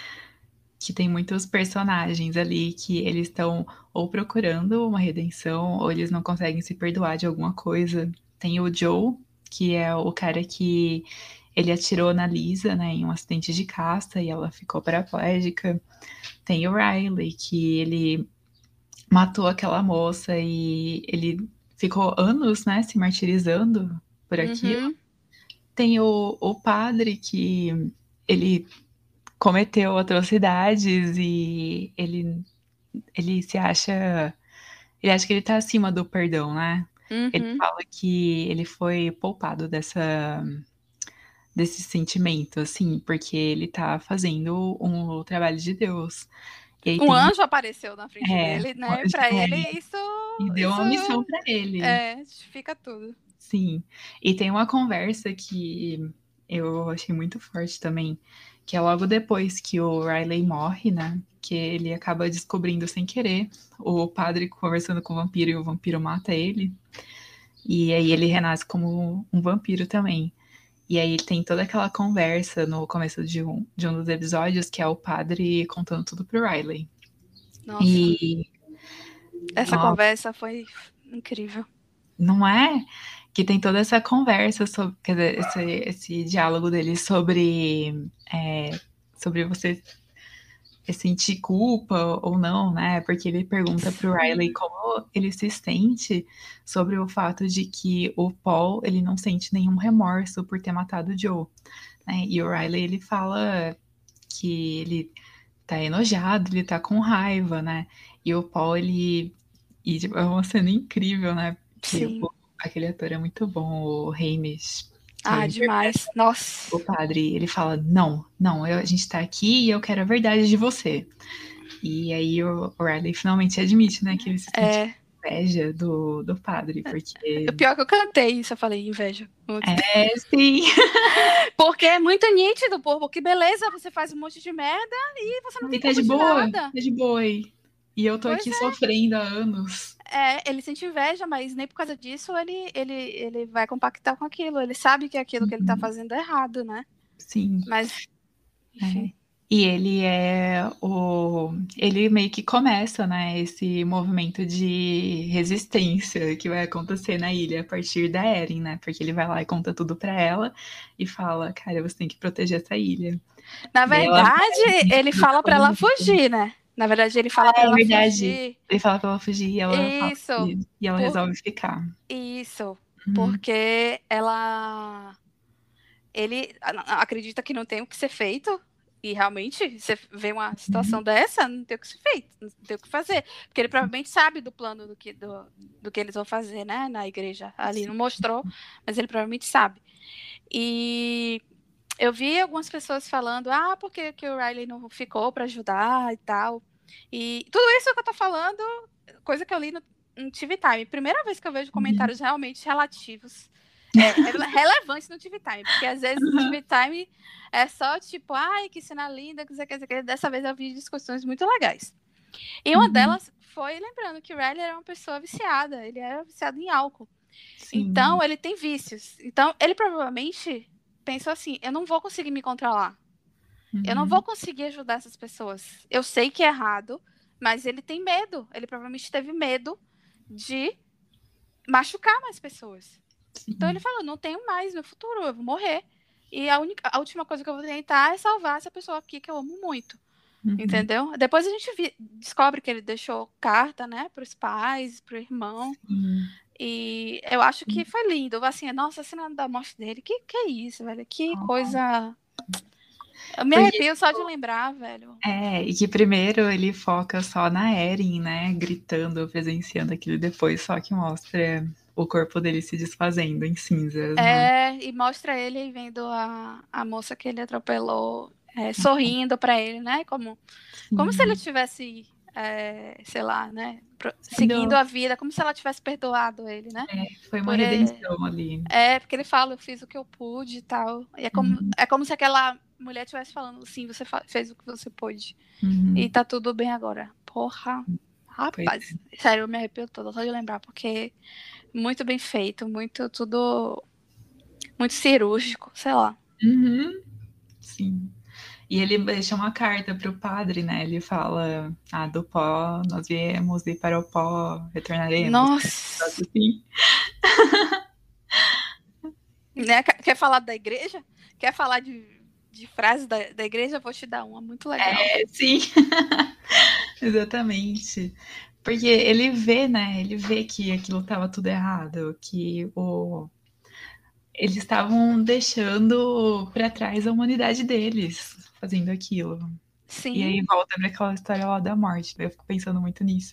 Que tem muitos personagens ali que eles estão ou procurando uma redenção, ou eles não conseguem se perdoar de alguma coisa. Tem o Joe, que é o cara que ele atirou na Lisa, né, em um acidente de caça e ela ficou paraplégica. Tem o Riley, que ele matou aquela moça e ele ficou anos, né, se martirizando por aquilo. Uhum. Tem o, o padre que ele cometeu atrocidades e ele, ele se acha. Ele acha que ele tá acima do perdão, né? Ele Uhum. fala que ele foi poupado dessa, desse sentimento, assim, porque ele tá fazendo um, o trabalho de Deus. E aí Um tem. anjo apareceu na frente É, dele, né? Pra é, ele, isso, e deu isso uma missão pra ele. é, justifica tudo. Sim. E tem uma conversa que eu achei muito forte também, que é logo depois que o Riley morre, né? Que ele acaba descobrindo sem querer o padre conversando com o vampiro e o vampiro mata ele. E aí ele renasce como um vampiro também. E aí tem toda aquela conversa no começo de um, de um dos episódios, que é o padre contando tudo pro Riley. Nossa, E. essa Ó, conversa foi incrível. não é? Que tem toda essa conversa sobre, quer dizer, esse, esse diálogo dele sobre, é, sobre você sentir culpa ou não, né? Porque ele pergunta pro Riley Sim. como ele se sente sobre o fato de que o Paul, ele não sente nenhum remorso por ter matado o Joe, né? E o Riley, ele fala que ele tá enojado, ele tá com raiva, né? E o Paul, ele... E tipo, é uma cena incrível, né? Que Sim. o, aquele ator é muito bom, o Hamish, que Ah, interpreta demais. Nossa. o padre. Ele fala, não, não, eu, a gente tá aqui e eu quero a verdade de você. E aí o, o Riley finalmente admite, né, que ele se sente É. com inveja do, do padre, O porque... pior é que eu cantei isso, eu falei inveja. É, sim. Porque é muito nítido, pô. Que beleza, você faz um monte de merda e você não E tem tá culpa de de boa, nada. tá de boa aí. E eu tô Pois aqui sofrendo há anos. é, é, ele sente inveja, mas nem por causa disso ele, ele, ele vai compactar com aquilo. Ele sabe que aquilo que ele tá Uhum. fazendo é errado, né? Sim. Mas, É. enfim. E ele é o. Ele meio que começa, né, esse movimento de resistência que vai acontecer na ilha a partir da Erin, né? Porque ele vai lá e conta tudo pra ela e fala, cara, você tem que proteger essa ilha. Na E aí ela verdade, vai e ele ajuda fala pra todo ela mundo. fugir, né? Na verdade, ele fala pra É ela verdade. fugir. Ele fala pra ela fugir e ela fala Isso. que... E ela Por... resolve ficar. Isso. Uhum. Porque ela. Ele acredita que não tem o que ser feito. E realmente, você vê uma situação Uhum. dessa, não tem o que ser feito, não tem o que fazer. Porque ele provavelmente sabe do plano do que, do, do que eles vão fazer, né, na igreja. Ali Sim. não mostrou, mas ele provavelmente sabe. E eu vi algumas pessoas falando, ah, por que, que o Riley não ficou para ajudar e tal. E tudo isso que eu tô falando, coisa que eu li no, um T V Time. Primeira vez que eu vejo Uhum. comentários realmente relativos. É, relevante no T V Time, porque às vezes no T V Time é só tipo, ai, que cena linda, que você quer dizer. Dessa vez eu vi discussões muito legais. E uma Uhum. delas foi lembrando que o Riley era uma pessoa viciada, ele era viciado em álcool. Sim. Então, ele tem vícios. Então, ele provavelmente pensou assim, eu não vou conseguir me controlar. Uhum. Eu não vou conseguir ajudar essas pessoas. Eu sei que é errado, mas ele tem medo. Ele provavelmente teve medo de machucar mais pessoas. Sim. Então ele falou, não tenho mais no futuro, eu vou morrer. E a, única, a última coisa que eu vou tentar é salvar essa pessoa aqui que eu amo muito. Uhum. Entendeu? Depois a gente vi, descobre que ele deixou carta, né, para os pais, para o irmão. Sim. E eu acho que foi lindo. Assim, nossa, a cena da morte dele, que, que é isso, velho? Que oh. coisa... Eu me arrepio Porque, só de lembrar, velho. É, e que primeiro ele foca só na Erin, né, gritando, presenciando aquilo, depois só que mostra o corpo dele se desfazendo em cinzas, É, né? E mostra ele vendo a, a moça que ele atropelou, é, sorrindo pra ele, né? Como, como se ele tivesse, é, sei lá, né? Seguindo a vida, como se ela tivesse perdoado ele, né? É, foi uma Por redenção ele... ali. É, porque ele fala, eu fiz o que eu pude e tal. E é como, uhum. é como se aquela mulher estivesse falando, sim, você fez o que você pôde. Uhum. E tá tudo bem agora. Porra, rapaz, é. Sério, eu me arrepio toda só de lembrar, porque muito bem feito, muito, tudo muito cirúrgico, sei lá. Uhum. Sim. E ele deixa uma carta para o padre, né? Ele fala, ah, do pó nós viemos e para o pó retornaremos. Nossa! Assim. Né? Quer falar da igreja? Quer falar de, de frases da, da igreja? Eu vou te dar uma, muito legal. É, sim. Exatamente. Porque ele vê, né? Ele vê que aquilo estava tudo errado, que o... eles estavam deixando para trás a humanidade deles, fazendo aquilo. Sim. E aí volta para aquela história lá da morte. Eu fico pensando muito nisso.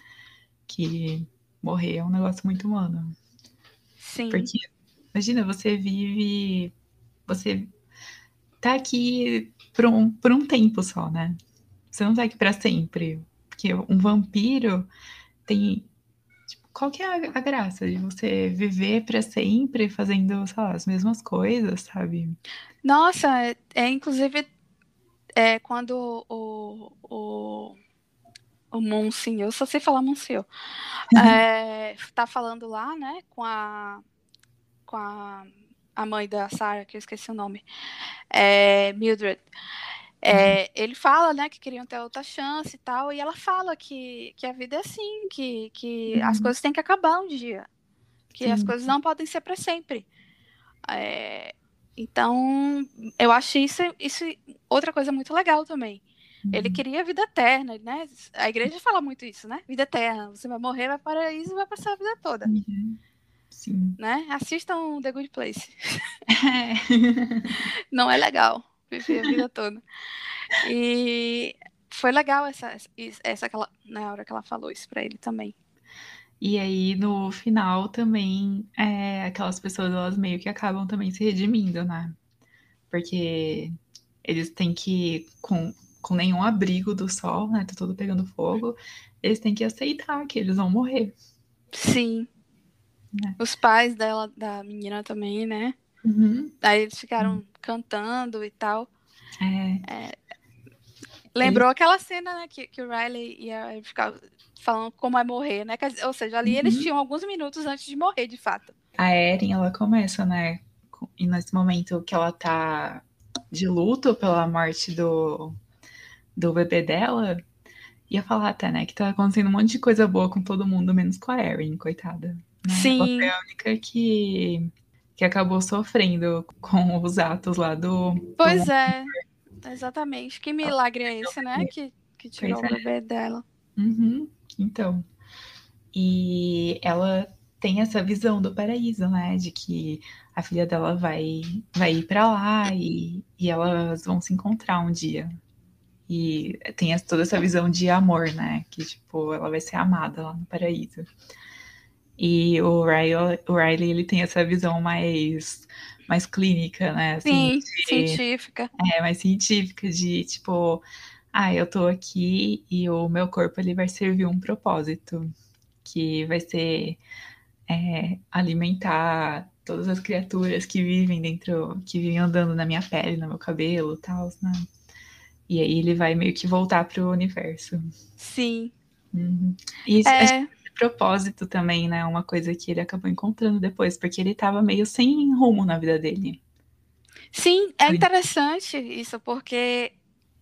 Que morrer é um negócio muito humano. Sim. Porque, imagina, você vive... Você tá aqui por um, por um tempo só, né? Você não tá aqui pra sempre. Porque um vampiro tem... Tipo, qual que é a, a graça de você viver pra sempre fazendo, sei lá, as mesmas coisas, sabe? Nossa, é, é inclusive é, quando o, o, o Monsignor, eu só sei falar Monsignor, é, tá falando lá, né, com a, com a, a mãe da Sarah, que eu esqueci o nome, é, Mildred. É, uhum. Ele fala, né, que queriam ter outra chance e tal, e ela fala que, que a vida é assim, que, que uhum. as coisas têm que acabar um dia, que Sim. as coisas não podem ser para sempre. É, então, eu acho isso, isso outra coisa muito legal também. Uhum. Ele queria vida eterna, né? A igreja fala muito isso, né? Vida eterna. Você vai morrer, vai para o paraíso e vai passar a vida toda. Uhum. Sim. Né? Assistam The Good Place. É. Não é legal viver a vida toda. E foi legal essa, essa aquela, na hora que ela falou isso pra ele também. E aí, no final, também, é, aquelas pessoas, elas meio que acabam também se redimindo, né? Porque eles têm que, com, com nenhum abrigo do sol, né? Tá tudo pegando fogo, eles têm que aceitar que eles vão morrer. Sim. Né? Os pais dela, da menina também, né? Uhum. Aí eles ficaram uhum. cantando e tal. É. É, lembrou eles... aquela cena, né? Que, que o Riley ia ficar falando como é morrer, né? Ou seja, ali uhum. eles tinham alguns minutos antes de morrer, de fato. A Erin, ela começa, né? E nesse momento que ela tá de luto pela morte do, do bebê dela, ia falar até, né? Que tá acontecendo um monte de coisa boa com todo mundo, menos com a Erin, coitada. Né? Sim. Ela foi a única que, que acabou sofrendo com os atos lá do... Pois do... é, exatamente. Que milagre é esse, né? Que, que tirou pois o bebê é. dela. Uhum. Então, e ela tem essa visão do paraíso, né? De que a filha dela vai, vai ir pra lá e, e elas vão se encontrar um dia. E tem toda essa visão de amor, né? Que, tipo, ela vai ser amada lá no paraíso. E o Riley, o Riley ele tem essa visão mais, mais clínica, né? Assim, Sim, de, científica. É, mais científica, de, tipo... Ah, eu tô aqui e o meu corpo ele vai servir um propósito. que vai ser é, alimentar todas as criaturas que vivem dentro, que vivem andando na minha pele, no meu cabelo e tal, né? E aí ele vai meio que voltar pro universo. Sim. Uhum. E isso É, é de propósito também, né? Uma coisa que ele acabou encontrando depois, porque ele tava meio sem rumo na vida dele. sim, é interessante isso, porque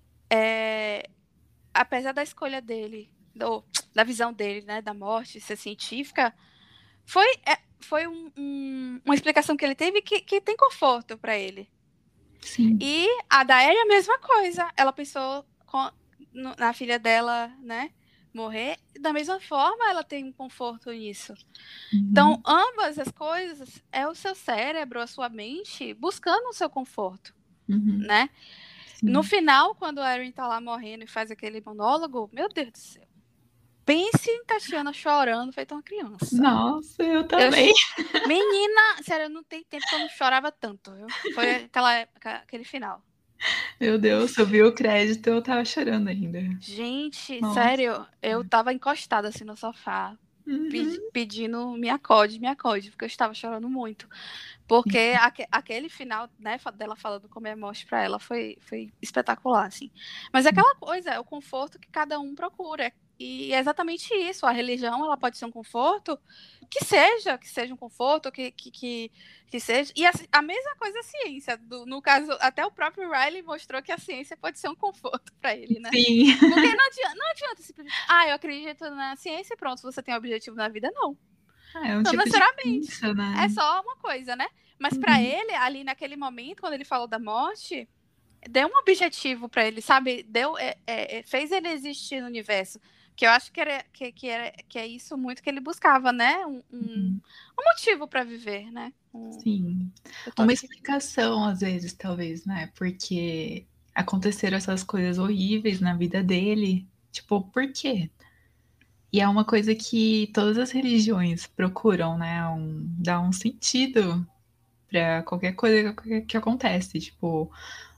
é, apesar da escolha dele, do, da visão dele, né, da morte, ser científica, foi, é, foi um, um, uma explicação que ele teve que, que tem conforto para ele. Sim. E a da Ellie é a mesma coisa. Ela pensou com, no, na filha dela, né, morrer. Da mesma forma, ela tem um conforto nisso. Uhum. Então, ambas as coisas é o seu cérebro, a sua mente buscando o seu conforto, Uhum. né? Sim. No final, quando a Erin tá lá morrendo e faz aquele monólogo, meu Deus do céu. Pense em Tatiana chorando, feito uma criança. Nossa, eu também. Eu... Menina, sério, não tem tempo que eu não chorava tanto, viu? Foi aquela época, aquele final. Meu Deus, eu vi o crédito, eu tava chorando ainda. Gente, Nossa. sério, eu tava encostada assim no sofá, Uhum. pedi, pedindo me acode, me acode, porque eu estava chorando muito. Porque aque, aquele final, né, dela falando como é morte pra ela foi, foi espetacular, assim. Mas é aquela coisa, é o conforto que cada um procura. E é exatamente isso. A religião, ela pode ser um conforto, que seja, que seja um conforto, que, que, que, que seja. E a, a mesma coisa a ciência. Do, no caso, até o próprio Riley mostrou que a ciência pode ser um conforto para ele, né? Sim. Porque não adianta, não adianta simplesmente, ah, eu acredito na ciência e pronto, você tem um objetivo na vida, não. Ah, é um Não tipo necessariamente. de crença, né? É só uma coisa, né? Mas Uhum. para ele, ali naquele momento, quando ele falou da morte, deu um objetivo para ele, sabe? Deu, é, é, fez ele existir no universo. Que eu acho que, era, que, que, era, que é isso muito que ele buscava, né? Um, um, Uhum. um motivo para viver, né? Um, Sim. Uma explicação, às vezes, talvez, né? Porque aconteceram essas coisas horríveis na vida dele. Tipo, por quê? E é uma coisa que todas as religiões procuram, né? Um, dar um sentido para qualquer coisa que, que acontece. Tipo,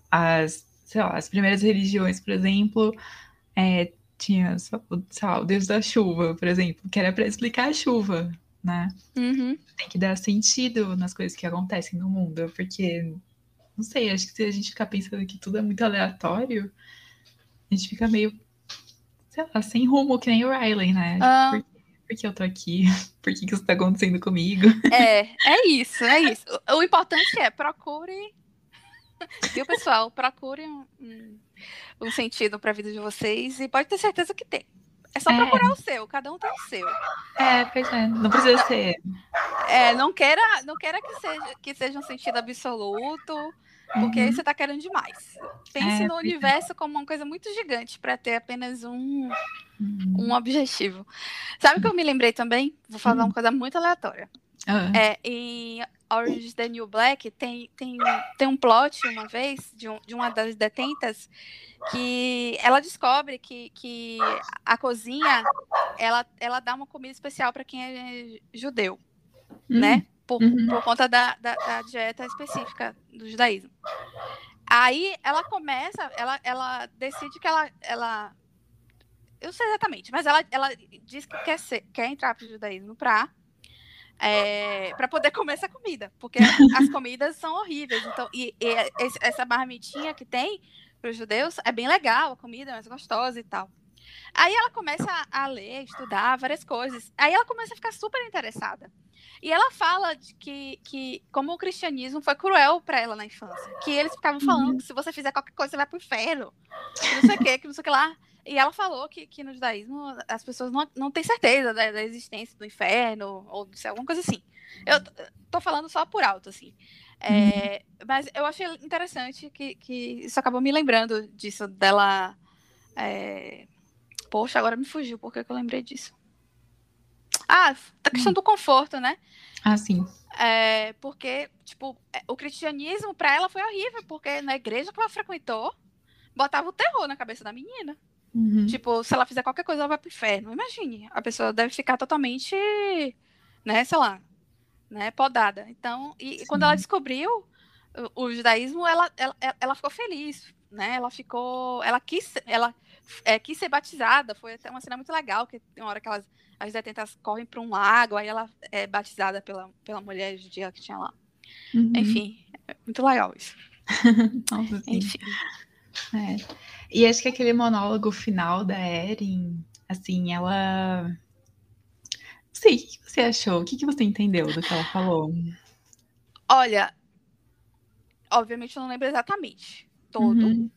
as, sei lá, as primeiras religiões, por exemplo, é, tinha sei lá, o Deus da chuva, por exemplo, que era para explicar a chuva, né? Uhum. Tem que dar sentido nas coisas que acontecem no mundo, porque, não sei, acho que se a gente ficar pensando que tudo é muito aleatório, a gente fica meio, sei lá, sem rumo, que nem o Riley, né? Ah. Tipo, por, por que eu tô aqui? Por que, que isso tá acontecendo comigo? É, é isso, é isso. O, o importante é procure, viu, pessoal? Procure um, um, um sentido para a vida de vocês e pode ter certeza que tem. É só É. procurar o seu, cada um tem o seu. É, pois é, não precisa não, ser. É, não queira, não queira que, seja, que seja um sentido absoluto, porque uhum. aí você está querendo demais. Pense é, no universo é. como uma coisa muito gigante para ter apenas um, uhum. um objetivo. Sabe o que eu me lembrei também? Vou falar uhum. uma coisa muito aleatória. Uhum. É, em Orange is the New Black tem, tem, tem um plot uma vez de, um, de uma das detentas que ela descobre que, que a cozinha ela, ela dá uma comida especial para quem é judeu, uhum. né? Por, uhum. por conta da, da, da dieta específica do judaísmo. Aí ela começa, ela, ela decide que ela, ela. Eu não sei exatamente, mas ela, ela diz que quer, ser, quer entrar para o judaísmo para. É, para poder comer essa comida, porque as comidas são horríveis. Então, e, e essa marmitinha que tem para os judeus é bem legal, a comida é mais gostosa e tal. Aí ela começa a ler, estudar várias coisas. Aí ela começa a ficar super interessada. E ela fala de que, que como o cristianismo foi cruel para ela na infância, que eles ficavam falando que se você fizer qualquer coisa você vai pro inferno, que não sei o que, que não sei o que lá. E ela falou que, que no judaísmo as pessoas não, não têm certeza da, da existência do inferno ou de alguma coisa assim. Eu tô falando só por alto, assim. É, uhum. Mas eu achei interessante que, que isso acabou me lembrando disso, dela... É... Poxa, agora me fugiu, por que eu lembrei disso? Ah, a questão do conforto, né? Ah, sim. É, porque, tipo, o cristianismo pra ela foi horrível, porque na igreja que ela frequentou, botava o terror na cabeça da menina. Uhum. Tipo, se ela fizer qualquer coisa, ela vai pro inferno. Imagine, a pessoa deve ficar totalmente, né, sei lá, né, podada. Então, e, e quando ela descobriu o, o judaísmo, ela, ela, ela ficou feliz, né? Ela ficou, ela quis, ela é, quis ser batizada. Foi até uma cena muito legal, que tem uma hora que elas, as detentas correm para um lago, aí ela é batizada pela, pela mulher judia que tinha lá. Uhum. Enfim, é muito legal isso. Nossa, sim. Enfim. É. E acho que aquele monólogo final da Erin, assim, ela... Não sei, o que você achou? O que você entendeu do que ela falou? Olha, obviamente eu não lembro exatamente todo, Uhum.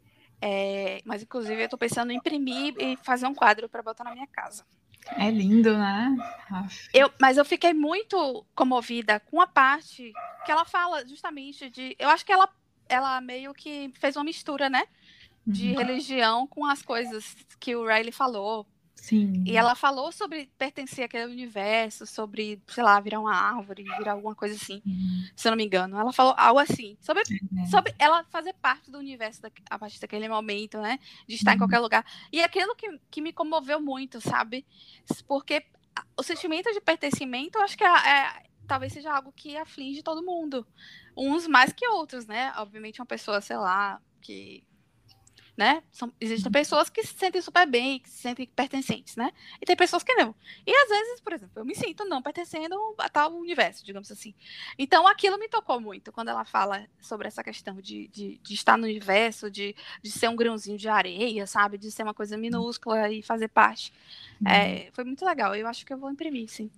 é, mas inclusive eu tô pensando em imprimir e fazer um quadro para botar na minha casa. É lindo, né? Aff. Eu, mas eu fiquei muito comovida com a parte que ela fala justamente de... Eu acho que ela, ela meio que fez uma mistura, né? De Uhum. religião com as coisas que o Riley falou. Sim. E ela falou sobre pertencer àquele universo, sobre, sei lá, virar uma árvore, virar alguma coisa assim, Uhum. se eu não me engano. Ela falou algo assim, sobre, É. sobre ela fazer parte do universo da, a partir daquele momento, né? De estar Uhum. em qualquer lugar. E aquilo que, que me comoveu muito, sabe? Porque o sentimento de pertencimento, eu acho que é, é, talvez seja algo que aflige todo mundo. Uns mais que outros, né? Obviamente, uma pessoa, sei lá, que... Né? São, existem pessoas que se sentem super bem, que se sentem pertencentes, né? E tem pessoas que não. E às vezes, por exemplo, eu me sinto não pertencendo a tal universo, digamos assim. Então aquilo me tocou muito quando ela fala sobre essa questão de, de, de estar no universo, de, de ser um grãozinho de areia, sabe? De ser uma coisa minúscula e fazer parte. É, foi muito legal. Eu acho que eu vou imprimir, sim.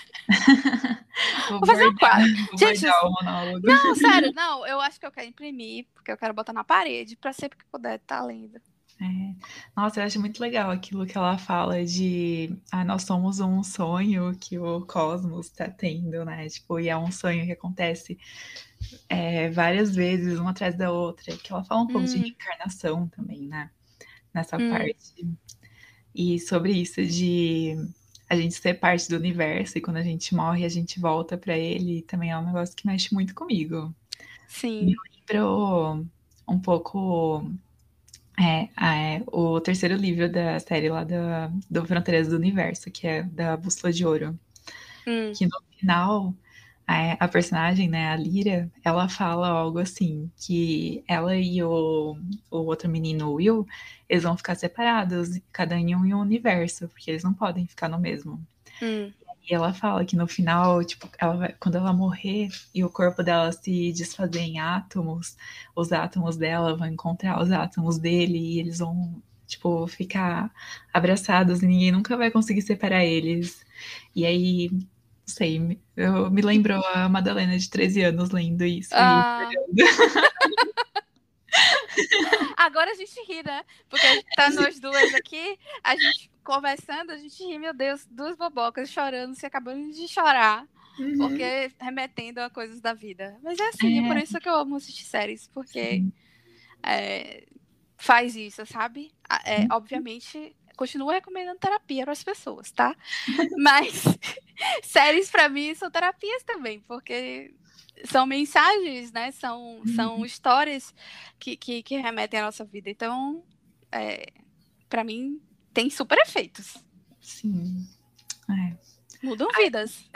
Vou Vou fazer um bordar, quadro. vou Gente, bordar o monólogo. não, sério, não, eu acho que eu quero imprimir, porque eu quero botar na parede, pra sempre que puder estar lendo. É. Nossa, eu acho muito legal aquilo que ela fala de ah, nós somos um sonho que o cosmos está tendo, né? Tipo, e é um sonho que acontece é, várias vezes, uma atrás da outra. Que ela fala um pouco Hum. de reencarnação também, né? Nessa Hum. parte. E sobre isso de a gente ser parte do universo e quando a gente morre a gente volta para ele, também é um negócio que mexe muito comigo. Sim. Me lembrou um pouco é, é, o terceiro livro da série lá da, do Fronteiras do Universo, que é da Bússola de Ouro. Hum. Que no final, a, a personagem, né, a Lyra, ela fala algo assim, que ela e o, o outro menino, o Will, eles vão ficar separados, cada um em um universo, porque eles não podem ficar no mesmo. Hum. E ela fala que no final, tipo, ela vai, quando ela morrer e o corpo dela se desfazer em átomos, os átomos dela vão encontrar os átomos dele e eles vão, tipo, ficar abraçados e ninguém nunca vai conseguir separar eles. E aí, não sei, eu, me lembrou a Madalena de treze anos lendo isso Ah. e Agora a gente ri, né? Porque tá nós duas aqui, a gente conversando, a gente ri, meu Deus, duas bobocas chorando, se acabando de chorar, uhum. porque remetendo a coisas da vida. Mas é assim, é, é por isso que eu amo assistir séries, porque é, faz isso, sabe? É, Uhum. Obviamente, continuo recomendando terapia para as pessoas, tá? Mas séries para mim são terapias também, porque são mensagens, né? São, uhum. são histórias que, que, que remetem à nossa vida. Então, é, para mim, tem super efeitos. Sim. É. Mudam Ai, vidas.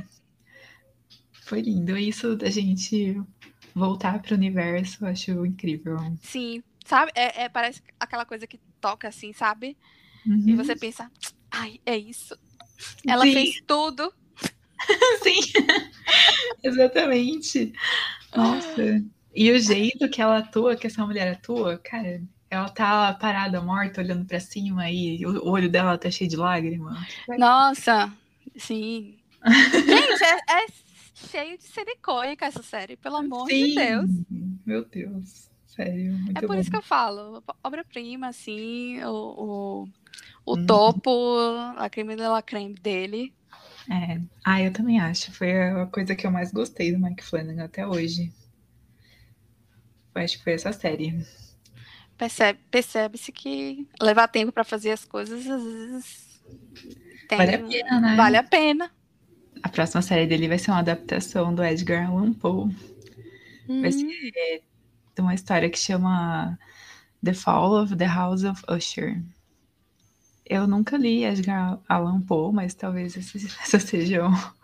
foi lindo. Isso da gente voltar para o universo, eu acho incrível. Sim, sabe? É, é, parece aquela coisa que toca assim, sabe? Uhum. E você pensa, ai, é isso. Ela Sim. fez tudo. Sim, exatamente. Nossa. E o jeito que ela atua, que essa mulher atua, cara, ela tá parada, morta, olhando pra cima e o olho dela tá cheio de lágrimas. Nossa, sim. Gente, é, é cheio de silicone essa série, pelo amor Sim. de Deus. Meu Deus, sério, muito É por bom. isso que eu falo, obra-prima, assim, o, o, o hum. topo, a creme de la creme dele. É, ah, eu também acho. Foi a coisa que eu mais gostei do Mike Flanagan até hoje. Eu acho que foi essa série. Percebe, percebe-se que levar tempo para fazer as coisas, às vezes tem, vale a pena, né? Vale a pena. A próxima série dele vai ser uma adaptação do Edgar Allan Poe. Hum. Vai ser de uma história que chama The Fall of the House of Usher. Eu nunca li Edgar Allan Poe, mas talvez essa seja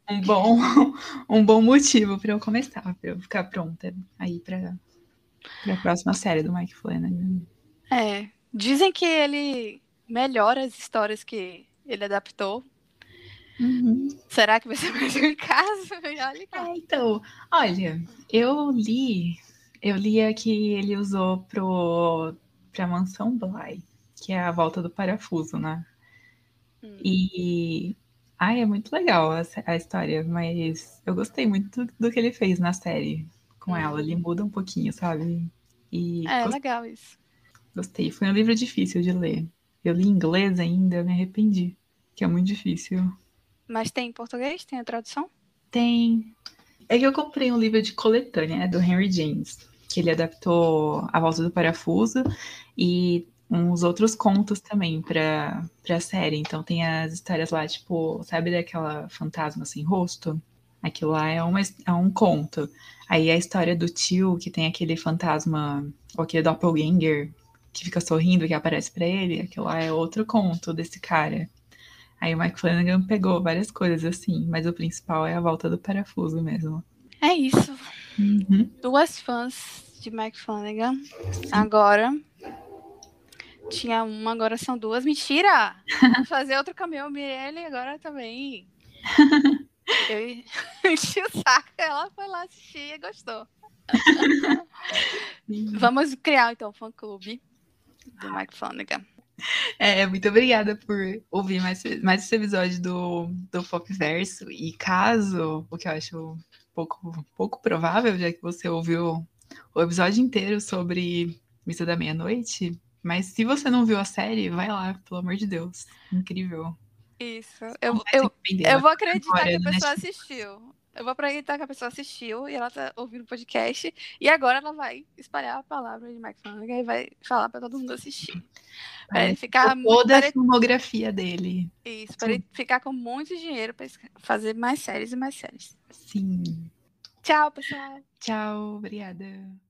um bom, um bom motivo para eu começar, para eu ficar pronta aí para a próxima série do Mike Flanagan. É, dizem que ele melhora as histórias que ele adaptou. Uhum. Será que vai ser mais um caso? Olha, é, então, olha, eu li, eu li a que ele usou pro para Mansão Bly, que é a volta do parafuso, né? hum. E ai, é muito legal a, a história, mas eu gostei muito do, do que ele fez na série com hum. ela. Ele muda um pouquinho, sabe? E É, gostei, legal isso. gostei. Foi um livro difícil de ler. Eu li em inglês ainda, eu me arrependi, que é muito difícil. Mas tem em português? Tem a tradução? Tem. É que eu comprei um livro de coletânea, né, do Henry James, que ele adaptou A Volta do Parafuso e uns outros contos também pra, pra série. Então tem as histórias lá, tipo, sabe daquela fantasma sem rosto? Aquilo lá é, uma, é um conto. Aí a história do tio, que tem aquele fantasma, ou aquele doppelganger, que fica sorrindo, que aparece pra ele, aquilo lá é outro conto desse cara. Aí o Mike Flanagan pegou várias coisas assim, mas o principal é a volta do parafuso mesmo. É isso. Uhum. Duas fãs de Mike Flanagan. Sim. Agora tinha uma, agora são duas. Mentira! Vou fazer outro caminhão Mirelle agora também. Eu enchi o saco, ela foi lá assistir e gostou. Vamos criar então um fã-clube do Mike Flanagan. É, muito obrigada por ouvir mais, mais esse episódio do, do Popverso. E caso, o que eu acho pouco, pouco provável, já que você ouviu o episódio inteiro sobre Missa da Meia-Noite, mas se você não viu a série, vai lá, pelo amor de Deus. Incrível. Isso. Eu, eu, eu vou acreditar que a pessoa Netflix. assistiu. Eu vou acreditar que a pessoa assistiu e ela tá ouvindo o podcast. E agora ela vai espalhar a palavra de Mike Flanagan e vai falar pra todo mundo assistir. Para ele ficar muito. Toda a filmografia dele. Isso, para ele ficar com muito dinheiro para fazer mais séries e mais séries. Sim. Tchau, pessoal. Tchau, obrigada.